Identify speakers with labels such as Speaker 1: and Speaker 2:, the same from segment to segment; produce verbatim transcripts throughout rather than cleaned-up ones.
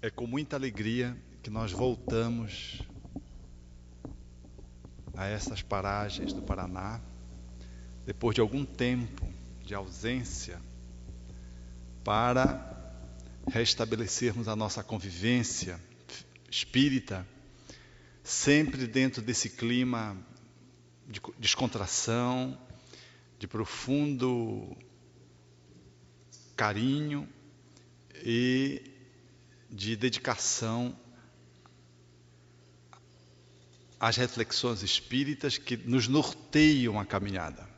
Speaker 1: É com muita alegria que nós voltamos a essas paragens do Paraná, depois de algum tempo de ausência, para restabelecermos a nossa convivência espírita, sempre dentro desse clima de descontração, de profundo carinho e de dedicação às reflexões espíritas que nos norteiam a caminhada.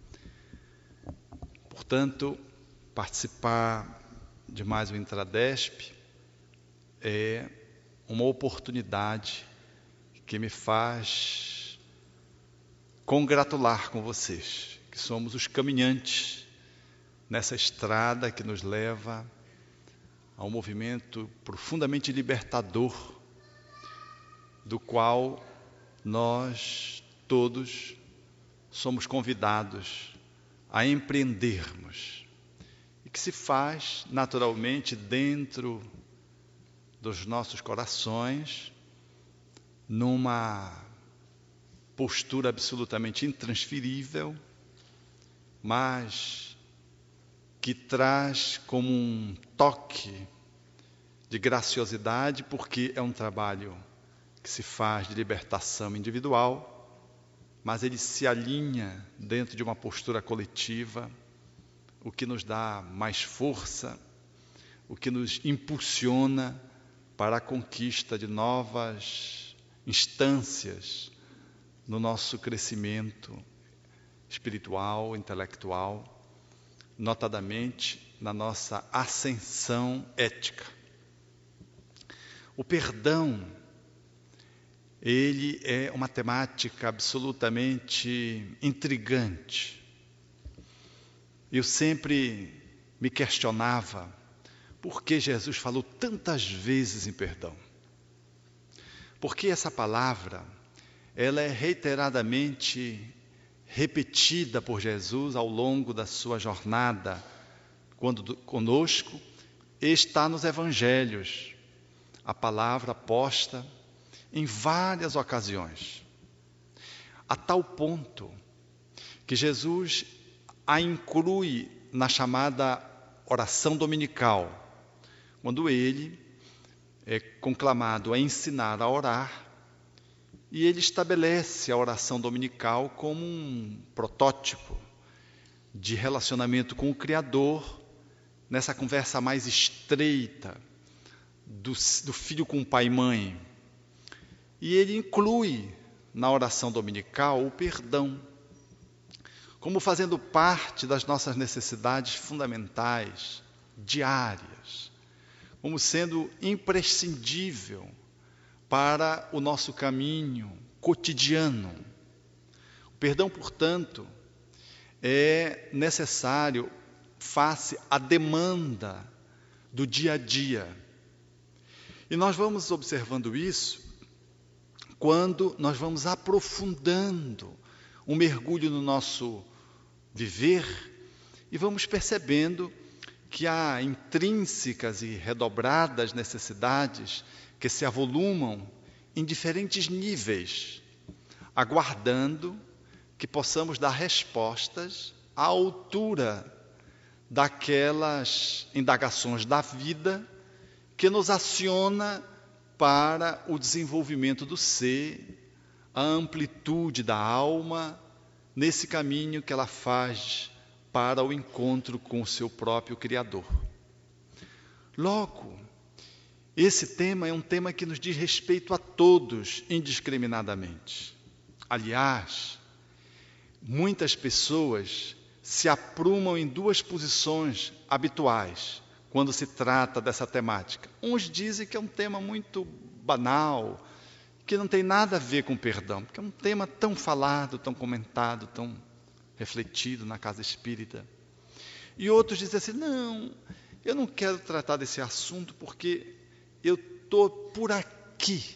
Speaker 1: Portanto, participar de mais um Intradesp é uma oportunidade que me faz congratular com vocês, que somos os caminhantes nessa estrada que nos leva a um movimento profundamente libertador, do qual nós todos somos convidados a empreendermos, e que se faz naturalmente dentro dos nossos corações, numa postura absolutamente intransferível, mas que traz como um toque de graciosidade, porque é um trabalho que se faz de libertação individual, mas ele se alinha dentro de uma postura coletiva, o que nos dá mais força, o que nos impulsiona para a conquista de novas instâncias no nosso crescimento espiritual, intelectual, notadamente na nossa ascensão ética. O perdão, ele é uma temática absolutamente intrigante. Eu sempre me questionava por que Jesus falou tantas vezes em perdão. Porque essa palavra, ela é reiteradamente repetida por Jesus ao longo da sua jornada quando conosco, está nos evangelhos, a palavra posta em várias ocasiões, a tal ponto que Jesus a inclui na chamada oração dominical, quando ele é conclamado a ensinar a orar, e ele estabelece a oração dominical como um protótipo de relacionamento com o Criador, nessa conversa mais estreita do, do filho com o pai e mãe. E ele inclui na oração dominical o perdão, como fazendo parte das nossas necessidades fundamentais, diárias, como sendo imprescindível para o nosso caminho cotidiano. O perdão, portanto, é necessário face à demanda do dia a dia. E nós vamos observando isso quando nós vamos aprofundando um mergulho no nosso viver e vamos percebendo que há intrínsecas e redobradas necessidades que se avolumam em diferentes níveis, aguardando que possamos dar respostas à altura daquelas indagações da vida que nos aciona para o desenvolvimento do ser, a amplitude da alma, nesse caminho que ela faz para o encontro com o seu próprio Criador. Logo, esse tema é um tema que nos diz respeito a todos, indiscriminadamente. Aliás, muitas pessoas se aprumam em duas posições habituais quando se trata dessa temática. Uns dizem que é um tema muito banal, que não tem nada a ver com perdão, porque é um tema tão falado, tão comentado, tão refletido na casa espírita. E outros dizem assim, não, eu não quero tratar desse assunto porque eu estou por aqui.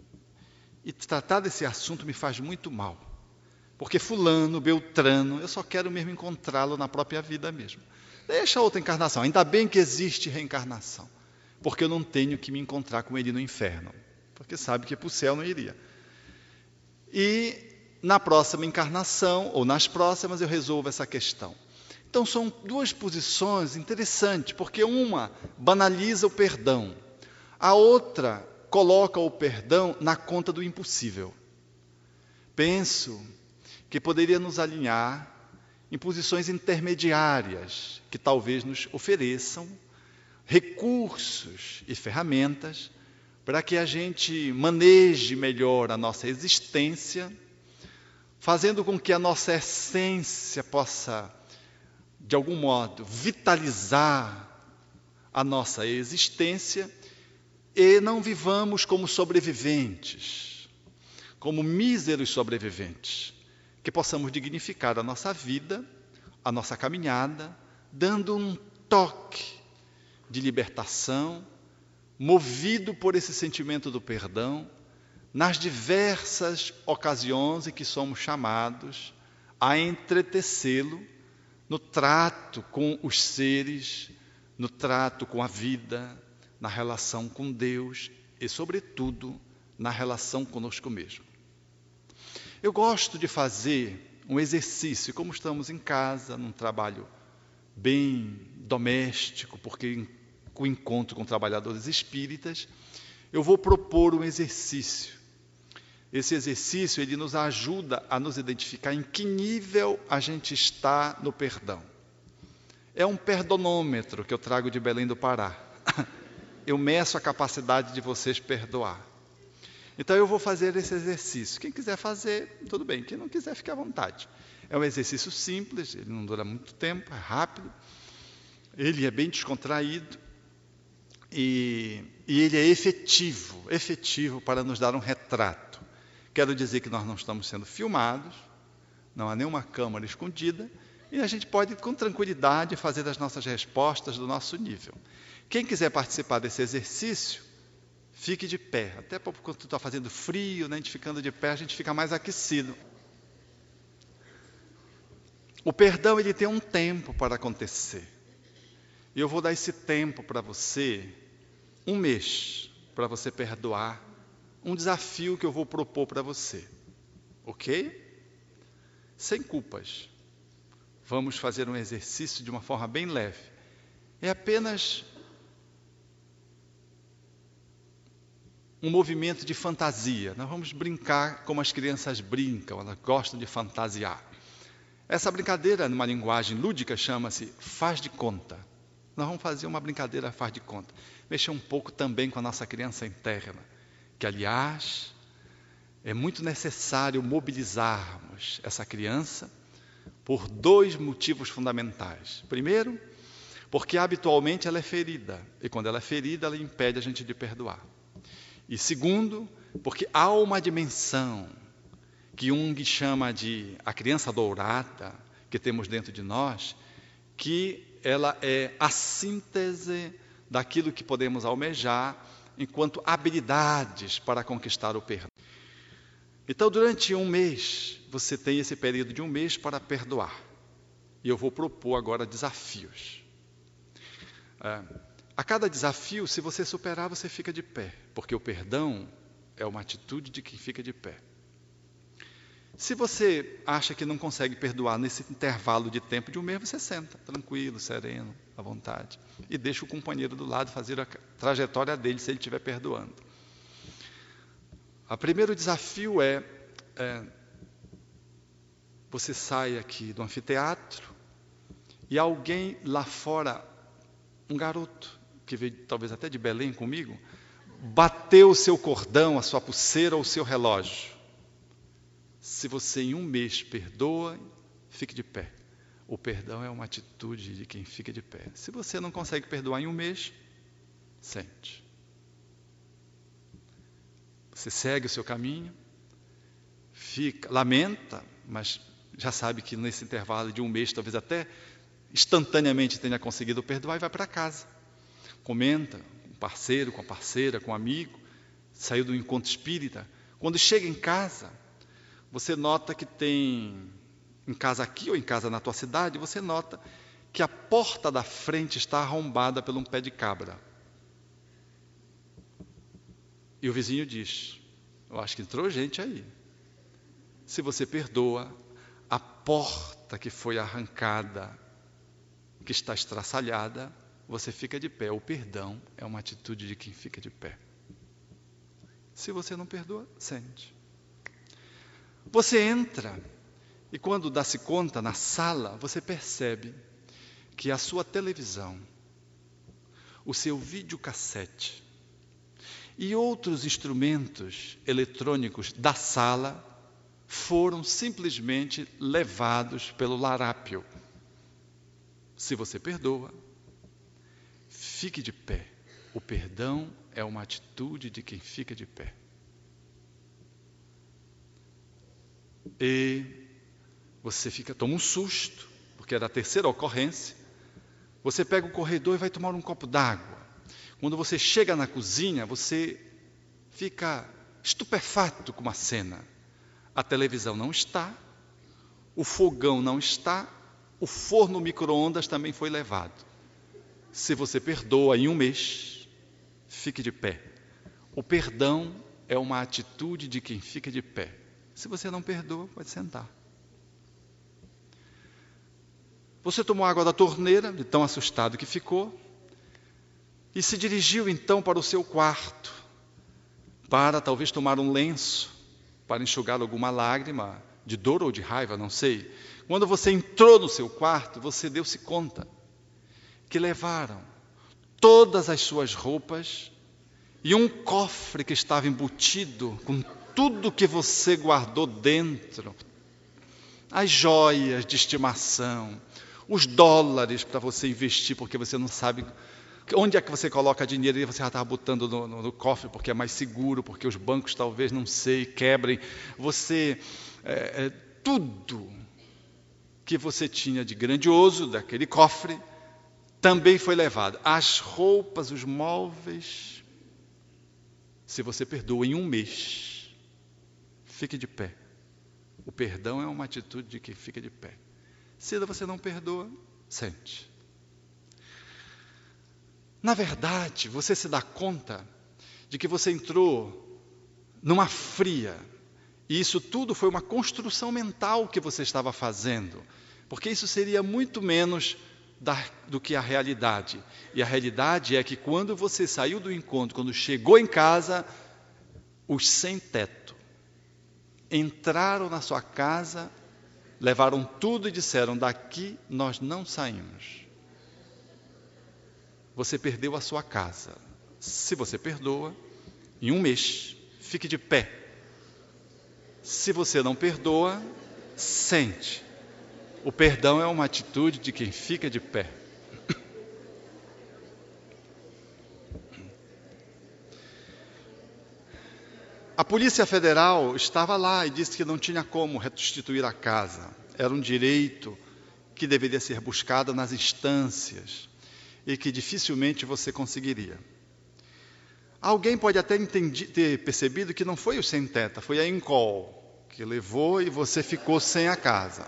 Speaker 1: E tratar desse assunto me faz muito mal. Porque fulano, beltrano, eu só quero mesmo encontrá-lo na própria vida mesmo. Deixa outra encarnação. Ainda bem que existe reencarnação. porque eu não tenho que me encontrar com ele no inferno, porque sabe que para o céu não iria. E na próxima encarnação, ou nas próximas, eu resolvo essa questão. Então são duas posições interessantes, porque uma banaliza o perdão, a outra coloca o perdão na conta do impossível. Penso que poderia nos alinhar em posições intermediárias, que talvez nos ofereçam recursos e ferramentas para que a gente maneje melhor a nossa existência, fazendo com que a nossa essência possa, de algum modo, vitalizar a nossa existência e não vivamos como sobreviventes, como míseros sobreviventes, que possamos dignificar a nossa vida, a nossa caminhada, dando um toque de libertação, movido por esse sentimento do perdão, nas diversas ocasiões em que somos chamados a entretecê-lo no trato com os seres, no trato com a vida, na relação com Deus e, sobretudo, na relação conosco mesmo. Eu gosto de fazer um exercício, como estamos em casa, num trabalho bem doméstico, porque com o encontro com trabalhadores espíritas, eu vou propor um exercício. Esse exercício, ele nos ajuda a nos identificar em que nível a gente está no perdão. É um perdonômetro que eu trago de Belém do Pará. Eu meço a capacidade de vocês perdoar. Então eu vou fazer esse exercício. Quem quiser fazer, tudo bem. Quem não quiser, fique à vontade. É um exercício simples, ele não dura muito tempo, é rápido. Ele é bem descontraído. E, e ele é efetivo, efetivo para nos dar um retrato. Quero dizer que nós não estamos sendo filmados, não há nenhuma câmera escondida, e a gente pode, com tranquilidade, fazer as nossas respostas do nosso nível. Quem quiser participar desse exercício, fique de pé. Até porque quando está fazendo frio, né, a gente ficando de pé, a gente fica mais aquecido. O perdão, ele tem um tempo para acontecer. E eu vou dar esse tempo para você, um mês, para você perdoar um desafio que eu vou propor para você. Ok? Sem culpas. Vamos fazer um exercício de uma forma bem leve. É apenas um movimento de fantasia. Nós vamos brincar como as crianças brincam, elas gostam de fantasiar. Essa brincadeira, numa linguagem lúdica, chama-se faz de conta. Nós vamos fazer uma brincadeira faz de conta. Mexer um pouco também com a nossa criança interna, que, aliás, é muito necessário mobilizarmos essa criança por dois motivos fundamentais. Primeiro, porque habitualmente ela é ferida, e quando ela é ferida, ela impede a gente de perdoar. E segundo, porque há uma dimensão que Jung chama de a criança dourada, que temos dentro de nós, que ela é a síntese daquilo que podemos almejar enquanto habilidades para conquistar o perdão. Então, durante um mês, você tem esse período de um mês para perdoar. E eu vou propor agora desafios. É, a cada desafio, se você superar, você fica de pé, porque o perdão é uma atitude de quem fica de pé. Se você acha que não consegue perdoar nesse intervalo de tempo de um mês, você senta, tranquilo, sereno, à vontade. E deixa o companheiro do lado fazer a trajetória dele, se ele estiver perdoando. O primeiro desafio é, é você sai aqui do anfiteatro e alguém lá fora, um garoto, que veio talvez até de Belém comigo, bateu o seu cordão, a sua pulseira ou o seu relógio. Se você em um mês perdoa, fique de pé. O perdão é uma atitude de quem fica de pé. Se você não consegue perdoar em um mês, sente. Você segue o seu caminho, fica, lamenta, mas já sabe que nesse intervalo de um mês, talvez até instantaneamente tenha conseguido perdoar e vai para casa. Comenta com o parceiro, com a parceira, com o amigo, saiu do encontro espírita. Quando chega em casa, você nota que tem, em casa aqui ou em casa na tua cidade, você nota que a porta da frente está arrombada por um pé de cabra. E o vizinho diz: eu acho que entrou gente aí. Se você perdoa, a porta que foi arrancada, que está estraçalhada, você fica de pé. O perdão é uma atitude de quem fica de pé. Se você não perdoa, sente. Você entra e quando dá-se conta na sala, você percebe que a sua televisão, o seu videocassete e outros instrumentos eletrônicos da sala foram simplesmente levados pelo larápio. Se você perdoa, fique de pé. O perdão é uma atitude de quem fica de pé. E você fica, toma um susto, porque era a terceira ocorrência. Você pega o corredor e vai tomar um copo d'água. Quando você chega na cozinha, você fica estupefato com uma cena. A televisão não está, o fogão não está, o forno micro-ondas também foi levado. Se você perdoa em um mês, fique de pé. O perdão é uma atitude de quem fica de pé. Se você não perdoa, pode sentar. Você tomou água da torneira, de tão assustado que ficou, e se dirigiu então para o seu quarto, para talvez tomar um lenço, para enxugar alguma lágrima, de dor ou de raiva, não sei. Quando você entrou no seu quarto, você deu-se conta que levaram todas as suas roupas e um cofre que estava embutido com tudo que você guardou dentro, as joias de estimação, os dólares para você investir, porque você não sabe onde é que você coloca dinheiro, e você já estava botando no, no, no cofre, porque é mais seguro, porque os bancos talvez, não sei, quebrem. Você, é, é, tudo que você tinha de grandioso daquele cofre, também foi levado. As roupas, os móveis. Se você perdoa em um mês, fique de pé. O perdão é uma atitude de quem fica de pé. Se você não perdoa, sente. Na verdade, você se dá conta de que você entrou numa fria, e isso tudo foi uma construção mental que você estava fazendo, porque isso seria muito menos da, do que a realidade. E a realidade é que quando você saiu do encontro, quando chegou em casa, os sem-teto entraram na sua casa, levaram tudo e disseram: daqui nós não saímos. Você perdeu a sua casa. Se você perdoa, em um mês, fique de pé. Se você não perdoa, sente. O perdão é uma atitude de quem fica de pé. A Polícia Federal estava lá e disse que não tinha como restituir a casa. Era um direito que deveria ser buscado nas instâncias e que dificilmente você conseguiria. Alguém pode até entendi, ter percebido que não foi o sem-teta, foi a Incol, que levou e você ficou sem a casa.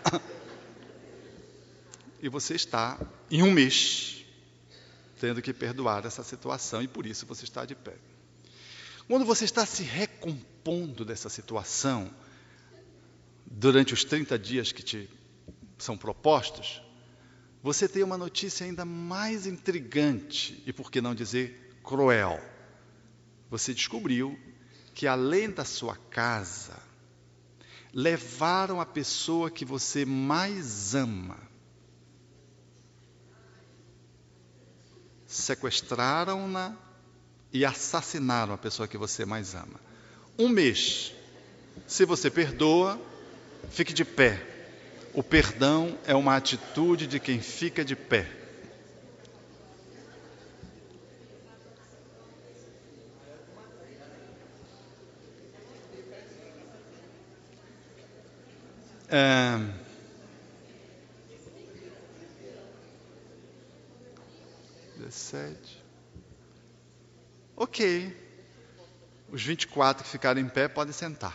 Speaker 1: E você está, em um mês, tendo que perdoar essa situação, e por isso você está de pé. Quando você está se recompondo dessa situação, durante os trinta dias que te são propostos, você tem uma notícia ainda mais intrigante, e por que não dizer cruel. Você descobriu que além da sua casa, levaram a pessoa que você mais ama. Sequestraram-na e assassinaram a pessoa que você mais ama. Um mês. Se você perdoa, fique de pé. O perdão é uma atitude de quem fica de pé. É... dezessete. Ok. Os vinte e quatro que ficaram em pé podem sentar.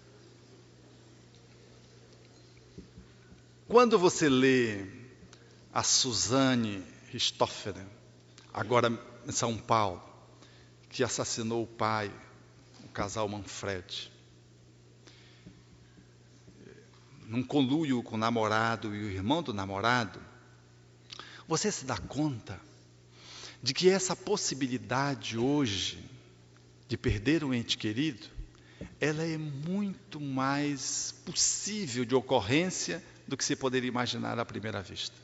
Speaker 1: Quando você lê a Suzane Richthofen, agora em São Paulo, que assassinou o pai, o casal Manfred. Num conluio com o namorado e o irmão do namorado, você se dá conta de que essa possibilidade hoje de perder um ente querido, ela é muito mais possível de ocorrência do que se poderia imaginar à primeira vista.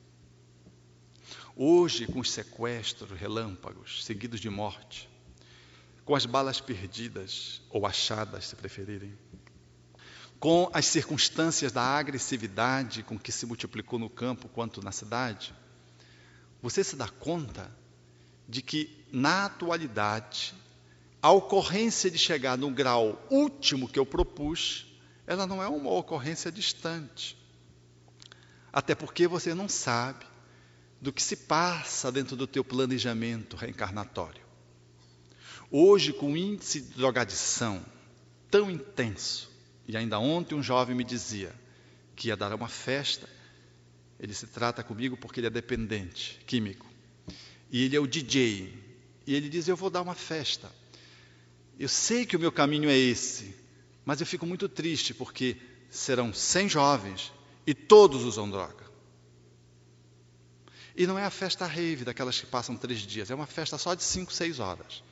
Speaker 1: Hoje, com os sequestros relâmpagos, seguidos de morte, com as balas perdidas ou achadas, se preferirem, com as circunstâncias da agressividade com que se multiplicou no campo quanto na cidade, você se dá conta de que, na atualidade, a ocorrência de chegar no grau último que eu propus, ela não é uma ocorrência distante. Até porque você não sabe do que se passa dentro do teu planejamento reencarnatório. Hoje, com o índice de drogadição tão intenso, e ainda ontem um jovem me dizia que ia dar uma festa, ele se trata comigo porque ele é dependente químico, e ele é o D J, e ele diz, eu vou dar uma festa. Eu sei que o meu caminho é esse, mas eu fico muito triste porque serão cem jovens e todos usam droga. E não é a festa rave daquelas que passam três dias, é uma festa só de cinco, seis horas.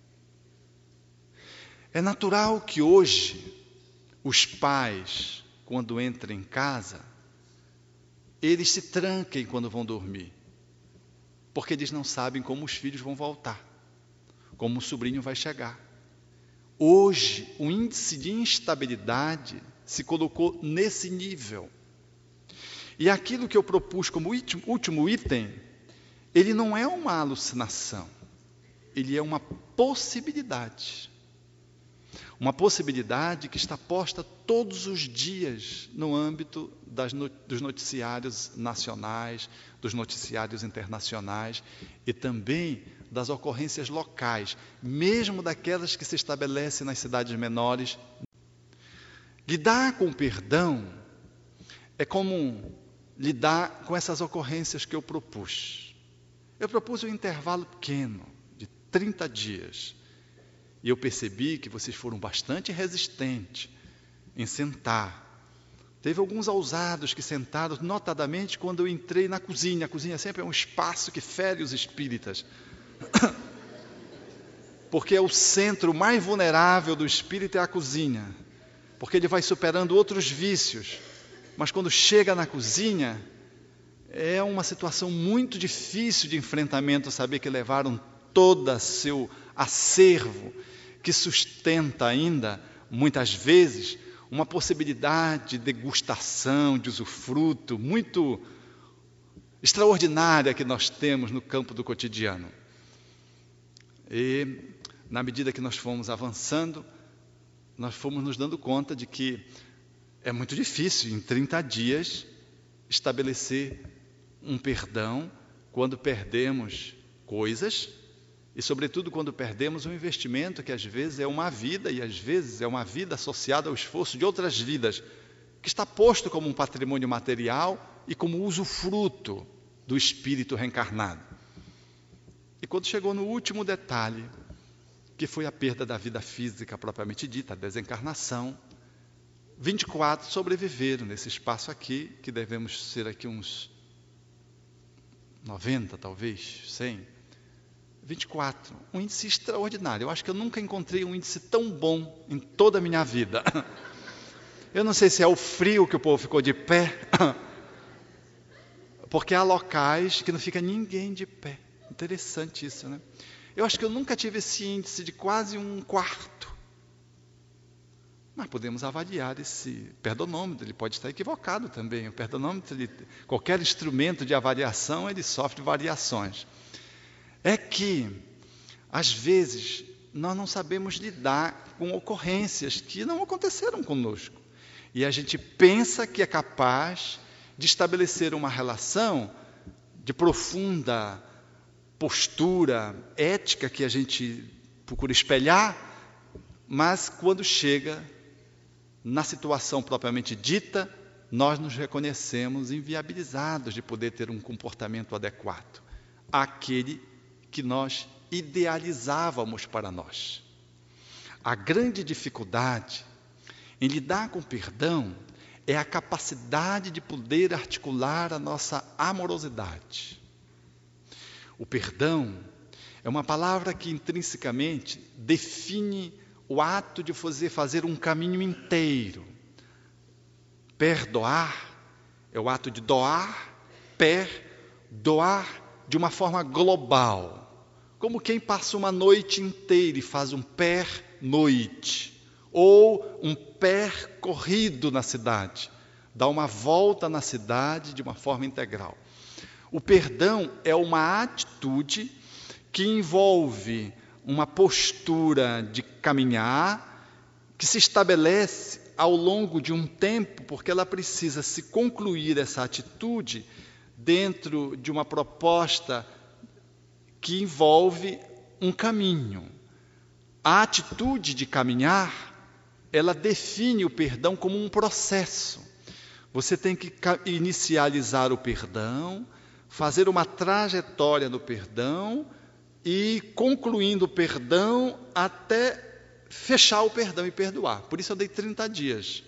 Speaker 1: É natural que hoje os pais, quando entram em casa, eles se tranquem quando vão dormir, porque eles não sabem como os filhos vão voltar, como o sobrinho vai chegar. Hoje, o índice de instabilidade se colocou nesse nível. E aquilo que eu propus como último item, ele não é uma alucinação, ele é uma possibilidade. Uma possibilidade que está posta todos os dias no âmbito das no, dos noticiários nacionais, dos noticiários internacionais e também das ocorrências locais, mesmo daquelas que se estabelecem nas cidades menores. Lidar com o perdão é como lidar com essas ocorrências que eu propus. Eu propus um intervalo pequeno, de trinta dias. E eu percebi que vocês foram bastante resistentes em sentar. Teve alguns ousados que sentaram, notadamente quando eu entrei na cozinha. A cozinha sempre é um espaço que fere os espíritas. Porque é o centro mais vulnerável do espírito, é a cozinha. Porque ele vai superando outros vícios. Mas quando chega na cozinha, é uma situação muito difícil de enfrentamento, saber que levaram todo seu acervo, que sustenta ainda, muitas vezes, uma possibilidade de degustação, de usufruto, muito extraordinária que nós temos no campo do cotidiano. E, na medida que nós fomos avançando, nós fomos nos dando conta de que é muito difícil, em trinta dias, estabelecer um perdão quando perdemos coisas e, sobretudo, quando perdemos um investimento que às vezes é uma vida e às vezes é uma vida associada ao esforço de outras vidas, que está posto como um patrimônio material e como usufruto do espírito reencarnado. E quando chegou no último detalhe, que foi a perda da vida física propriamente dita, a desencarnação, vinte e quatro sobreviveram nesse espaço aqui, que devemos ser aqui uns noventa, talvez, cem. vinte e quatro, um índice extraordinário. Eu acho que eu nunca encontrei um índice tão bom em toda a minha vida. Eu não sei se é o frio que o povo ficou de pé, porque há locais que não fica ninguém de pé. Interessante isso, né? Eu acho que eu nunca tive esse índice de quase um quarto. Mas podemos avaliar esse perdonômetro, ele pode estar equivocado também. O perdonômetro, ele, qualquer instrumento de avaliação, ele sofre variações. É que, às vezes, nós não sabemos lidar com ocorrências que não aconteceram conosco. E a gente pensa que é capaz de estabelecer uma relação de profunda postura ética que a gente procura espelhar, mas quando chega na situação propriamente dita, nós nos reconhecemos inviabilizados de poder ter um comportamento adequado àquele que nós idealizávamos para nós. A grande dificuldade em lidar com o perdão é a capacidade de poder articular a nossa amorosidade. O perdão é uma palavra que intrinsecamente define o ato de fazer, fazer um caminho inteiro. Perdoar é o ato de doar, perdoar de uma forma global. Como quem passa uma noite inteira e faz um pernoite. Ou um percorrido na cidade, dá uma volta na cidade de uma forma integral. O perdão é uma atitude que envolve uma postura de caminhar, que se estabelece ao longo de um tempo, porque ela precisa se concluir essa atitude dentro de uma proposta que envolve um caminho. A atitude de caminhar, ela define o perdão como um processo. Você tem que inicializar o perdão, fazer uma trajetória no perdão e concluindo o perdão até fechar o perdão e perdoar. Por isso eu dei trinta dias.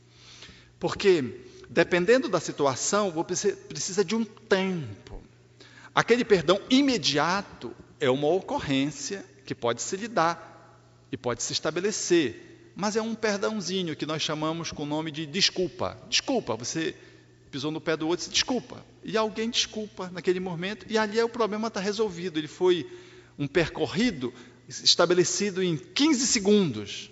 Speaker 1: Porque, dependendo da situação, você precisa de um tempo. Aquele perdão imediato é uma ocorrência que pode se lidar e pode se estabelecer. Mas é um perdãozinho que nós chamamos com o nome de desculpa. Desculpa, você pisou no pé do outro e disse desculpa. E alguém desculpa naquele momento e ali o problema está resolvido. Ele foi um percorrido estabelecido em quinze segundos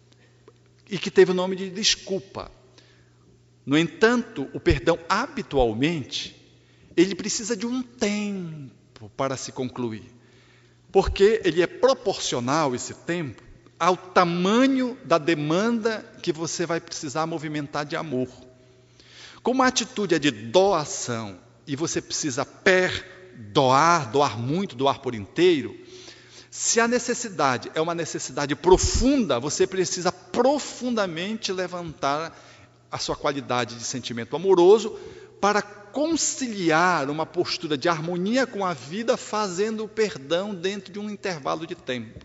Speaker 1: e que teve o nome de desculpa. No entanto, o perdão habitualmente, ele precisa de um tempo para se concluir. Porque ele é proporcional, esse tempo, ao tamanho da demanda que você vai precisar movimentar de amor. Como a atitude é de doação e você precisa perdoar, doar muito, doar por inteiro, se a necessidade é uma necessidade profunda, você precisa profundamente levantar a sua qualidade de sentimento amoroso para conciliar uma postura de harmonia com a vida, fazendo o perdão dentro de um intervalo de tempo.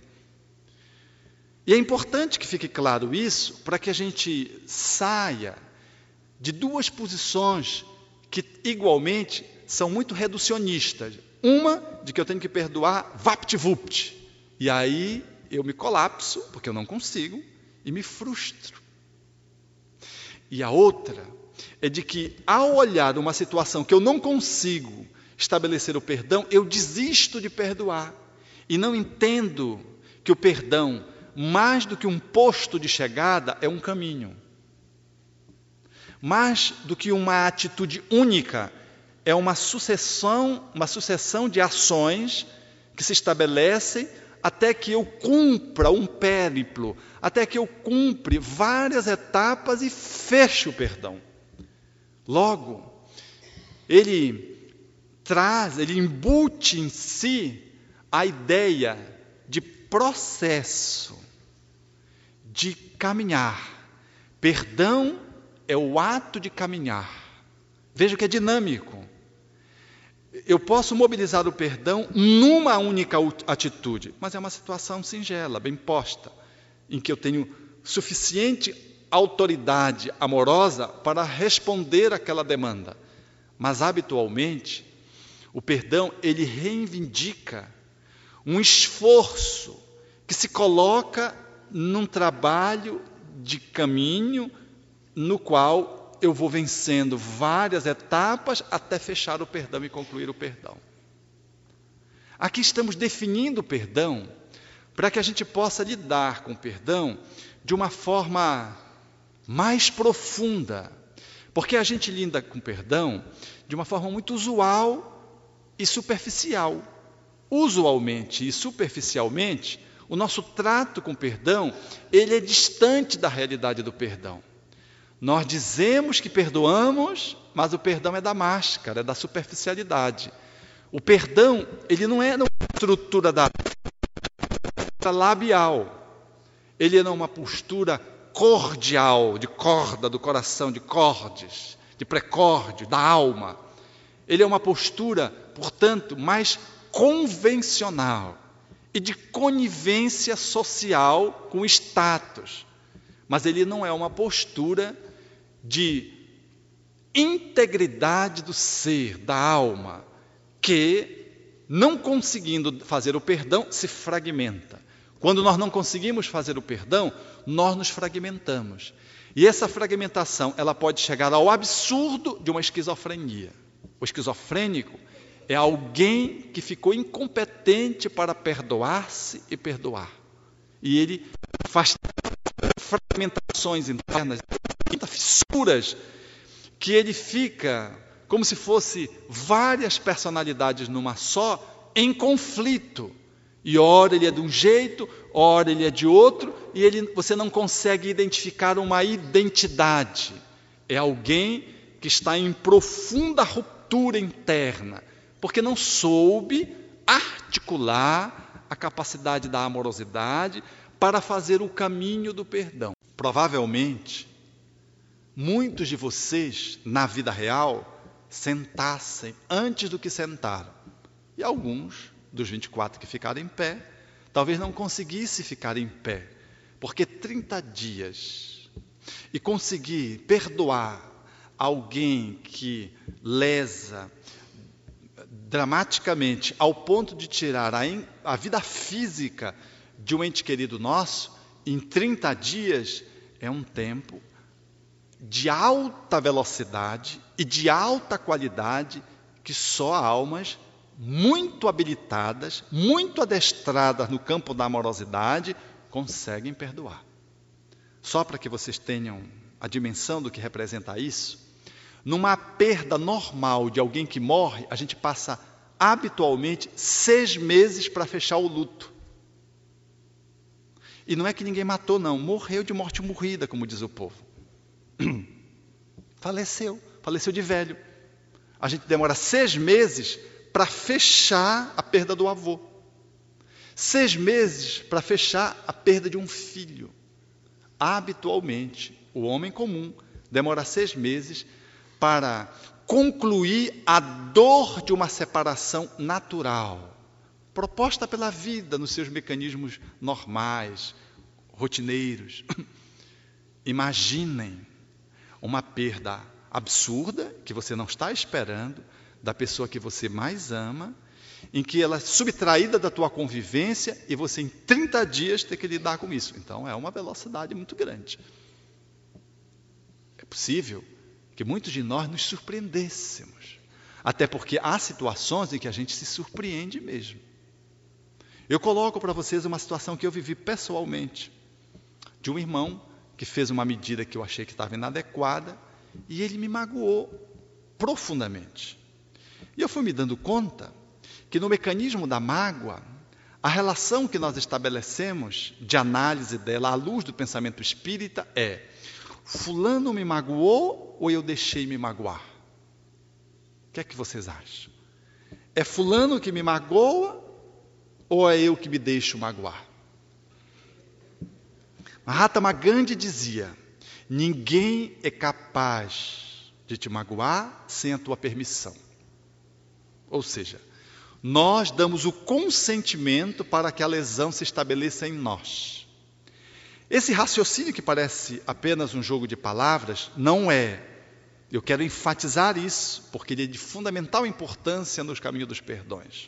Speaker 1: E é importante que fique claro isso, para que a gente saia de duas posições que, igualmente, são muito reducionistas. Uma, de que eu tenho que perdoar vapt-vupt. E aí eu me colapso, porque eu não consigo, e me frustro. E a outra é de que, ao olhar uma situação que eu não consigo estabelecer o perdão, eu desisto de perdoar. E não entendo que o perdão, mais do que um posto de chegada, é um caminho. Mais do que uma atitude única, é uma sucessão, uma sucessão de ações que se estabelecem até que eu cumpra um périplo, até que eu cumpra várias etapas e feche o perdão. Logo, ele traz, ele embute em si a ideia de processo, de caminhar. Perdão é o ato de caminhar. Veja que é dinâmico. Eu posso mobilizar o perdão numa única atitude, mas é uma situação singela, bem posta, em que eu tenho suficiente autoridade amorosa para responder àquela demanda. Mas, habitualmente, o perdão, ele reivindica um esforço que se coloca num trabalho de caminho no qual eu vou vencendo várias etapas até fechar o perdão e concluir o perdão. Aqui estamos definindo o perdão para que a gente possa lidar com o perdão de uma forma mais profunda. Porque a gente lida com o perdão de uma forma muito usual e superficial. Usualmente e superficialmente, o nosso trato com o perdão, ele é distante da realidade do perdão. Nós dizemos que perdoamos, mas o perdão é da máscara, é da superficialidade. O perdão, ele não é uma estrutura da labial, ele é uma postura cordial, de corda, do coração, de cordes, de precórdio, da alma. Ele é uma postura, portanto, mais convencional e de conivência social com status. Mas ele não é uma postura de integridade do ser, da alma, que, não conseguindo fazer o perdão, se fragmenta. Quando nós não conseguimos fazer o perdão, nós nos fragmentamos. E essa fragmentação, ela pode chegar ao absurdo de uma esquizofrenia. O esquizofrênico é alguém que ficou incompetente para perdoar-se e perdoar. E ele faz fragmentações internas, fissuras, que ele fica como se fosse várias personalidades numa só, em conflito. E ora ele é de um jeito, ora ele é de outro, e ele, você não consegue identificar uma identidade. É alguém que está em profunda ruptura interna, porque não soube articular a capacidade da amorosidade para fazer o caminho do perdão. Provavelmente, muitos de vocês, na vida real, sentassem antes do que sentaram. E alguns dos vinte e quatro que ficaram em pé, talvez não conseguisse ficar em pé, porque trinta dias e conseguir perdoar alguém que lesa dramaticamente ao ponto de tirar a, a vida física de um ente querido nosso, em trinta dias, é um tempo de alta velocidade e de alta qualidade que só almas muito habilitadas, muito adestradas no campo da amorosidade, conseguem perdoar. Só para que vocês tenham a dimensão do que representa isso, numa perda normal de alguém que morre, a gente passa habitualmente seis meses para fechar o luto. E não é que ninguém matou, não. Morreu de morte morrida, como diz o povo. Faleceu, faleceu de velho. A gente demora seis meses para fechar a perda do avô. Seis meses para fechar a perda de um filho. Habitualmente, o homem comum demora seis meses para concluir a dor de uma separação natural, proposta pela vida nos seus mecanismos normais, rotineiros. Imaginem uma perda absurda, que você não está esperando, da pessoa que você mais ama, em que ela é subtraída da tua convivência e você em trinta dias tem que lidar com isso. Então é uma velocidade muito grande. É possível que muitos de nós nos surpreendêssemos, até porque há situações em que a gente se surpreende mesmo. Eu coloco para vocês uma situação que eu vivi pessoalmente, de um irmão que fez uma medida que eu achei que estava inadequada, e ele me magoou profundamente. E eu fui me dando conta que no mecanismo da mágoa, a relação que nós estabelecemos de análise dela à luz do pensamento espírita é: fulano me magoou ou eu deixei me magoar? O que é que vocês acham? É fulano que me magoa ou é eu que me deixo magoar? Mahatma Gandhi dizia: ninguém é capaz de te magoar sem a tua permissão. Ou seja, nós damos o consentimento para que a lesão se estabeleça em nós. Esse raciocínio que parece apenas um jogo de palavras, não é. Eu quero enfatizar isso, porque ele é de fundamental importância nos caminhos dos perdões.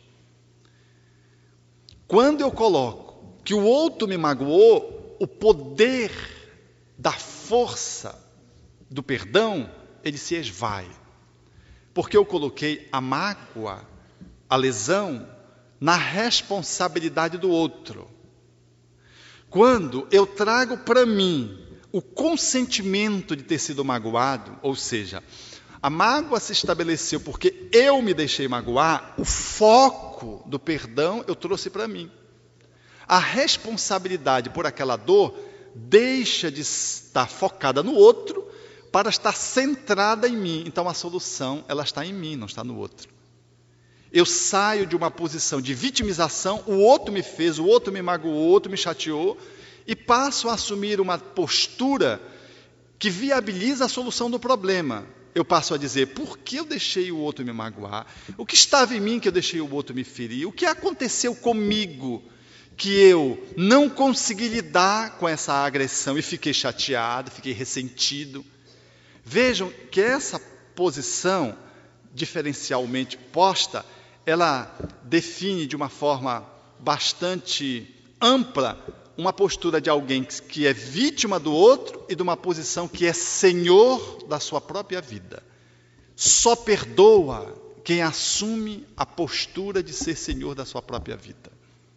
Speaker 1: Quando eu coloco que o outro me magoou, o poder da força do perdão, ele se esvai. Porque eu coloquei a mágoa, a lesão, na responsabilidade do outro. Quando eu trago para mim o consentimento de ter sido magoado, ou seja, a mágoa se estabeleceu porque eu me deixei magoar, o foco do perdão eu trouxe para mim. A responsabilidade por aquela dor deixa de estar focada no outro para estar centrada em mim. Então a solução, ela está em mim, não está no outro. Eu saio de uma posição de vitimização, o outro me fez, o outro me magoou, o outro me chateou, e passo a assumir uma postura que viabiliza a solução do problema. Eu passo a dizer, por que eu deixei o outro me magoar? O que estava em mim que eu deixei o outro me ferir? O que aconteceu comigo que eu não consegui lidar com essa agressão e fiquei chateado, fiquei ressentido? Vejam que essa posição diferencialmente posta, ela define de uma forma bastante ampla uma postura de alguém que é vítima do outro e de uma posição que é senhor da sua própria vida. Só perdoa quem assume a postura de ser senhor da sua própria vida.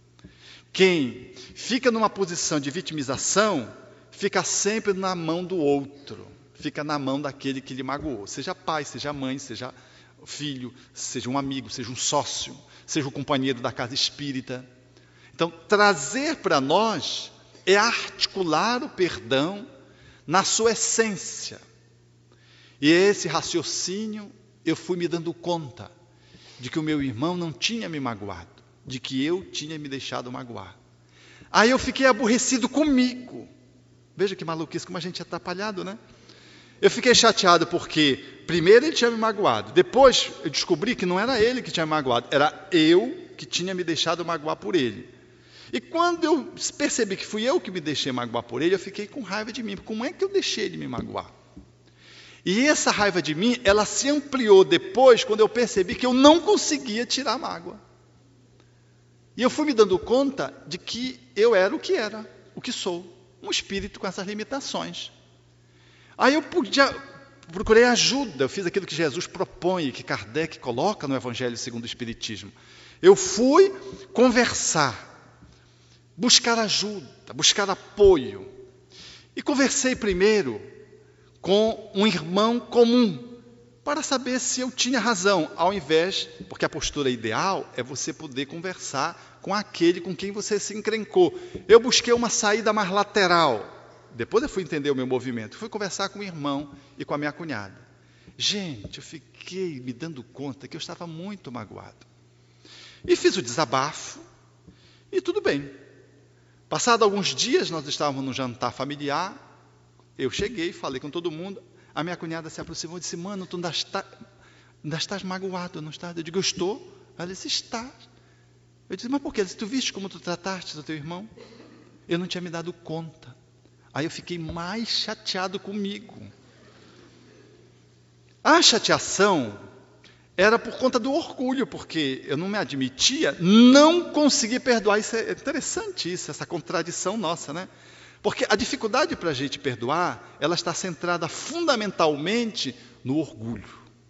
Speaker 1: Quem fica numa posição de vitimização, fica sempre na mão do outro, fica na mão daquele que lhe magoou, seja pai, seja mãe, seja filho, seja um amigo, seja um sócio, seja o companheiro da casa espírita. Então, trazer para nós é articular o perdão na sua essência. E esse raciocínio, eu fui me dando conta de que o meu irmão não tinha me magoado, de que eu tinha me deixado magoar. Aí eu fiquei aborrecido comigo. Veja que maluquice, como a gente é atrapalhado, né? Eu fiquei chateado porque, primeiro ele tinha me magoado, depois eu descobri que não era ele que tinha me magoado, era eu que tinha me deixado magoar por ele. E quando eu percebi que fui eu que me deixei magoar por ele, eu fiquei com raiva de mim. Como é que eu deixei ele me magoar? E essa raiva de mim, ela se ampliou depois, quando eu percebi que eu não conseguia tirar a mágoa. E eu fui me dando conta de que eu era o que era, o que sou, um espírito com essas limitações. Aí eu podia, procurei ajuda, eu fiz aquilo que Jesus propõe, que Kardec coloca no Evangelho segundo o Espiritismo. Eu fui conversar, buscar ajuda, buscar apoio. E conversei primeiro com um irmão comum, para saber se eu tinha razão, ao invés, porque a postura ideal é você poder conversar com aquele com quem você se encrencou. Eu busquei uma saída mais lateral, depois eu fui entender o meu movimento, fui conversar com o irmão e com a minha cunhada. Gente, eu fiquei me dando conta que eu estava muito magoado. E fiz o desabafo, e tudo bem. Passado alguns dias, nós estávamos no jantar familiar, eu cheguei, falei com todo mundo, a minha cunhada se aproximou e disse, mano, tu ainda, está, ainda estás magoado, não estás? Eu digo, eu estou. Ela disse, estás. Eu disse, mas por quê? Ela disse, tu viste como tu trataste do teu irmão? Eu não tinha me dado conta. Aí eu fiquei mais chateado comigo. A chateação era por conta do orgulho, porque eu não me admitia, não consegui perdoar. Isso é interessante, isso, essa contradição nossa, né? Porque a dificuldade para a gente perdoar, ela está centrada fundamentalmente no orgulho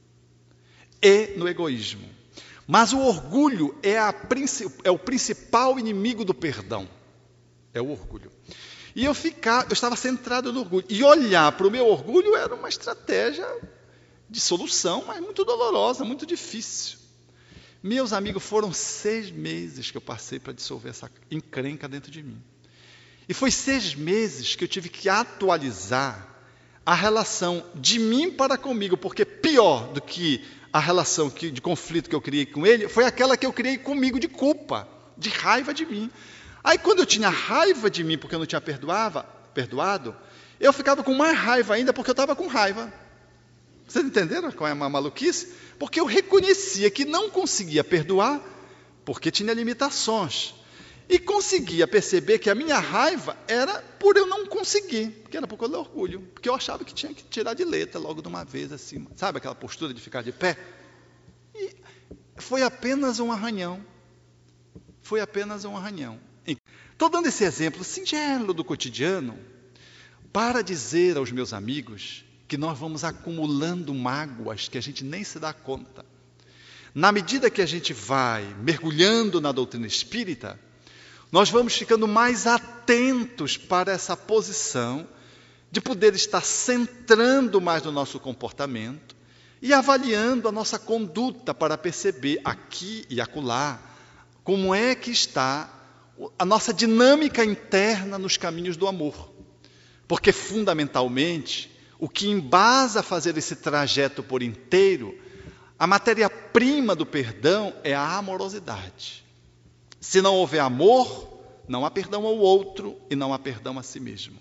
Speaker 1: e no egoísmo. Mas o orgulho é, a, é o principal inimigo do perdão. É o orgulho. E eu, ficar, eu estava centrado no orgulho. E olhar para o meu orgulho era uma estratégia de solução, mas muito dolorosa, muito difícil. Meus amigos, foram seis meses que eu passei para dissolver essa encrenca dentro de mim. E foi seis meses que eu tive que atualizar a relação de mim para comigo, porque pior do que a relação que, de conflito que eu criei com ele, foi aquela que eu criei comigo de culpa, de raiva de mim. Aí quando eu tinha raiva de mim, porque eu não tinha perdoava, perdoado, eu ficava com mais raiva ainda, porque eu estava com raiva. Vocês entenderam qual é a maluquice? Porque eu reconhecia que não conseguia perdoar, porque tinha limitações. E conseguia perceber que a minha raiva era por eu não conseguir, porque era por causa do orgulho, porque eu achava que tinha que tirar de letra logo de uma vez, assim, sabe aquela postura de ficar de pé? E foi apenas um arranhão, foi apenas um arranhão. Estou dando esse exemplo singelo do cotidiano para dizer aos meus amigos que nós vamos acumulando mágoas que a gente nem se dá conta. Na medida que a gente vai mergulhando na doutrina espírita, nós vamos ficando mais atentos para essa posição de poder estar centrando mais no nosso comportamento e avaliando a nossa conduta para perceber aqui e acolá como é que está a nossa dinâmica interna nos caminhos do amor. Porque, fundamentalmente, o que embasa a fazer esse trajeto por inteiro, a matéria-prima do perdão é a amorosidade. Se não houver amor, não há perdão ao outro e não há perdão a si mesmo.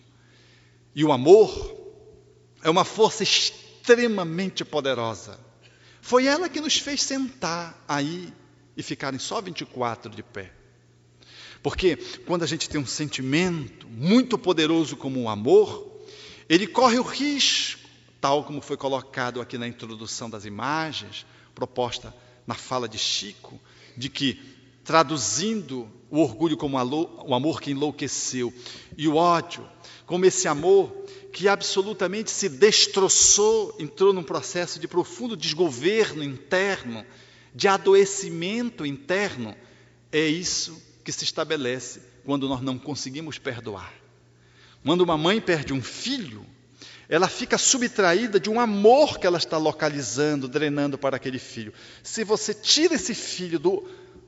Speaker 1: E o amor é uma força extremamente poderosa. Foi ela que nos fez sentar aí e ficarem só vinte e quatro de pé. Porque quando a gente tem um sentimento muito poderoso como o amor, ele corre o risco, tal como foi colocado aqui na introdução das imagens, proposta na fala de Chico, de que, traduzindo o orgulho como o amor que enlouqueceu, e o ódio como esse amor que absolutamente se destroçou, entrou num processo de profundo desgoverno interno, de adoecimento interno, é isso que se estabelece quando nós não conseguimos perdoar. Quando uma mãe perde um filho, ela fica subtraída de um amor que ela está localizando, drenando para aquele filho. Se você tira esse filho do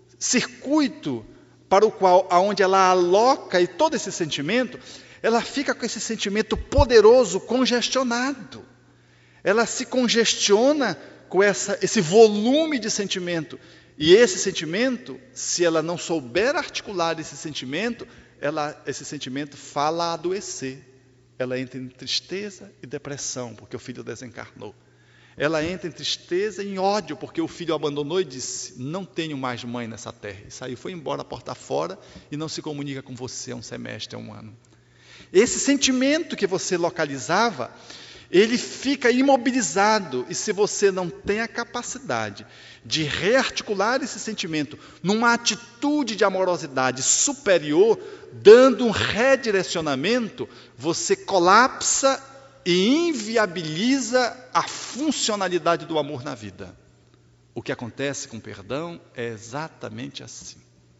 Speaker 1: circuito para o qual, aonde ela aloca e todo esse sentimento, ela fica com esse sentimento poderoso congestionado. Ela se congestiona com essa, esse volume de sentimento. E esse sentimento, se ela não souber articular esse sentimento, ela, esse sentimento fala a adoecer. Ela entra em tristeza e depressão, porque o filho desencarnou. Ela entra em tristeza e em ódio, porque o filho abandonou e disse, não tenho mais mãe nessa terra. E saiu, foi embora, porta fora, e não se comunica com você há um semestre, há um ano. Esse sentimento que você localizava, ele fica imobilizado, e se você não tem a capacidade de rearticular esse sentimento numa atitude de amorosidade superior, dando um redirecionamento, você colapsa e inviabiliza a funcionalidade do amor na vida. O que acontece com o perdão é exatamente assim.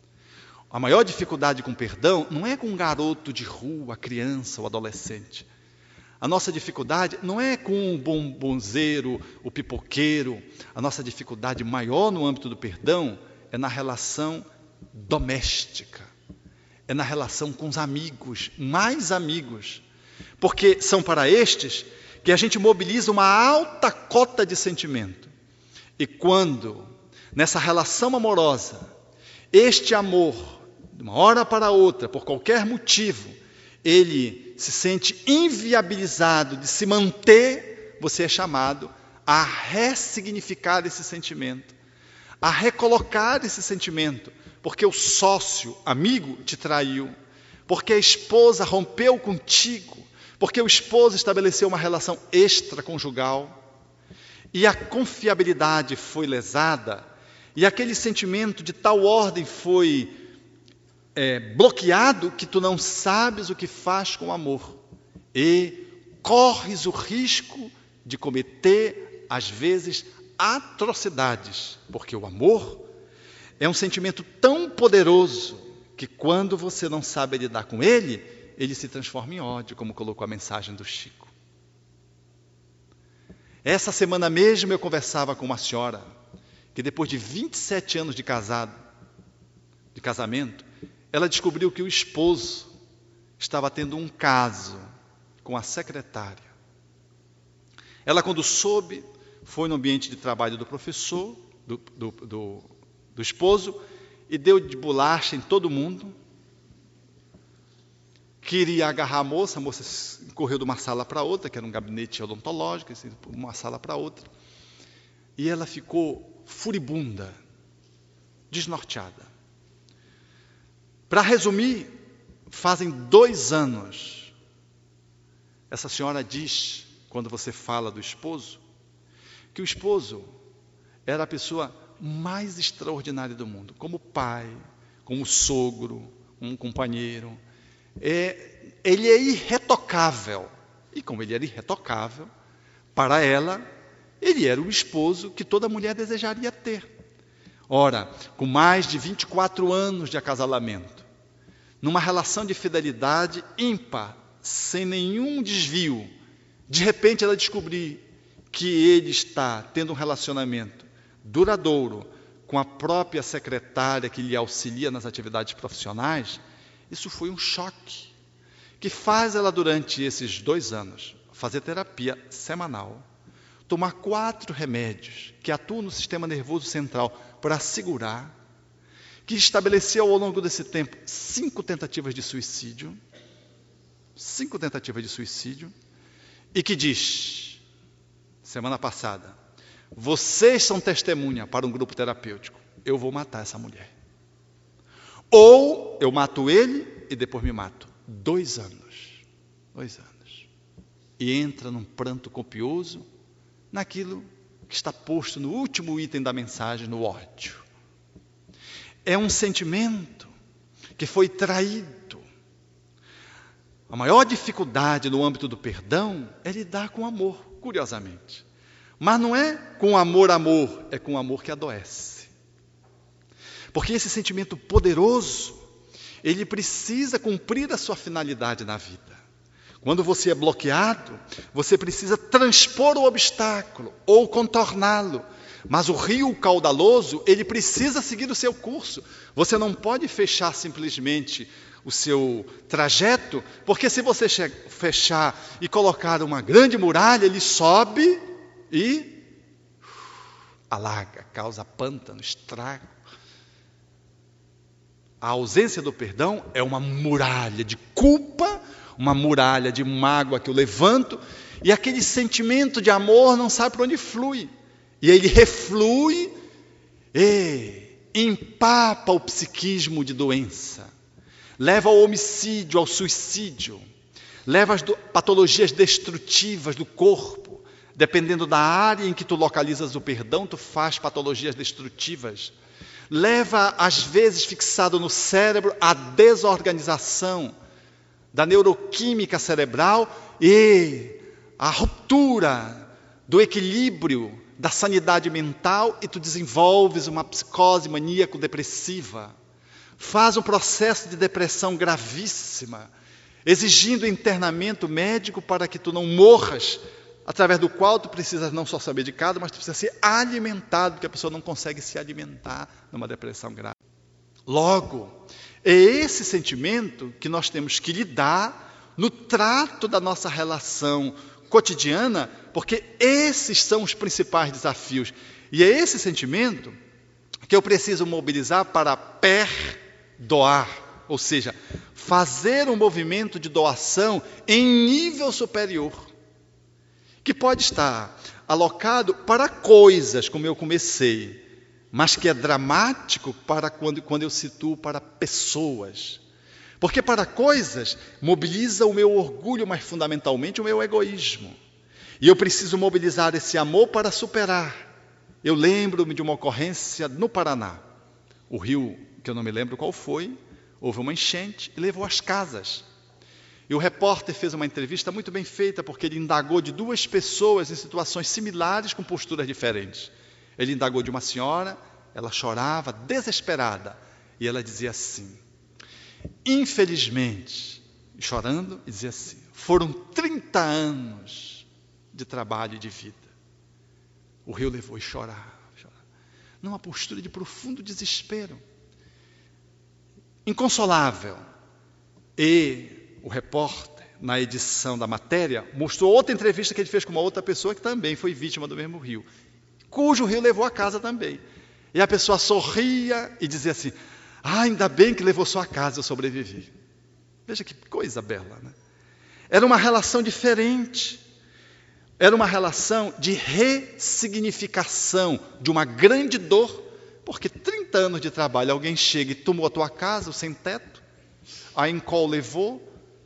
Speaker 1: A maior dificuldade com o perdão não é com um garoto de rua, a criança, o adolescente. A nossa dificuldade não é com o bombonzeiro, o pipoqueiro. A nossa dificuldade maior no âmbito do perdão é na relação doméstica. É na relação com os amigos, mais amigos. Porque são para estes que a gente mobiliza uma alta cota de sentimento. E quando, nessa relação amorosa, este amor, de uma hora para outra, por qualquer motivo, ele se sente inviabilizado de se manter, você é chamado a ressignificar esse sentimento, a recolocar esse sentimento, porque o sócio, amigo, te traiu, porque a esposa rompeu contigo, porque o esposo estabeleceu uma relação extraconjugal, e a confiabilidade foi lesada, e aquele sentimento de tal ordem foi é, bloqueado, que tu não sabes o que faz com o amor, e corres o risco de cometer, às vezes, atrocidades, porque o amor é um sentimento tão poderoso, que quando você não sabe lidar com ele, ele se transforma em ódio, como colocou a mensagem do Chico. Essa semana mesmo eu conversava com uma senhora, que depois de vinte e sete anos de casado, de casamento, ela descobriu que o esposo estava tendo um caso com a secretária. Ela, quando soube, foi no ambiente de trabalho do professor, do, do, do, do esposo, e deu de bolacha em todo mundo. Queria agarrar a moça, a moça correu de uma sala para outra, que era um gabinete odontológico, assim, de uma sala para outra, e ela ficou furibunda, desnorteada. Para resumir, fazem dois anos, essa senhora diz, quando você fala do esposo, que o esposo era a pessoa mais extraordinária do mundo, como pai, como sogro, como companheiro. É, ele é irretocável, e como ele era irretocável, para ela, ele era o esposo que toda mulher desejaria ter. Ora, com mais de vinte e quatro anos de acasalamento, numa relação de fidelidade ímpar, sem nenhum desvio, de repente ela descobrir que ele está tendo um relacionamento duradouro com a própria secretária que lhe auxilia nas atividades profissionais, isso foi um choque, que faz ela, durante esses dois anos, fazer terapia semanal, tomar quatro remédios que atuam no sistema nervoso central para assegurar que estabeleceu ao longo desse tempo cinco tentativas de suicídio, cinco tentativas de suicídio, e que diz, semana passada, vocês são testemunha para um grupo terapêutico, eu vou matar essa mulher. Ou eu mato ele e depois me mato. Dois anos. Dois anos. E entra num pranto copioso naquilo que está posto no último item da mensagem, no ódio. É um sentimento que foi traído. A maior dificuldade no âmbito do perdão é lidar com amor, curiosamente. Mas não é com amor, amor, é com amor que adoece. Porque esse sentimento poderoso, ele precisa cumprir a sua finalidade na vida. Quando você é bloqueado, você precisa transpor o obstáculo ou contorná-lo. Mas o rio caudaloso, ele precisa seguir o seu curso. Você não pode fechar simplesmente o seu trajeto, porque se você fechar e colocar uma grande muralha, ele sobe e alaga, causa pântano, estrago. A ausência do perdão é uma muralha de culpa, uma muralha de mágoa que eu levanto, e aquele sentimento de amor não sabe para onde flui. E ele reflui e empapa o psiquismo de doença, leva ao homicídio, ao suicídio, leva às patologias destrutivas do corpo. Dependendo da área em que tu localizas o perdão, tu faz patologias destrutivas. Leva, às vezes, fixado no cérebro, a desorganização da neuroquímica cerebral e a ruptura do equilíbrio da sanidade mental, e tu desenvolves uma psicose maníaco-depressiva. Faz um processo de depressão gravíssima, exigindo internamento médico para que tu não morras, através do qual tu precisas não só ser medicado, mas tu precisa ser alimentado, porque a pessoa não consegue se alimentar numa depressão grave. Logo, é esse sentimento que nós temos que lidar no trato da nossa relação cotidiana, porque esses são os principais desafios. E é esse sentimento que eu preciso mobilizar para perdoar, ou seja, fazer um movimento de doação em nível superior, que pode estar alocado para coisas, como eu comecei, mas que é dramático para quando, quando eu situo para pessoas. Porque para coisas mobiliza o meu orgulho, mas fundamentalmente o meu egoísmo. E eu preciso mobilizar esse amor para superar. Eu lembro-me de uma ocorrência no Paraná. O rio, que eu não me lembro qual foi, houve uma enchente e levou as casas. E o repórter fez uma entrevista muito bem feita, porque ele indagou de duas pessoas em situações similares, com posturas diferentes. Ele indagou de uma senhora, ela chorava, desesperada, e ela dizia assim, infelizmente, chorando, e dizia assim, foram trinta anos de trabalho e de vida. O rio levou e chorava, chorava. Numa postura de profundo desespero, inconsolável. E o repórter, na edição da matéria, mostrou outra entrevista que ele fez com uma outra pessoa que também foi vítima do mesmo rio, cujo rio levou a casa também. E a pessoa sorria e dizia assim, ah, ainda bem que levou sua casa, eu sobrevivi. Veja que coisa bela, né? Era uma relação diferente. Era uma relação de ressignificação de uma grande dor, porque trinta anos de trabalho, alguém chega e tomou a tua casa, o sem-teto, a Encol levou,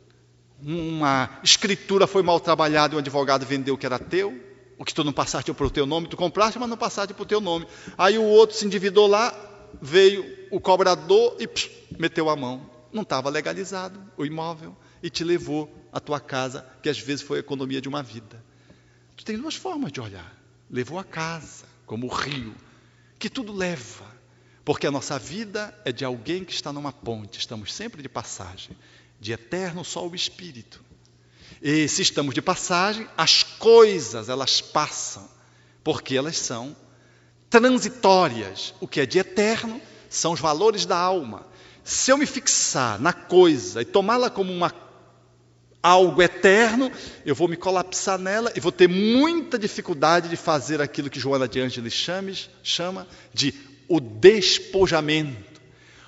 Speaker 1: uma escritura foi mal trabalhada e um advogado vendeu o que era teu, o que tu não passaste para o teu nome, tu compraste, mas não passaste para o teu nome. Aí o outro se endividou lá, veio o cobrador e psh, meteu a mão. Não estava legalizado o imóvel e te levou a tua casa, que às vezes foi a economia de uma vida. Tu tem duas formas de olhar. Levou a casa, como o rio, que tudo leva. Porque a nossa vida é de alguém que está numa ponte, estamos sempre de passagem. De eterno só o Espírito. E se estamos de passagem, as coisas, elas passam, porque elas são transitórias. O que é de eterno são os valores da alma. Se eu me fixar na coisa e tomá-la como uma, algo eterno, eu vou me colapsar nela e vou ter muita dificuldade de fazer aquilo que Joana de Ângeles chama de o despojamento.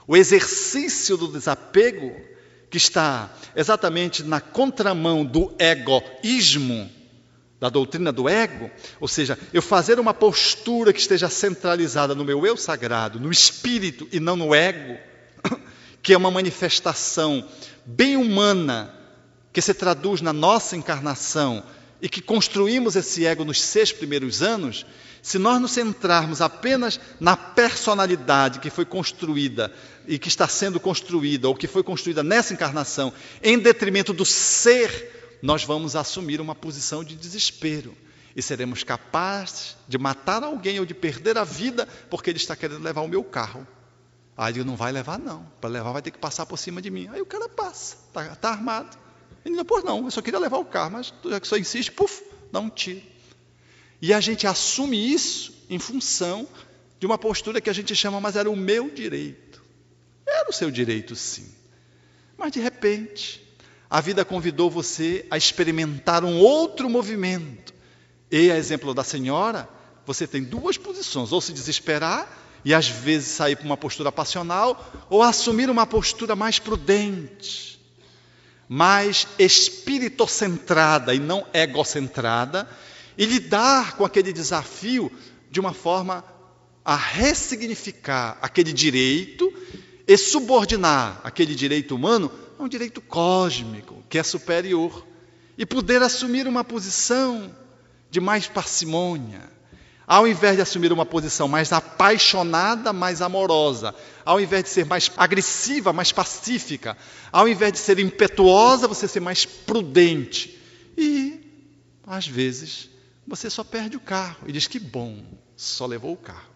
Speaker 1: O exercício do desapego, que está exatamente na contramão do egoísmo, da doutrina do ego, ou seja, eu fazer uma postura que esteja centralizada no meu eu sagrado, no espírito e não no ego, que é uma manifestação bem humana, que se traduz na nossa encarnação e que construímos esse ego nos seis primeiros anos. Se nós nos centrarmos apenas na personalidade que foi construída e que está sendo construída, ou que foi construída nessa encarnação, em detrimento do ser, nós vamos assumir uma posição de desespero e seremos capazes de matar alguém ou de perder a vida porque ele está querendo levar o meu carro. Aí ele não vai levar não, para levar vai ter que passar por cima de mim. Aí o cara passa, está tá armado. Ele não, pô, não, eu só queria levar o carro, mas já que só insiste, puf, dá um tiro. E a gente assume isso em função de uma postura que a gente chama, mas era o meu direito. Era o seu direito, sim. Mas de repente, a vida convidou você a experimentar um outro movimento. E, a exemplo da senhora, você tem duas posições, ou se desesperar e às vezes sair para uma postura passional, ou assumir uma postura mais prudente, mais espiritocentrada e não egocentrada, e lidar com aquele desafio de uma forma a ressignificar aquele direito e subordinar aquele direito humano a um direito cósmico, que é superior, e poder assumir uma posição de mais parcimônia, ao invés de assumir uma posição mais apaixonada, mais amorosa, ao invés de ser mais agressiva, mais pacífica, ao invés de ser impetuosa, você ser mais prudente. E, às vezes, você só perde o carro e diz que bom, só levou o carro.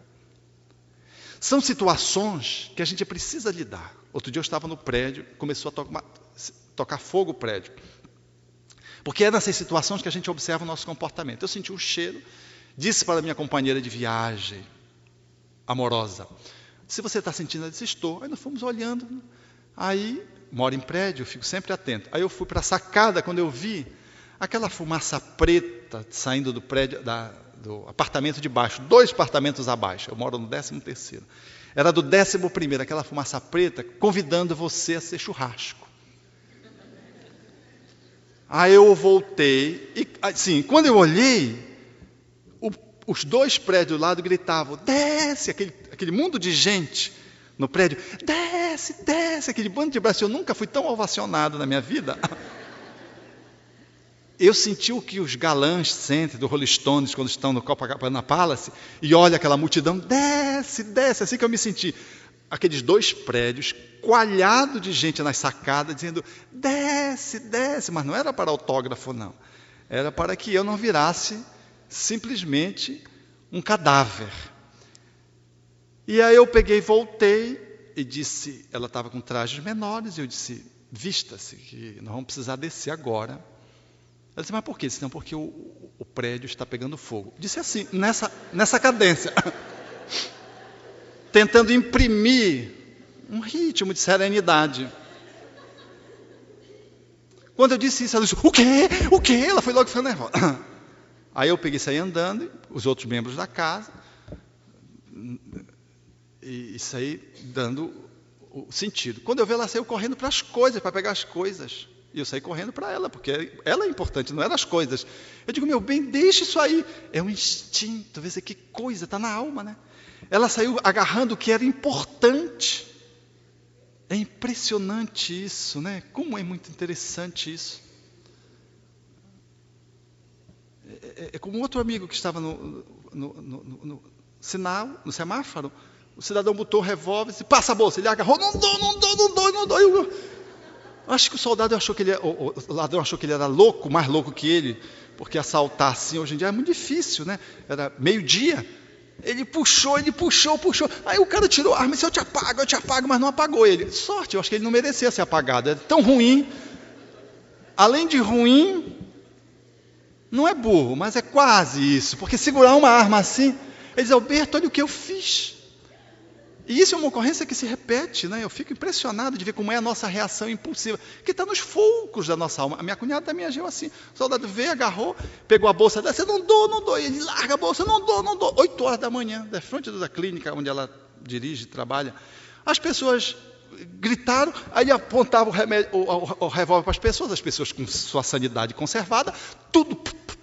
Speaker 1: São situações que a gente precisa lidar. Outro dia eu estava no prédio, começou a tocar, tocar fogo o prédio. Porque é nessas situações que a gente observa o nosso comportamento. Eu senti um cheiro, disse para a minha companheira de viagem, amorosa, se você está sentindo, ela disse, estou. Aí nós fomos olhando, aí, moro em prédio, eu fico sempre atento. Aí eu fui para a sacada, quando eu vi aquela fumaça preta saindo do prédio, da, do apartamento de baixo, dois apartamentos abaixo, eu moro no décimo terceiro. Era do décimo primeiro, aquela fumaça preta, convidando você a ser churrasco. Aí eu voltei, e assim, quando eu olhei, o, os dois prédios do lado gritavam, desce, aquele, aquele mundo de gente no prédio, desce, desce, aquele bando de braços. Eu nunca fui tão ovacionado na minha vida. Eu senti o que os galãs sentem do Rolling Stones quando estão no Copacabana Palace e olha aquela multidão, desce, desce, assim que eu me senti. Aqueles dois prédios, coalhado de gente nas sacadas, dizendo, desce, desce, mas não era para autógrafo, não. Era para que eu não virasse simplesmente um cadáver. E aí eu peguei, voltei e disse, ela estava com trajes menores, e eu disse, vista-se, que nós vamos precisar descer agora. Ela disse, mas por quê? Eu disse, não, porque o, o prédio está pegando fogo. Disse assim, nessa, nessa cadência. Tentando imprimir um ritmo de serenidade. Quando eu disse isso, ela disse, o quê? O quê? Ela foi logo ficando nervosa. Aí eu peguei e saí andando, os outros membros da casa, e, e saí dando o sentido. Quando eu vi, ela saiu correndo para as coisas, para pegar as coisas. E eu saí correndo para ela, porque ela é importante, não eram as coisas. Eu digo, meu bem, deixa isso aí. É um instinto, vê se que coisa, está na alma, né? Ela saiu agarrando o que era importante. É impressionante isso, né? Como é muito interessante isso. É, é, é como outro amigo que estava no, no, no, no, no sinal, no semáforo. O cidadão botou o revólver e disse, passa a bolsa. Ele agarrou, não dou, não dou, não dou, não dou. Eu, acho que o soldado achou que ele, o, o ladrão achou que ele era louco, mais louco que ele, porque assaltar assim hoje em dia é muito difícil, né? Era meio-dia. Ele puxou, ele puxou, puxou. Aí o cara tirou a arma e disse, eu te apago, eu te apago, mas não apagou ele. Sorte, eu acho que ele não merecia ser apagado. É tão ruim. Além de ruim, não é burro, mas é quase isso. Porque segurar uma arma assim, ele diz, Alberto, olha o que eu fiz. E isso é uma ocorrência que se repete, né? Eu fico impressionado de ver como é a nossa reação impulsiva, que está nos fulcros da nossa alma. A minha cunhada também agiu assim. O soldado veio, agarrou, pegou a bolsa dela, você não dou, não dou. E ele larga a bolsa, não dou, não dou. Oito horas da manhã, da frente da clínica onde ela dirige, trabalha. As pessoas gritaram, aí apontava o, remédio, o, o, o revólver para as pessoas, as pessoas com sua sanidade conservada, tudo.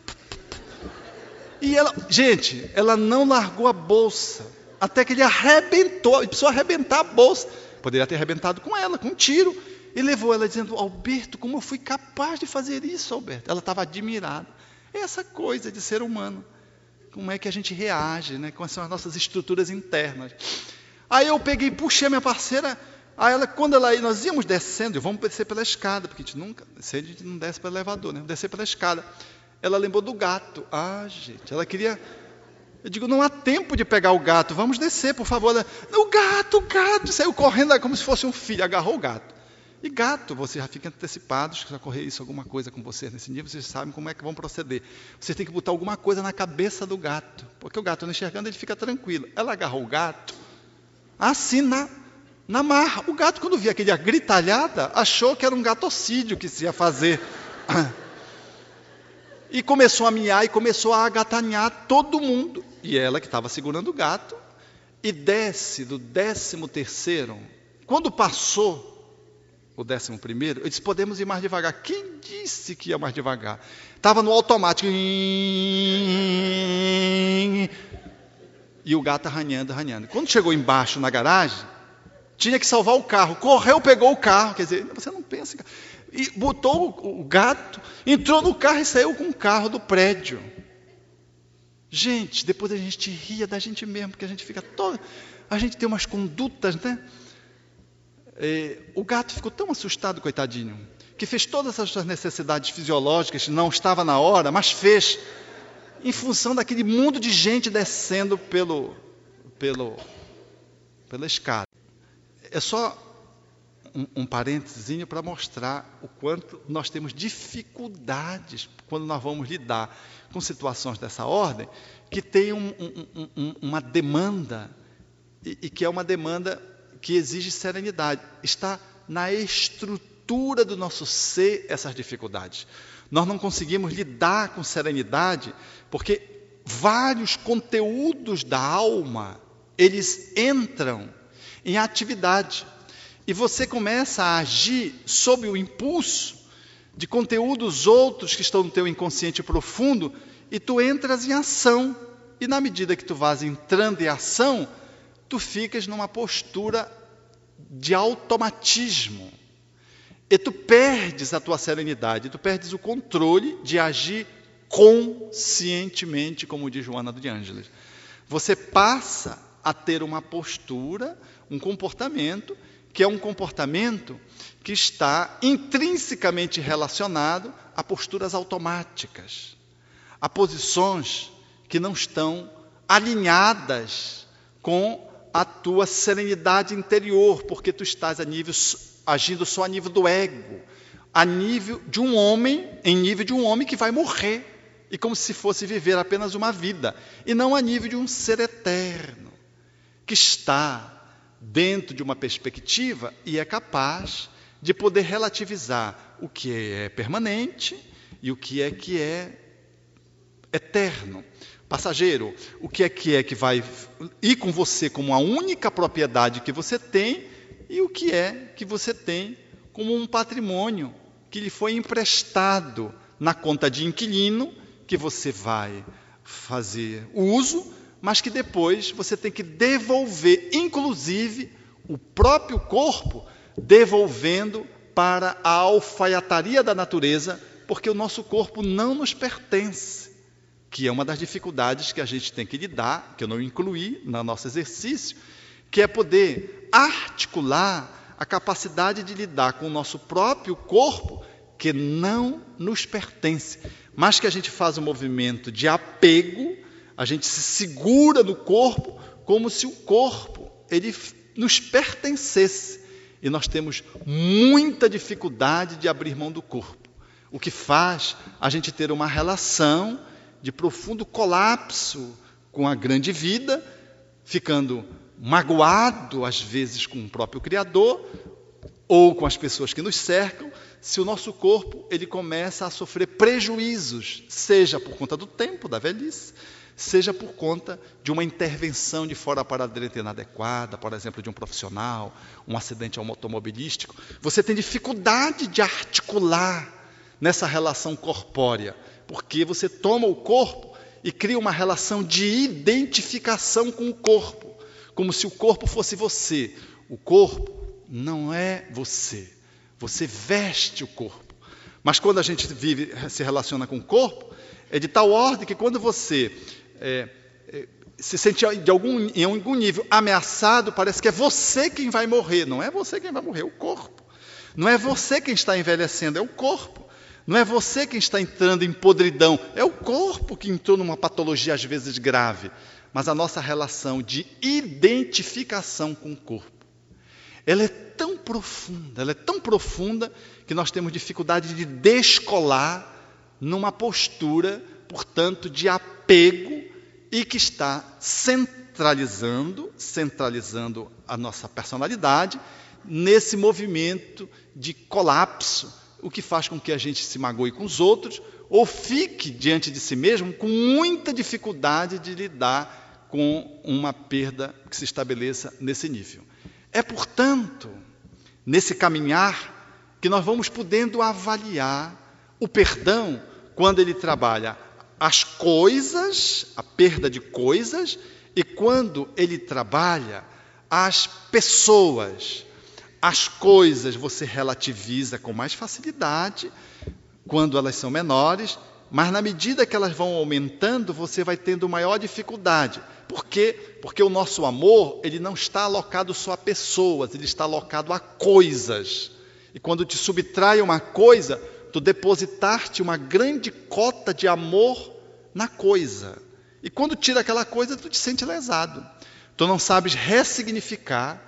Speaker 1: E ela, gente, ela não largou a bolsa, até que ele arrebentou, ele precisou arrebentar a bolsa. Poderia ter arrebentado com ela, com um tiro. E levou ela dizendo, Alberto, como eu fui capaz de fazer isso, Alberto? Ela estava admirada. É essa coisa de ser humano. Como é que a gente reage, né? Quais são as nossas estruturas internas. Aí eu peguei, puxei a minha parceira. Aí ela, quando ela, nós íamos descendo, vamos descer pela escada, porque a gente nunca, a gente não desce pelo elevador, né? Descer pela escada. Ela lembrou do gato. Ah, gente, ela queria... Eu digo, não há tempo de pegar o gato, vamos descer, por favor. Ela, o gato, o gato, saiu correndo como se fosse um filho, agarrou o gato. E gato, você já fica antecipado, se ocorrer isso, alguma coisa com vocês nesse nível, vocês sabem como é que vão proceder. Vocês têm que botar alguma coisa na cabeça do gato, porque o gato não enxergando, ele fica tranquilo. Ela agarrou o gato, assim na, na marra. O gato, quando via aquele gritalhada, achou que era um gatocídio que se ia fazer. E começou a miar e começou a agatanhar todo mundo. E ela que estava segurando o gato, e desce do décimo terceiro. Quando passou o décimo primeiro, eu disse, podemos ir mais devagar. Quem disse que ia mais devagar? Estava no automático. E o gato arranhando, arranhando. Quando chegou embaixo na garagem, tinha que salvar o carro. Correu, pegou o carro. Quer dizer, você não pensa... E botou o gato, entrou no carro e saiu com o carro do prédio. Gente, depois a gente ria da gente mesmo, porque a gente fica todo... A gente tem umas condutas, né? É, o gato ficou tão assustado, coitadinho, que fez todas as suas necessidades fisiológicas, não estava na hora, mas fez, em função daquele mundo de gente descendo pelo, pelo, pela escada. É só... Um, um parênteses para mostrar o quanto nós temos dificuldades quando nós vamos lidar com situações dessa ordem, que tem um, um, um, uma demanda, e, e que é uma demanda que exige serenidade. Está na estrutura do nosso ser essas dificuldades. Nós não conseguimos lidar com serenidade, porque vários conteúdos da alma, eles entram em atividade. E você começa a agir sob o impulso de conteúdos outros que estão no teu inconsciente profundo, e tu entras em ação. E na medida que tu vas entrando em ação, tu ficas numa postura de automatismo. E tu perdes a tua serenidade, tu perdes o controle de agir conscientemente, como diz Joana de Ângeles. Você passa a ter uma postura, um comportamento, que é um comportamento que está intrinsecamente relacionado a posturas automáticas, a posições que não estão alinhadas com a tua serenidade interior, porque tu estás a nível, agindo só a nível do ego, a nível de um homem, em nível de um homem que vai morrer, e como se fosse viver apenas uma vida, e não a nível de um ser eterno, que está dentro de uma perspectiva e é capaz de poder relativizar o que é permanente e o que é que é eterno, passageiro, o que é que é que vai ir com você como a única propriedade que você tem e o que é que você tem como um patrimônio que lhe foi emprestado na conta de inquilino, que você vai fazer uso, mas que depois você tem que devolver, inclusive o próprio corpo, devolvendo para a alfaiataria da natureza, porque o nosso corpo não nos pertence, que é uma das dificuldades que a gente tem que lidar, que eu não incluí no nosso exercício, que é poder articular a capacidade de lidar com o nosso próprio corpo, que não nos pertence, mas que a gente faz um movimento de apego. A gente se segura no corpo como se o corpo ele nos pertencesse. E nós temos muita dificuldade de abrir mão do corpo. O que faz a gente ter uma relação de profundo colapso com a grande vida, ficando magoado, às vezes, com o próprio Criador, ou com as pessoas que nos cercam, se o nosso corpo ele começa a sofrer prejuízos, seja por conta do tempo, da velhice, seja por conta de uma intervenção de fora para dentro inadequada, por exemplo, de um profissional, um acidente automobilístico. Você tem dificuldade de articular nessa relação corpórea, porque você toma o corpo e cria uma relação de identificação com o corpo, como se o corpo fosse você. O corpo não é você, você veste o corpo. Mas quando a gente vive, se relaciona com o corpo, é de tal ordem que quando você é, é, se sente de algum, em algum nível ameaçado, parece que é você quem vai morrer. Não é você quem vai morrer, é o corpo. Não é você quem está envelhecendo, é o corpo. Não é você quem está entrando em podridão, é o corpo que entrou numa patologia às vezes grave. Mas a nossa relação de identificação com o corpo, ela é tão profunda, ela é tão profunda que nós temos dificuldade de descolar numa postura, portanto, de apego e que está centralizando, centralizando a nossa personalidade nesse movimento de colapso, o que faz com que a gente se magoe com os outros ou fique diante de si mesmo com muita dificuldade de lidar com uma perda que se estabeleça nesse nível. É, portanto, nesse caminhar que nós vamos podendo avaliar o perdão quando ele trabalha as coisas, a perda de coisas, e quando ele trabalha as pessoas. As coisas você relativiza com mais facilidade quando elas são menores, mas na medida que elas vão aumentando, você vai tendo maior dificuldade. Por quê? Porque o nosso amor, ele não está alocado só a pessoas, ele está alocado a coisas. E quando te subtrai uma coisa, tu depositaste uma grande cota de amor na coisa. E quando tira aquela coisa, tu te sente lesado. Tu não sabes ressignificar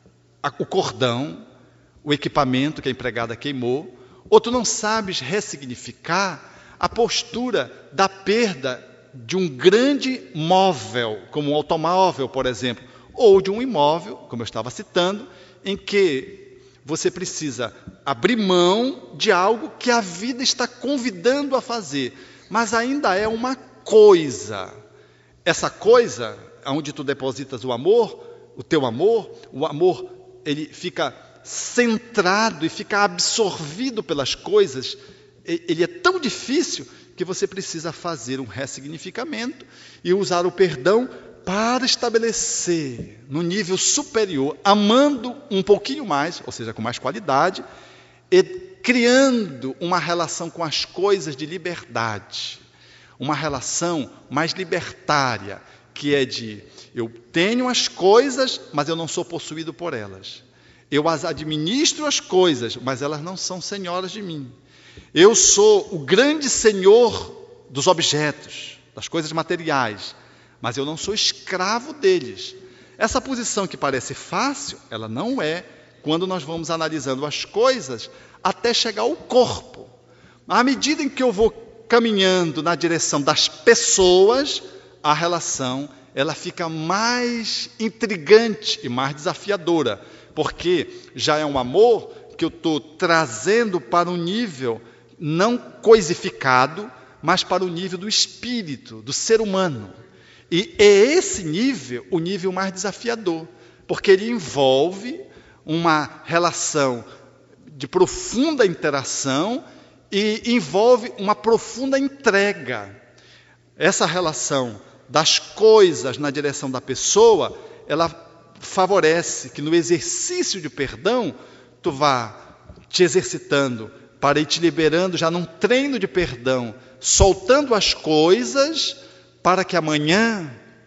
Speaker 1: o cordão, o equipamento que a empregada queimou, ou tu não sabes ressignificar a postura da perda de um grande móvel, como um automóvel, por exemplo, ou de um imóvel, como eu estava citando, em que você precisa abrir mão de algo que a vida está convidando a fazer, mas ainda é uma coisa. Essa coisa, onde tu depositas o amor, o teu amor, o amor, ele fica centrado e fica absorvido pelas coisas, ele é tão difícil que você precisa fazer um ressignificamento e usar o perdão para estabelecer no nível superior, amando um pouquinho mais, ou seja, com mais qualidade, e criando uma relação com as coisas de liberdade, uma relação mais libertária, que é de, eu tenho as coisas, mas eu não sou possuído por elas. Eu as administro as coisas, mas elas não são senhoras de mim. Eu sou o grande senhor dos objetos, das coisas materiais, mas eu não sou escravo deles. Essa posição que parece fácil, ela não é quando nós vamos analisando as coisas até chegar ao corpo. À medida em que eu vou caminhando na direção das pessoas, a relação ela fica mais intrigante e mais desafiadora, porque já é um amor que eu estou trazendo para um nível não coisificado, mas para o nível do espírito, do ser humano. E é esse nível o nível mais desafiador, porque ele envolve uma relação de profunda interação e envolve uma profunda entrega. Essa relação das coisas na direção da pessoa, ela favorece que no exercício de perdão, tu vá te exercitando para ir te liberando já num treino de perdão, soltando as coisas para que amanhã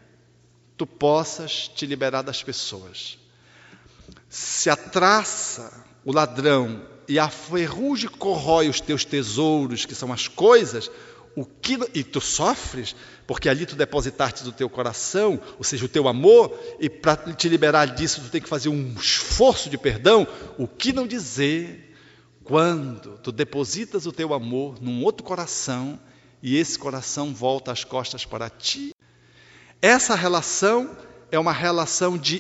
Speaker 1: tu possas te liberar das pessoas. Se a traça, o ladrão e a ferrugem corrói os teus tesouros, que são as coisas, o que, e tu sofres, porque ali tu depositaste do teu coração, ou seja, o teu amor, e para te liberar disso tu tem que fazer um esforço de perdão, o que não dizer quando tu depositas o teu amor num outro coração, e esse coração volta as costas para ti. Essa relação é uma relação de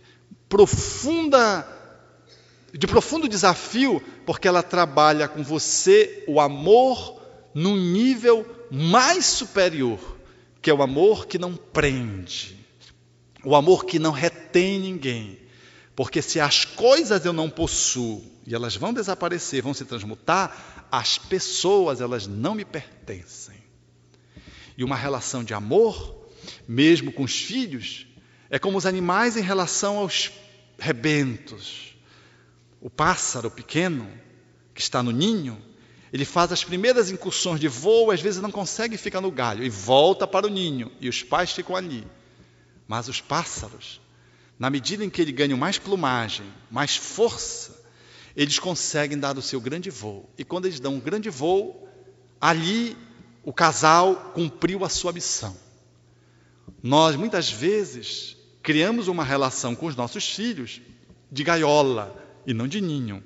Speaker 1: profunda, de profundo desafio, porque ela trabalha com você o amor num nível mais superior, que é o amor que não prende, o amor que não retém ninguém. Porque se as coisas eu não possuo, e elas vão desaparecer, vão se transmutar, as pessoas, elas não me pertencem. E uma relação de amor, mesmo com os filhos, é como os animais em relação aos rebentos. O pássaro pequeno, que está no ninho, ele faz as primeiras incursões de voo, às vezes não consegue ficar no galho, e volta para o ninho, e os pais ficam ali. Mas os pássaros, na medida em que eles ganham mais plumagem, mais força, eles conseguem dar o seu grande voo. E quando eles dão um grande voo, ali o casal cumpriu a sua missão. Nós, muitas vezes, criamos uma relação com os nossos filhos de gaiola e não de ninho.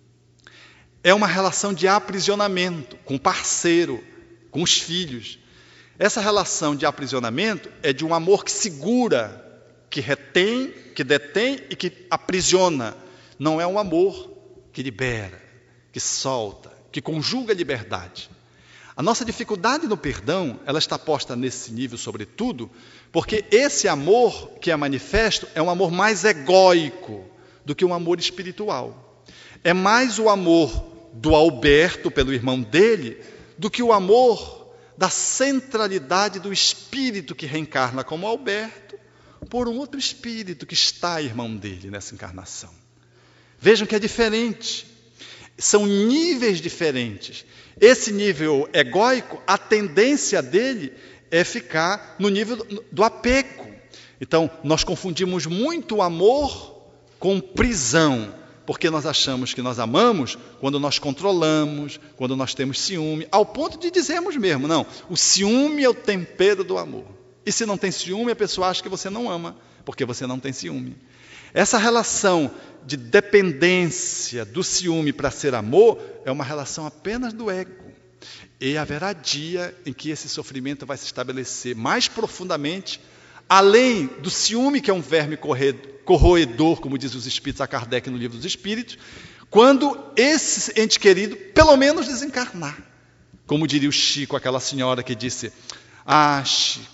Speaker 1: É uma relação de aprisionamento com o parceiro, com os filhos. Essa relação de aprisionamento é de um amor que segura, que retém, que detém e que aprisiona. Não é um amor que libera, que solta, que conjuga a liberdade. A nossa dificuldade no perdão, ela está posta nesse nível, sobretudo, porque esse amor que é manifesto é um amor mais egóico do que um amor espiritual. É mais o amor do Alberto pelo irmão dele do que o amor da centralidade do espírito que reencarna como Alberto por um outro espírito que está irmão dele nessa encarnação. Vejam que é diferente. São níveis diferentes. Esse nível egóico, a tendência dele é ficar no nível do, do apego. Então, nós confundimos muito o amor com prisão, porque nós achamos que nós amamos quando nós controlamos, quando nós temos ciúme, ao ponto de dizermos mesmo, não, o ciúme é o tempero do amor. E se não tem ciúme, a pessoa acha que você não ama, porque você não tem ciúme. Essa relação de dependência do ciúme para ser amor é uma relação apenas do ego. E haverá dia em que esse sofrimento vai se estabelecer mais profundamente, além do ciúme, que é um verme corroedor, como diz os Espíritos a Kardec no Livro dos Espíritos, quando esse ente querido, pelo menos, desencarnar. Como diria o Chico, aquela senhora que disse, ah, Chico,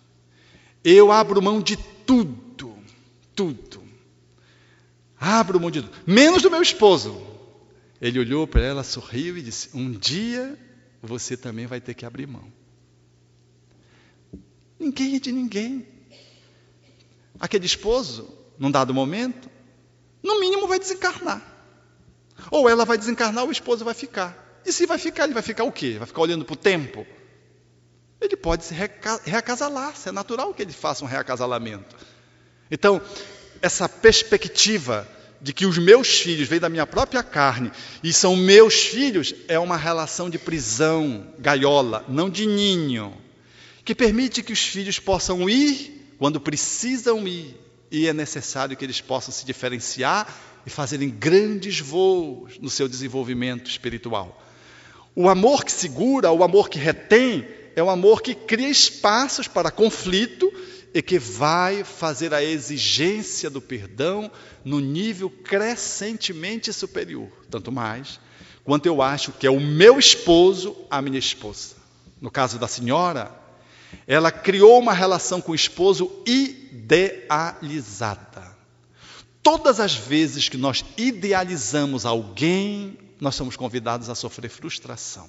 Speaker 1: eu abro mão de tudo, tudo. Abro mão de tudo, menos do meu esposo. Ele olhou para ela, sorriu e disse, um dia você também vai ter que abrir mão. Ninguém é de ninguém. Aquele esposo, num dado momento, no mínimo vai desencarnar. Ou ela vai desencarnar, ou o esposo vai ficar. E se vai ficar, ele vai ficar o quê? Vai ficar olhando para o tempo? Ele pode se reacasalar, é natural que ele faça um reacasalamento. Então, essa perspectiva de que os meus filhos vêm da minha própria carne e são meus filhos, é uma relação de prisão, gaiola, não de ninho, que permite que os filhos possam ir quando precisam ir, e é necessário que eles possam se diferenciar e fazerem grandes voos no seu desenvolvimento espiritual. O amor que segura, o amor que retém, é o amor que cria espaços para conflito e que vai fazer a exigência do perdão no nível crescentemente superior. Tanto mais quanto eu acho que é o meu esposo a minha esposa. No caso da senhora, ela criou uma relação com o esposo idealizada. Todas as vezes que nós idealizamos alguém, nós somos convidados a sofrer frustração.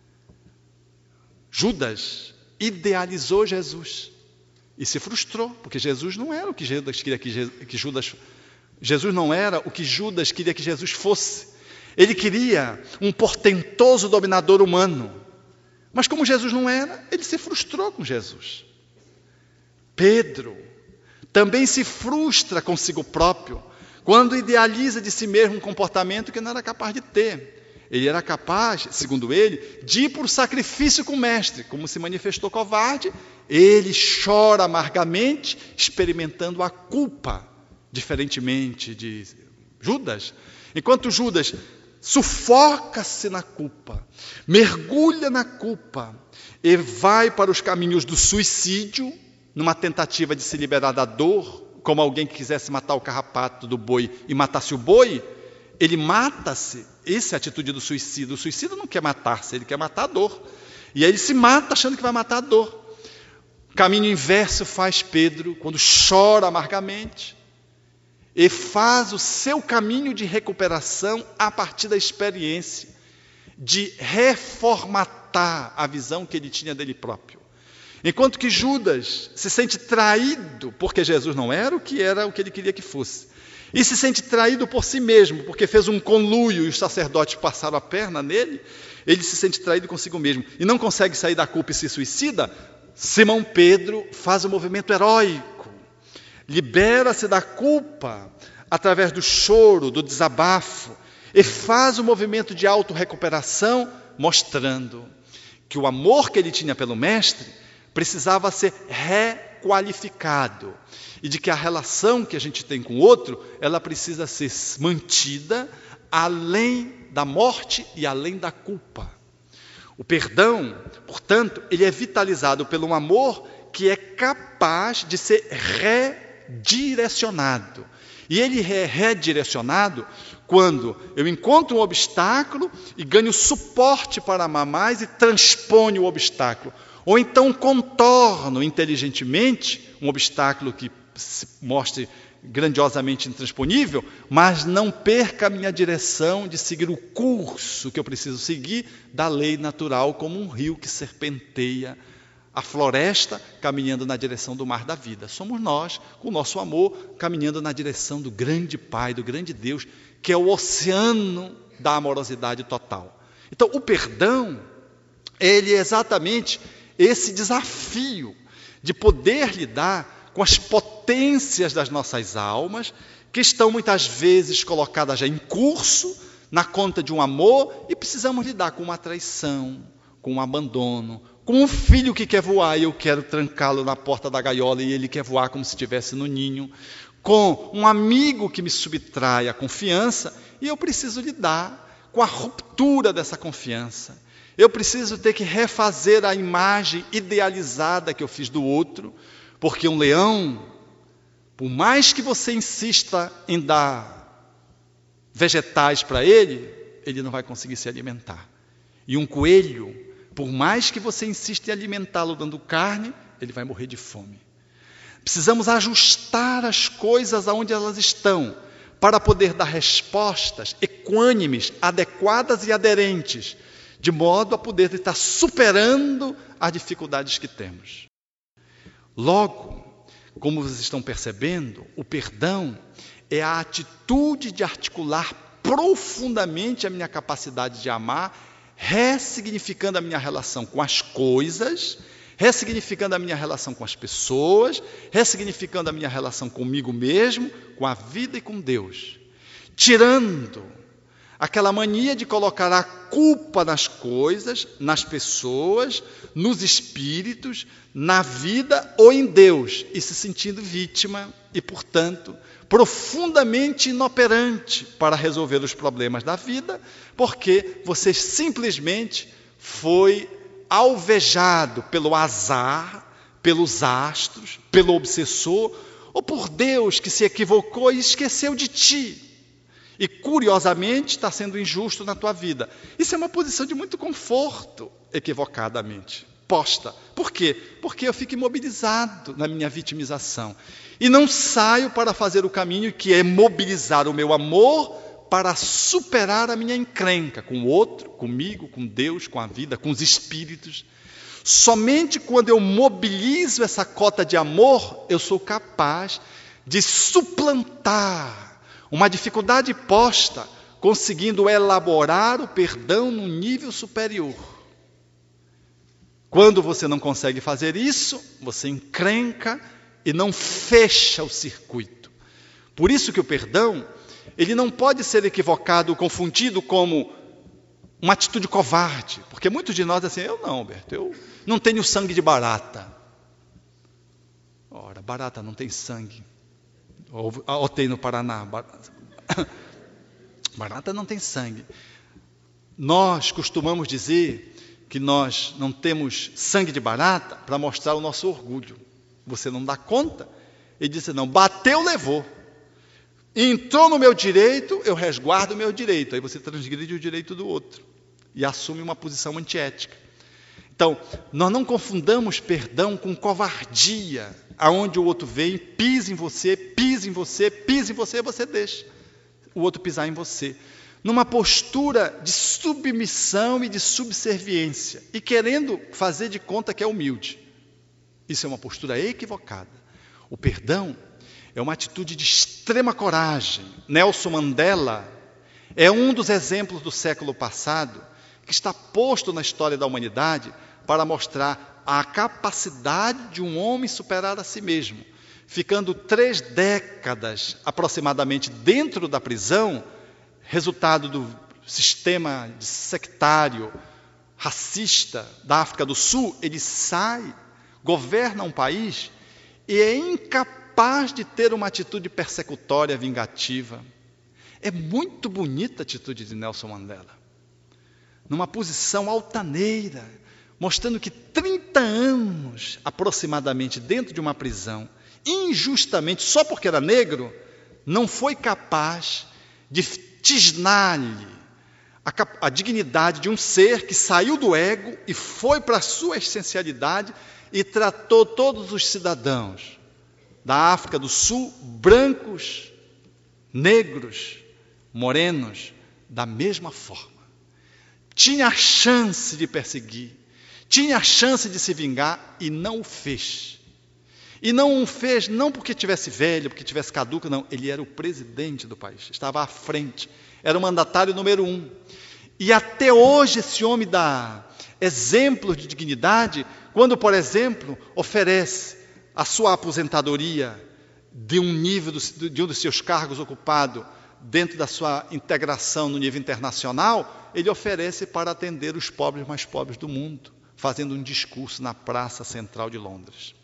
Speaker 1: Judas idealizou Jesus e se frustrou, porque Jesus não era o que Judas queria que Judas... Jesus não era o que Judas queria que Jesus fosse. Ele queria um portentoso dominador humano. Mas como Jesus não era, ele se frustrou com Jesus. Pedro também se frustra consigo próprio quando idealiza de si mesmo um comportamento que não era capaz de ter. Ele era capaz, segundo ele, de ir por sacrifício com o mestre. Como se manifestou covarde, ele chora amargamente, experimentando a culpa, diferentemente de Judas. Enquanto Judas sufoca-se na culpa, mergulha na culpa e vai para os caminhos do suicídio, numa tentativa de se liberar da dor, como alguém que quisesse matar o carrapato do boi e matasse o boi, ele mata-se. Essa é a atitude do suicida. O suicida não quer matar-se, ele quer matar a dor. E aí ele se mata achando que vai matar a dor. Caminho inverso faz Pedro quando chora amargamente e faz o seu caminho de recuperação a partir da experiência de reformatar a visão que ele tinha dele próprio. Enquanto que Judas se sente traído porque Jesus não era o que era o que ele queria que fosse. E se sente traído por si mesmo, porque fez um conluio e os sacerdotes passaram a perna nele, ele se sente traído consigo mesmo e não consegue sair da culpa e se suicida. Simão Pedro faz um movimento heróico, libera-se da culpa através do choro, do desabafo, e faz um movimento de autorrecuperação, mostrando que o amor que ele tinha pelo Mestre precisava ser requalificado, e de que a relação que a gente tem com o outro, ela precisa ser mantida além da morte e além da culpa. O perdão, portanto, ele é vitalizado pelo um amor que é capaz de ser redirecionado. E ele é redirecionado quando eu encontro um obstáculo e ganho suporte para amar mais e transponho o obstáculo. Ou então contorno inteligentemente um obstáculo que se mostre grandiosamente intransponível, mas não perca a minha direção de seguir o curso que eu preciso seguir da lei natural, como um rio que serpenteia a floresta, caminhando na direção do mar da vida. Somos nós, com o nosso amor, caminhando na direção do grande Pai, do grande Deus, que é o oceano da amorosidade total. Então, o perdão, ele é exatamente esse desafio de poder lidar com as potências das nossas almas, que estão muitas vezes colocadas já em curso, na conta de um amor, e precisamos lidar com uma traição, com um abandono, com um filho que quer voar e eu quero trancá-lo na porta da gaiola e ele quer voar como se estivesse no ninho, com um amigo que me subtrai a confiança e eu preciso lidar com a ruptura dessa confiança. Eu preciso ter que refazer a imagem idealizada que eu fiz do outro, porque um leão, por mais que você insista em dar vegetais para ele, ele não vai conseguir se alimentar. E um coelho, por mais que você insista em alimentá-lo dando carne, ele vai morrer de fome. Precisamos ajustar as coisas aonde elas estão, para poder dar respostas equânimes, adequadas e aderentes, de modo a poder estar superando as dificuldades que temos. Logo, como vocês estão percebendo, o perdão é a atitude de articular profundamente a minha capacidade de amar, ressignificando a minha relação com as coisas, ressignificando a minha relação com as pessoas, ressignificando a minha relação comigo mesmo, com a vida e com Deus. Tirando aquela mania de colocar a culpa nas coisas, nas pessoas, nos espíritos, na vida ou em Deus, e se sentindo vítima e, portanto, profundamente inoperante para resolver os problemas da vida, porque você simplesmente foi alvejado pelo azar, pelos astros, pelo obsessor, ou por Deus que se equivocou e esqueceu de ti. E, curiosamente, está sendo injusto na tua vida. Isso é uma posição de muito conforto, equivocadamente posta. Por quê? Porque eu fico imobilizado na minha vitimização. E não saio para fazer o caminho que é mobilizar o meu amor para superar a minha encrenca com o outro, comigo, com Deus, com a vida, com os espíritos. Somente quando eu mobilizo essa cota de amor, eu sou capaz de suplantar uma dificuldade posta, conseguindo elaborar o perdão num nível superior. Quando você não consegue fazer isso, você encrenca e não fecha o circuito. Por isso que o perdão, ele não pode ser equivocado, confundido como uma atitude covarde. Porque muitos de nós dizem assim, eu não, Alberto, eu não tenho sangue de barata. Ora, barata não tem sangue. Ou, ou tem no Paraná. Barata, barata não tem sangue. Nós costumamos dizer que nós não temos sangue de barata para mostrar o nosso orgulho. Você não dá conta? Ele disse, não, bateu, levou. Entrou no meu direito, eu resguardo o meu direito. Aí você transgride o direito do outro e assume uma posição antiética. Então, nós não confundamos perdão com covardia, aonde o outro vem, pisa em você, pisa em você, pisa em você, você deixa o outro pisar em você. Numa postura de submissão e de subserviência, e querendo fazer de conta que é humilde. Isso é uma postura equivocada. O perdão é uma atitude de extrema coragem. Nelson Mandela é um dos exemplos do século passado que está posto na história da humanidade para mostrar a capacidade de um homem superar a si mesmo. Ficando três décadas aproximadamente dentro da prisão, resultado do sistema sectário, racista da África do Sul, ele sai, governa um país e é incapaz de ter uma atitude persecutória, vingativa. É muito bonita a atitude de Nelson Mandela. Numa posição altaneira, mostrando que trinta anos, aproximadamente, dentro de uma prisão, injustamente, só porque era negro, não foi capaz de tisnar-lhe a, a dignidade de um ser que saiu do ego e foi para a sua essencialidade e tratou todos os cidadãos da África do Sul, brancos, negros, morenos, da mesma forma. Tinha a chance de perseguir, tinha a chance de se vingar e não o fez. E não o fez não porque tivesse velho, porque tivesse caduco, não. Ele era o presidente do país, estava à frente, era o mandatário número um. E até hoje esse homem dá exemplos de dignidade, quando, por exemplo, oferece a sua aposentadoria de um nível, do, de um dos seus cargos ocupado, dentro da sua integração no nível internacional, ele oferece para atender os pobres mais pobres do mundo, fazendo um discurso na Praça Central de Londres,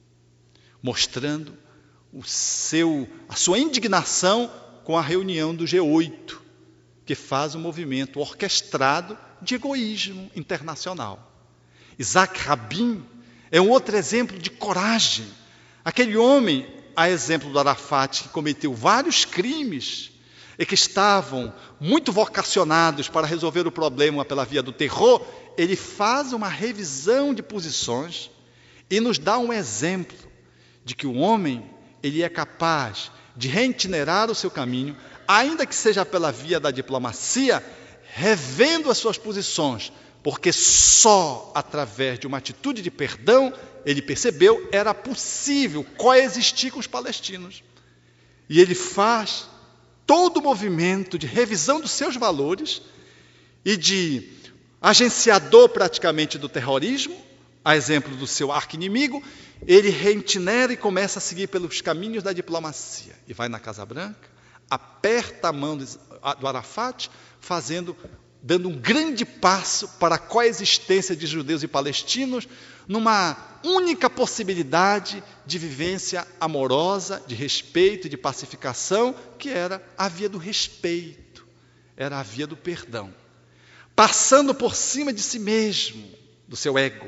Speaker 1: mostrando o seu, a sua indignação com a reunião do G oito, que faz um movimento orquestrado de egoísmo internacional. Isaac Rabin é um outro exemplo de coragem. Aquele homem, a exemplo do Arafat, que cometeu vários crimes e que estavam muito vocacionados para resolver o problema pela via do terror, ele faz uma revisão de posições e nos dá um exemplo de que o homem, ele é capaz de reitinerar o seu caminho, ainda que seja pela via da diplomacia, revendo as suas posições, porque só através de uma atitude de perdão, ele percebeu, era possível coexistir com os palestinos. E ele faz todo o movimento de revisão dos seus valores e de agenciador praticamente do terrorismo, a exemplo do seu arqui-inimigo, ele reintinera e começa a seguir pelos caminhos da diplomacia. E vai na Casa Branca, aperta a mão do Arafat, fazendo, dando um grande passo para a coexistência de judeus e palestinos, numa única possibilidade de vivência amorosa, de respeito e de pacificação, que era a via do respeito, era a via do perdão. Passando por cima de si mesmo, do seu ego,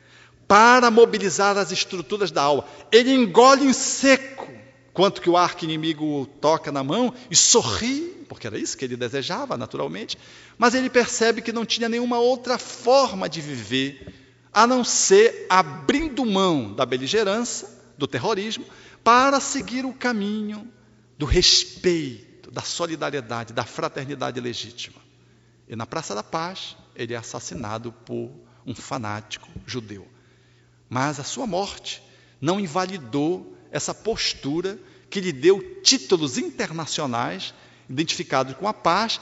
Speaker 1: para mobilizar as estruturas da alma. Ele engole em seco, quanto que o arqui-inimigo toca na mão e sorri, porque era isso que ele desejava, naturalmente, mas ele percebe que não tinha nenhuma outra forma de viver, a não ser abrindo mão da beligerância, do terrorismo, para seguir o caminho do respeito, da solidariedade, da fraternidade legítima. E na Praça da Paz, ele é assassinado por um fanático judeu. Mas a sua morte não invalidou essa postura que lhe deu títulos internacionais identificados com a paz,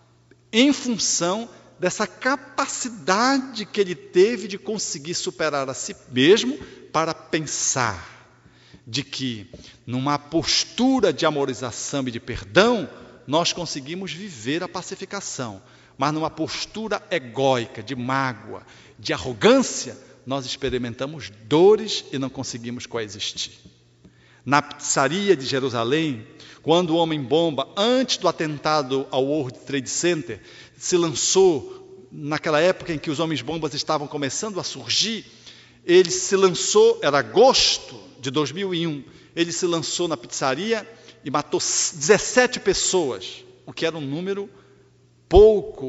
Speaker 1: em função dessa capacidade que ele teve de conseguir superar a si mesmo para pensar de que, numa postura de amorização e de perdão, nós conseguimos viver a pacificação. Mas numa postura egóica, de mágoa, de arrogância, nós experimentamos dores e não conseguimos coexistir. Na pizzaria de Jerusalém, quando o homem-bomba, antes do atentado ao World Trade Center, se lançou, naquela época em que os homens-bombas estavam começando a surgir, ele se lançou, era agosto de dois mil e um, ele se lançou na pizzaria e matou dezessete pessoas, o que era um número pouco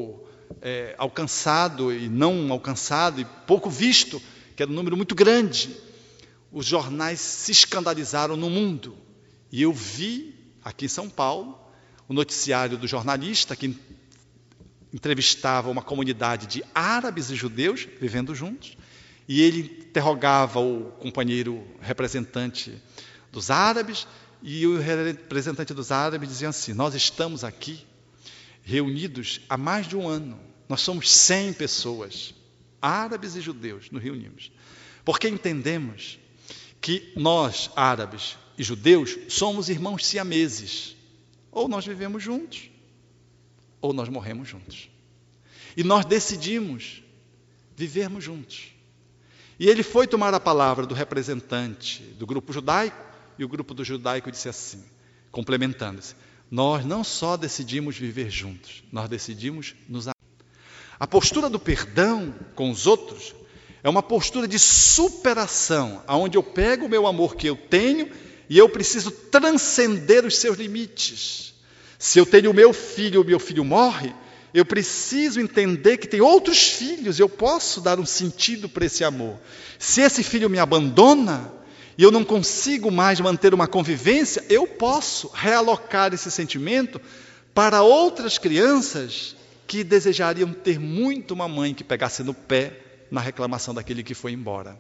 Speaker 1: é, alcançado e não alcançado, e pouco visto, que era um número muito grande. Os jornais se escandalizaram no mundo. E eu vi, aqui em São Paulo, o noticiário do jornalista que entrevistava uma comunidade de árabes e judeus vivendo juntos, e ele interrogava o companheiro representante dos árabes, e o representante dos árabes dizia assim: nós estamos aqui reunidos há mais de um ano, nós somos cem pessoas, árabes e judeus, nos reunimos, porque entendemos que nós, árabes e judeus, somos irmãos siameses, ou nós vivemos juntos, ou nós morremos juntos. E nós decidimos vivermos juntos. E ele foi tomar a palavra do representante do grupo judaico, e o grupo do judaico disse assim, complementando-se: nós não só decidimos viver juntos, nós decidimos nos amar. A postura do perdão com os outros é uma postura de superação, onde eu pego o meu amor que eu tenho e eu preciso transcender os seus limites. Se eu tenho o meu filho e o meu filho morre, eu preciso entender que tem outros filhos, eu posso dar um sentido para esse amor. Se esse filho me abandona e eu não consigo mais manter uma convivência, eu posso realocar esse sentimento para outras crianças que desejariam ter muito uma mãe que pegasse no pé na reclamação daquele que foi embora.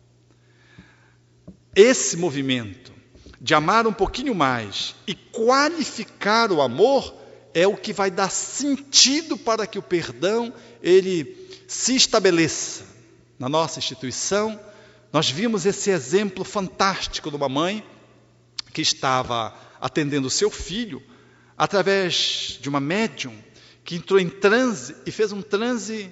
Speaker 1: Esse movimento de amar um pouquinho mais e qualificar o amor é o que vai dar sentido para que o perdão ele se estabeleça. Na nossa instituição, nós vimos esse exemplo fantástico de uma mãe que estava atendendo o seu filho através de uma médium que entrou em transe e fez um transe